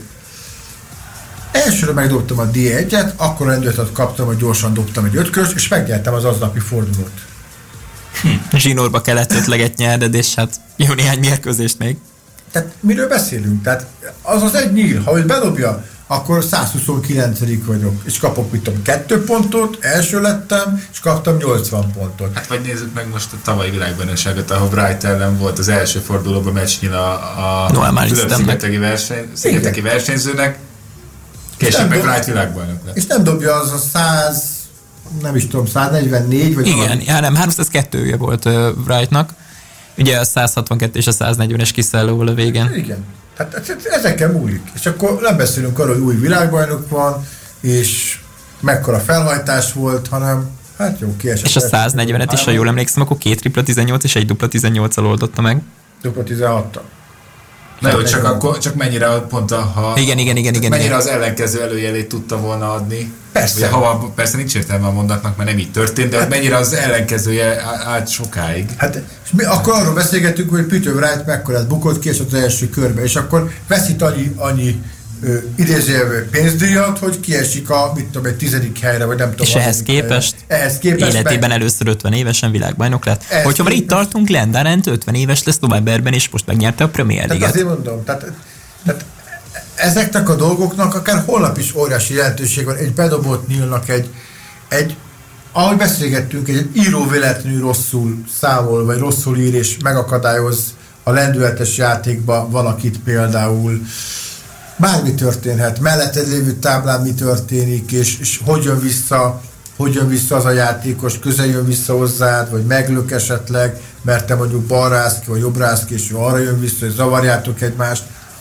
Elsőre megdobtam a dé egyet, akkor rendőrtet kaptam, hogy gyorsan dobtam egy ötkörös, és megnyertem az aznapi fordulót. Hm. Zsinórba kellett ötleget nyerned, és hát jó néhány mérkőzést még. Tehát miről beszélünk? Tehát az az egy nyíl, ha ő bedobja, akkor száz huszonkilencedik vagyok, és kapok, mit tudom, kettő pontot, első lettem, és kaptam nyolcvan pontot. Hát vagy nézzük meg most a tavalyi világbajnokságot, ahol Bright ellen volt az első fordulóban meccsnyil a, a Fülöp-szigeteki verseny, szigeteki versenyzőnek, később meg Bright világbajnok lett. És nem dobja az a száz, nem is tudom, száznegyvennégy, vagy igen, valami. Ja, nem, háromszázkettője volt uh, Wrightnak. Ugye a száz hatvankettő és a száznegyvenes kiszállóval a végén. Igen. Tehát ezekkel múlik. És akkor nem beszélünk arról, hogy új világbajnok van, és mekkora felhajtás volt, hanem hát jó, kiesett. És a száznegyvenet is, ha jól emlékszem, akkor két tripla tizennyolc és egy dupla tizennyolccal oldotta meg. Dupla tizenhattal. Na jó, csak, akkor, csak mennyire pont a, ha, igen, igen, igen, igen, mennyire igen. az ellenkező előjelét tudta volna adni. Persze. Ugye, ha, persze nincs értelme a mondatnak, mert nem így történt, de hát, mennyire az ellenkezője állt sokáig. Hát és mi akkor arról beszélgettünk, hogy Peter Wright mekkorát bukott ki, és az első körbe, és akkor veszít annyi, annyi idézőjelvő pénzdíjat, hogy kiesik a, mit tudom, egy tizedik helyre, vagy nem tudom. És ehhez képest, ehhez képest életében meg... először ötven évesen világbajnok lett. Ehhez Hogyha már itt tartunk, Glenn Durant ötven éves lesz novemberben, és most megnyerte a Premier League-et. Tehát azért mondom, tehát, tehát ezeknek a dolgoknak akár holnap is óriási jelentőség van. Egy bedobott nyílnak egy, egy ahogy beszélgettünk, egy író véletlenül rosszul számol, vagy rosszul ír, és megakadályoz a lendületes játékba valakit például. Bármi történhet, melletted lévő táblán mi történik, és, és hogy jön vissza hogy jön vissza az a játékos, közel jön vissza hozzád, vagy meglök esetleg, mert te mondjuk balra állsz ki, vagy jobbra állsz ki, és ő arra jön vissza, hogy zavarjátok egymást.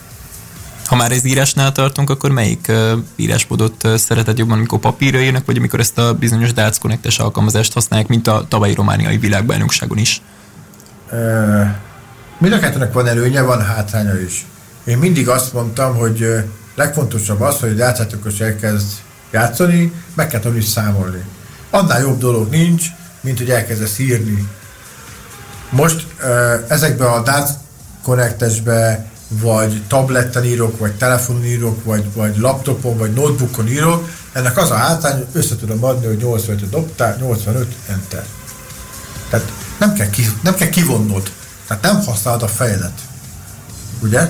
Ha már az írásnál tartunk, akkor melyik uh, írásmódot uh, szereted jobban, amikor papírra írnak, vagy amikor ezt a bizonyos Darts Connect-es alkalmazást használják, mint a tavalyi romániai világbajnokságon is? Uh, mind a kettőnek van előnye, van hátránya is. Én mindig azt mondtam, hogy uh, legfontosabb az, hogy a játszátékos elkezd játszani, meg kell tanulni számolni. Annál jobb dolog nincs, mint hogy elkezdesz írni. Most uh, ezekben a Darts Connect-esbe vagy tableten írok, vagy telefonon írok, vagy, vagy laptopon, vagy notebookon írok, ennek az a hátrány, hogy össze tudom adni, hogy nyolcvanötöt dobtál, nyolcvanöt, enter. Tehát nem kell, ki, nem kell kivonnod. Tehát nem használod a fejedet. Ugye?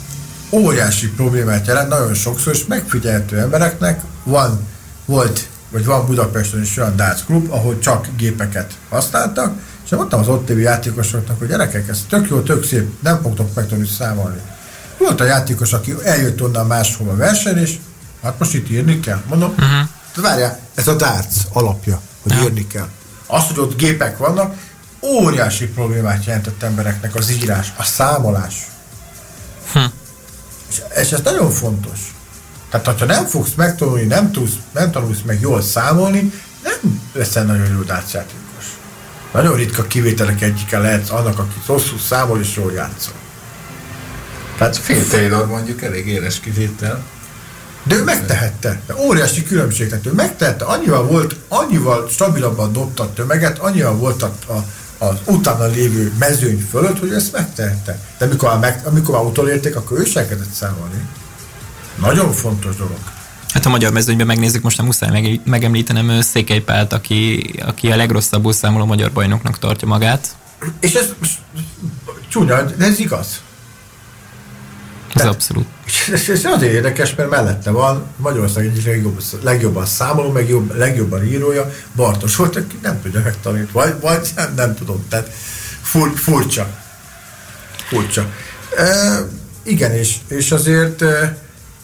Óriási problémát jelent nagyon sokszor, és megfigyelhető embereknek van, volt, vagy van Budapesten is olyan darts klub, ahol csak gépeket használtak, és mondtam az ott lévő játékosoknak, hogy gyerekek, ez tök jó, tök szép, nem fogtok megtanulni számolni. Volt a játékos, aki eljött onnan máshova versenyre, és hát most itt írni kell. Mondom, uh-huh. Várjál, ez a darts alapja, hogy uh-huh. írni kell. Az, hogy ott gépek vannak, óriási problémát jelentett embereknek az írás, a számolás. Hm. És, és ez nagyon fontos. Tehát, ha nem fogsz megtanulni, nem, tudsz, nem tanulsz meg jól számolni, nem leszel nagyon jó darts játékos. Nagyon ritka kivételek egyike lehetsz annak, aki rosszul számol és jól játszol. Tehát Phil Taylor mondjuk elég éles kivétel. De ő megtehette. De óriási különbség. Tehát ő megtehette. Annyival volt, annyival stabilabban dobta a tömeget, annyival volt a, a, az utána lévő mezőny fölött, hogy ezt megtehette. De amikor már, amikor már utolérték, akkor ő sem kezdett számolni. Nagyon fontos dolog. Hát a magyar mezőnyben megnézzük, most nem muszáj megemlítenem Székely Pált, aki, aki a legrosszabbul számoló magyar bajnoknak tartja magát. És ez csúnya, de ez igaz. Ez Tehát, abszolút. És ez, ez azért érdekes, mert mellette van Magyarország egyik legjobb, legjobban számoló, meg jobb, legjobban írója, Bartos volt, aki nem tudja megtanulni, vagy, vagy nem, nem tudom, tehát fur, furcsa. Furcsa. E, igen, és, és azért e,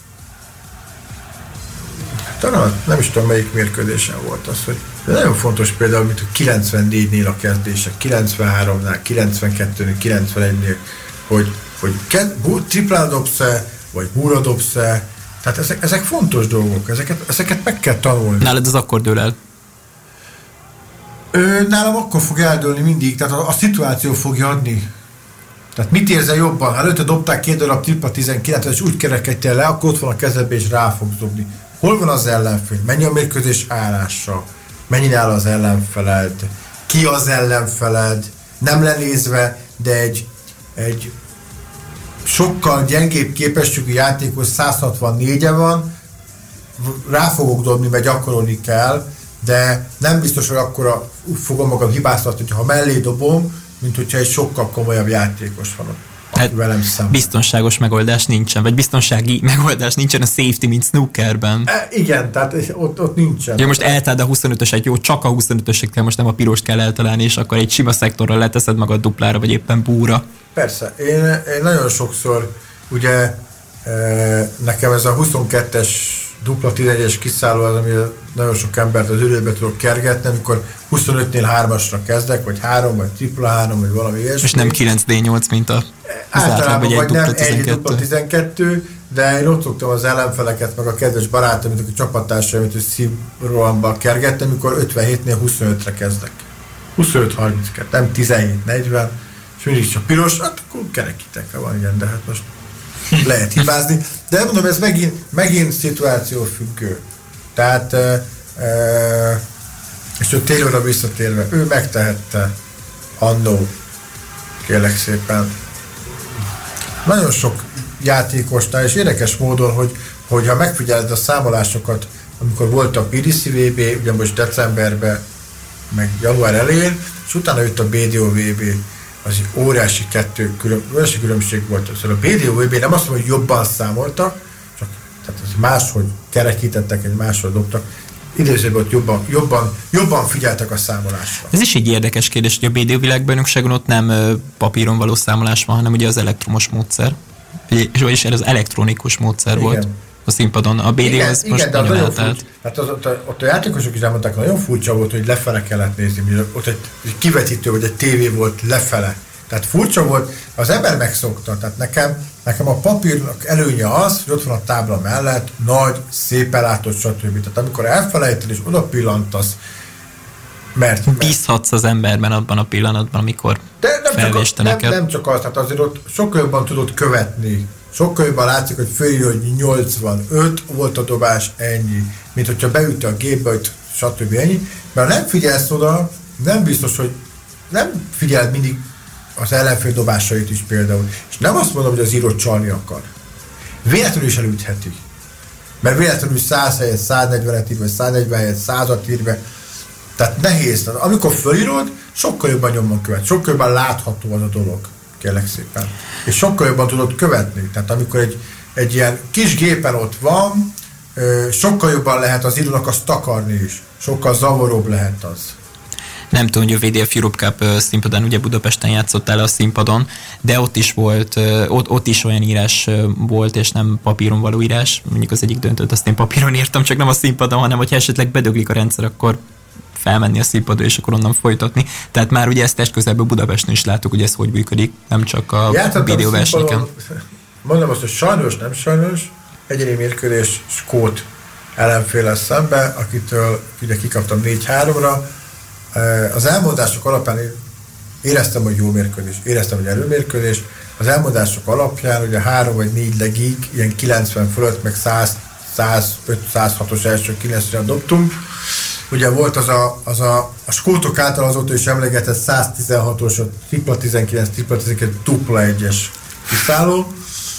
talán nem is tudom, melyik mérkőzésen volt az, hogy nagyon fontos például, mint a kilencvennégynél a kezdések, kilencvenháromnál, kilencvenkettőnél, kilencvenegynél, hogy, hogy triplán dobsz-e, vagy búra dobsz-e, tehát ezek, ezek fontos dolgok, ezeket, ezeket meg kell tanulni. Nálad az akkor dől el? Ö, nálam akkor fog eldőlni mindig, tehát a, a szituáció fogja adni. Tehát mit érzel jobban? Ha előtte dobták két darab tripla tizenkilenc, és úgy kerekedtél le, akkor ott van a kezedbe, és rá fogsz dobni. Hol van az ellenfél? Mennyi a mérkőzés állása? Mennyire áll az ellenfeled? Ki az ellenfeled? Nem lenézve, de egy, egy sokkal gyengébb képességű játékos száz hatvannégyen van, rá fogok dobni, mert gyakorolni kell, de nem biztos, hogy akkora fogom magam hibáztatni, hogyha mellé dobom, mint hogyha egy sokkal komolyabb játékos van ott. Hát biztonságos megoldás nincsen, vagy biztonsági megoldás nincsen a safety, mint snookerben. E, igen, tehát ott, ott nincsen. Ja, most eltáld a huszonötöset, jó, csak a huszonötöset kell, most nem a pirost kell eltalálni, és akkor egy sima szektorral leteszed magad duplára, vagy éppen búra. Persze, én, én nagyon sokszor, ugye e, nekem ez a huszonkettes dupla tizenegyes kiszálló az, ami nagyon sok embert az ülőbe tudok kergetni, amikor huszonötnél hármasra kezdek, vagy három, vagy tripla három, vagy valami ilyesmi. És nem kilenc dé nyolc, mint a általában, vagy nem egy dupla tizenkettő, de én ott szoktam az ellenfeleket, meg a kedves barátom, mint a csapattársaim, mint a szívrohamban kergettem, amikor ötvenhétnél huszonötre kezdek. huszonöt harminckettő, nem tizenhét negyven, és mindig csak piros, hát akkor kerekítek, van igen, de hát most lehet hibázni. De mondom, ez megint, megint szituációfüggő. Tehát e, e, és a Taylorra visszatérve, ő megtehette annó, kérlek szépen. Nagyon sok játékosnál, és érdekes módon, hogy, hogy ha megfigyeled a számolásokat, amikor volt a pé dé cé vé bé, ugye most decemberben, meg január elején, és utána jött a bé dé o vé bé, az egy óriási kettő, külön, óriási különbség volt. Szóval a bé dé o vé bé nem azt mondom, hogy jobban számoltak, csak tehát máshogy kerekítettek, egy máshogy dobtak. Idézőben ott jobban, jobban, jobban figyeltek a számolásra. Ez is egy érdekes kérdés, hogy a bé dé o világbajnokságon ott nem papíron való számolás van, hanem ugye az elektromos módszer. Vagyis ez az elektronikus módszer igen. volt. a színpadon. A bé dé az igen, most igen, nagyon nagyon eltelt. Hát az, ott, a, ott a játékosok is elmondták, nagyon furcsa volt, hogy lefele kellett nézni. Ott egy, egy kivetítő, vagy egy tévé volt lefele. Tehát furcsa volt, az ember megszokta. Tehát nekem, nekem a papírnak előnye az, hogy ott van a tábla mellett, nagy, szépen látott, stb. Tehát amikor elfelejted és oda pillantasz, mert, mert bízhatsz az emberben abban a pillanatban, amikor felvéste nem, neked. nem csak az, tehát azért ott sokkal jobban tudod követni. Sokkal jobban látszik, hogy fölírja, hogy nyolcvanöt volt a dobás, ennyi. Mint hogyha beütte a gépbe, hogy stb. Ennyi. Mert nem figyelsz oda, nem biztos, hogy nem figyeld mindig az ellenfél dobásait is például. És nem azt mondom, hogy az író csalni akar. Véletlenül is elütheti. Mert véletlenül száz helyett száznegyvenet ír, vagy száznegyven helyett százat ír be. Tehát nehéz. Tehát amikor fölírod, sokkal jobban nyomon követ. Sokkal jobban látható az a dolog. Kérlek szépen. És sokkal jobban tudod követni. Tehát amikor egy, egy ilyen kis gépen ott van, sokkal jobban lehet az írónak azt takarni is. Sokkal zavaróbb lehet az. Nem tudom, hogy a vé dé ef Europe Cup színpadon, ugye Budapesten játszottál a színpadon, de ott is volt, ott, ott is olyan írás volt, és nem papíron való írás. Mondjuk az egyik döntőt azt én papíron írtam, csak nem a színpadon, hanem hogyha esetleg bedöglik a rendszer, akkor felmenni a színpadra, és akkor onnan folytatni. Tehát már ugye ezt testközelből Budapesten is láttuk, hogy ez hogy működik, nem csak a videóversenyeken. Mondom azt, hogy sajnos, nem sajnos, egyéni mérkőzés Skót ellenféllel szembe, akitől ugye kikaptam négy háromra. Az elmondások alapján éreztem, hogy jó mérkőzés, éreztem, hogy erőmérkőzés. Az elmondások alapján ugye három vagy négy legig, ilyen kilencven fölött, meg száz, százöt, százhatos első kilencven dobtunk. Ugye volt az a, az a, a skótok által azóta is emlegetett száztizenhatos, a tripla tizenkilenc, tripla tizenkilenc, dupla egyes kiszálló.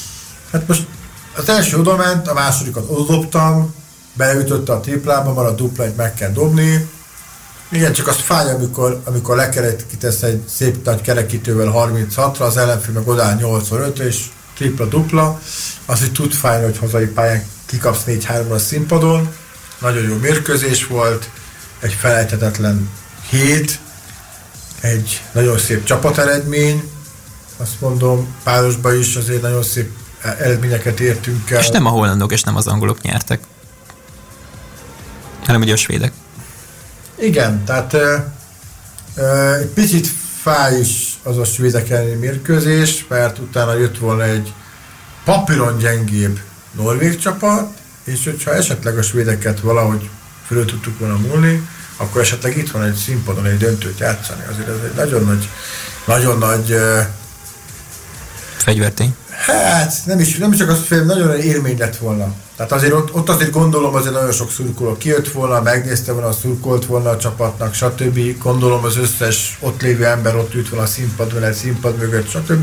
Hát most az első oda ment, a másodikat oda dobtam, beleütötte a triplába, már a dupla egy meg kell dobni. Igen, csak azt fáj, amikor, amikor lekerekítesz egy szép nagy kerekítővel harminchatra, az ellenfél meg odáll nyolcvanöt, és tripla-dupla, az, hogy tud fájni, hogy hazai pályán kikapsz négy háromra a színpadon. Nagyon jó mérkőzés volt, egy felejthetetlen hét, egy nagyon szép csapateredmény, azt mondom, párosban is azért nagyon szép eredményeket értünk el. És nem a hollandok és nem az angolok nyertek, hanem ugye a svédek. Igen, tehát uh, uh, egy picit fáj is az a svédek elleni mérkőzés, mert utána jött volna egy papíron gyengébb norvég csapat, és hogyha esetleg a svédeket valahogy fölül tudtuk volna múlni, akkor esetleg itt van egy színpadon egy döntőt játszani. Azért ez egy nagyon nagy, nagyon nagy uh, fegyvertény. Hát nem is, nem is csak az, hogy nagyon nagy élmény lett volna. Tehát azért ott, ott azért gondolom, azért nagyon sok szurkoló kijött volna, megnézte volna, szurkolt volna a csapatnak, stb. Gondolom az összes ott lévő ember ott ült volna a színpadon, egy színpad mögött, stb.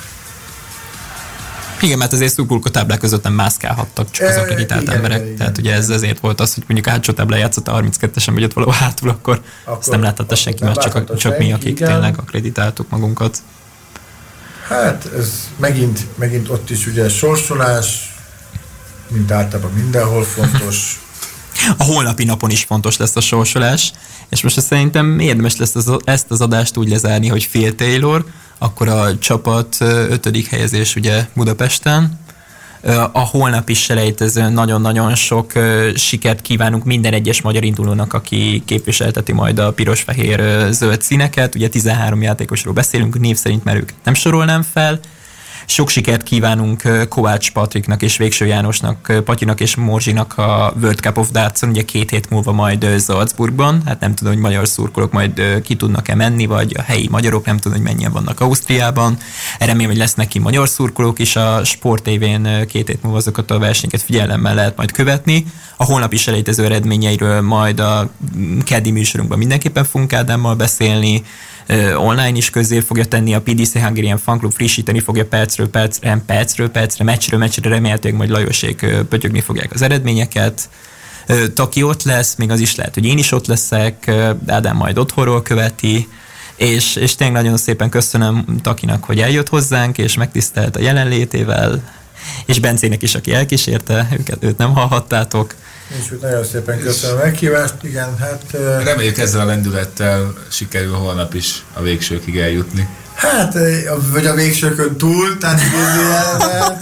Igen, mert azért szurkolók táblák között nem mászkálhattak, csak az E, akreditált igen, emberek. igen, Tehát igen. ugye ez azért volt az, hogy mondjuk a hátsó táblán játszott a harminckettesen, vagy ott valahol hátul, akkor, akkor azt nem láthatta senki, mert csak, csak senki, mi, akik igen. Tényleg akreditáltuk magunkat. Hát ez megint, megint ott is ugye sorsolás, mint általában mindenhol fontos. A holnapi napon is fontos lesz a sorsolás, és most szerintem érdemes lesz az, ezt az adást úgy lezárni, hogy Phil Taylor, akkor a csapat ötödik helyezés ugye Budapesten. A holnapi selejtezőn nagyon-nagyon sok sikert kívánunk minden egyes magyar indulónak, aki képviselteti majd a piros-fehér-zöld színeket. Ugye tizenhárom játékosról beszélünk, név szerint már őket nem sorolnám fel. Sok sikert kívánunk Kovács Patriknak és Végső Jánosnak, Patyinak és Morzsinak a World Cup of Dartson, ugye két hét múlva majd Salzburgban. Hát nem tudom, hogy magyar szurkolók majd ki tudnak-e menni, vagy a helyi magyarok, nem tudom, hogy mennyien vannak Ausztriában. Remélem, hogy lesz neki magyar szurkolók is, a Sport té vén két hét múlva azokat a versenyeket figyelemmel lehet majd követni. A holnapi selejtező eredményeiről majd a keddi műsorunkban mindenképpen fogunk Ádámmal beszélni. Online is közzé fogja tenni, a pé dé cé Hungarian Fan Club frissíteni fogja percről percre, percről percre, meccsről meccsre, remélhetőleg majd Lajosék pötyögni fogják az eredményeket. Taki ott lesz, még az is lehet, hogy én is ott leszek, Ádám majd otthonról követi, és, és tényleg nagyon szépen köszönöm Takinak, hogy eljött hozzánk, és megtisztelt a jelenlétével, és Bencének is, aki elkísérte, őket, őt nem hallhattátok. És úgy nagyon szépen köszönöm a meghívást, igen, hát... Reméljük ezzel a lendülettel sikerül holnap is a végsőkig eljutni. Hát, vagy a végsőkön túl, tehát idézőjelben.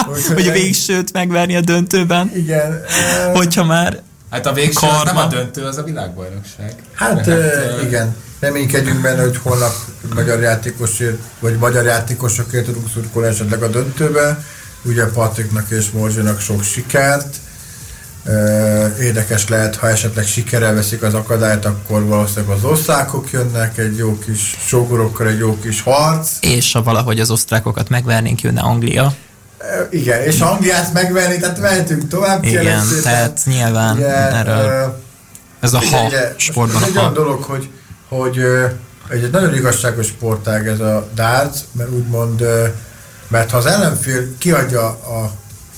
hogy a végsőt megverni a döntőben. Igen. Hogyha már Hát a végső karma. az nem a döntő, az a világbajnokság. Hát, hát uh, igen. Reménykedjünk benne, hogy holnap magyar játékosért, vagy magyar játékosokért tudunk szurkolni esetleg a döntőbe. Ugye Patriknak és Morzsinak sok sikert. Érdekes lehet, ha esetleg sikerrel veszik az akadályt, akkor valószínűleg az osztrákok jönnek, egy jó kis sógorokkal, egy jó kis harc. És ha valahogy az osztrákokat megvernénk, jönne Anglia. Igen, és Angliát megverni, tehát mehetünk tovább. Igen, tehát nyilván igen, erről ez a ha ugye, sportban ez a egy ha. olyan dolog, hogy, hogy egy, egy nagyon igazságos sportág ez a darts, mert úgymond, mert ha az ellenfél kiadja a,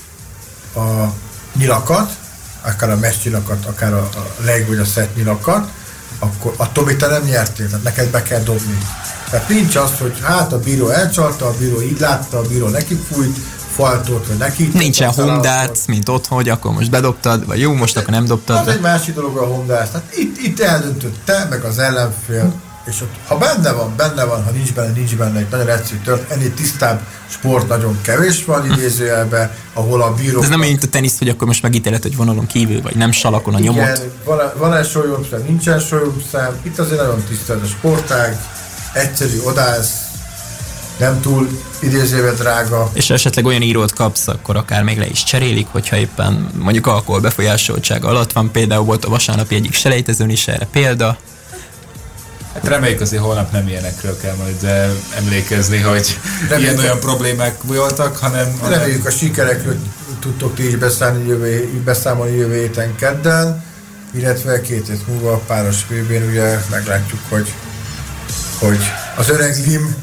a nyilakat, akár a meccs nyilakat, akár a, a leg vagy a set nyilakat, akkor attól még te nem nyertél, tehát neked be kell dobni. Tehát nincs az, hogy hát a bíró elcsalta, a bíró így látta, a bíró neki fújt, faltolt, vagy neki. Nincsen home darts, mint otthon, hogy akkor most bedobtad, vagy jó, most akkor nem dobtad. Az egy másik dolog a home darts. Tehát itt, itt eldöntött te, meg az ellenfél, és ott, ha benne van, benne van, ha nincs benne, nincs benne, egy nagyon egyszerű tört, ennél tisztább sport nagyon kevés van idézőjelben, ahol a bíró... Ez nem mint a tenisz, hogy akkor most megítélet, hogy vonalon kívül, vagy nem salakon a igen, nyomot. van, van egy sólyomszám, nincsen sólyomszám, itt azért nagyon tisztább a sportág, egyszerű, odász, nem túl idézőjelbe drága. És ha esetleg olyan írót kapsz, akkor akár még le is cserélik, hogyha éppen mondjuk alkohol befolyásoltsága alatt van. Például volt a vasárnapi egyik selejtezőn is erre példa. Hát reméljük azért holnap nem ilyenekről kell majd emlékezni, hogy ilyen-olyan problémák voltak, hanem... Reméljük a sikerekről tudtok ti is beszámolni jövő, beszámolni jövő héten kedden, illetve két hét múlva a páros vé bén ugye meglátjuk, hogy, hogy az öreg Lim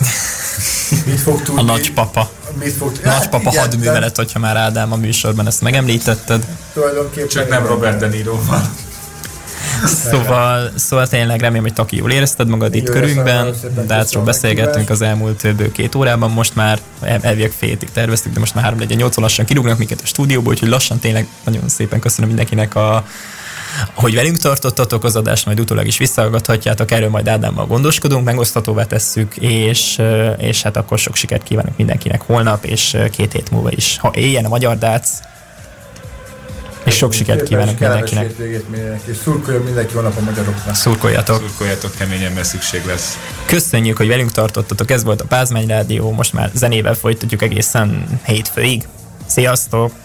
mit fog tudni. A nagypapa. Mit fog, a nagypapa hát hadművelet, hogyha már Ádám a műsorban ezt megemlítetted. Csak nem Robert De Niroval. Szóval, szóval tényleg remélem, hogy Taki jól érezted magad itt körünkben. Dácról beszélgettünk az elmúlt bő két órában, most már elvileg fél hétig terveztük, de most már három legyen nyolc lassan kirúgnak minket a stúdióból, úgyhogy lassan tényleg nagyon szépen köszönöm mindenkinek, a, hogy velünk tartottatok az adást, majd utólag is visszahallgathatjátok, erről majd Ádámmal gondoskodunk, megosztatóvá tesszük, és, és hát akkor sok sikert kívánok mindenkinek holnap, és két hét múlva is, ha éljen a magyar dác. És sok sikert kívánok mindenkinek. És szurkoljon mindenki holnap a magyaroknak. Szurkoljatok. Szurkoljatok keményen, mert szükség lesz. Köszönjük, hogy velünk tartottatok. Ez volt a Pázmány Rádió. Most már zenével folytatjuk egészen hétfőig. Sziasztok!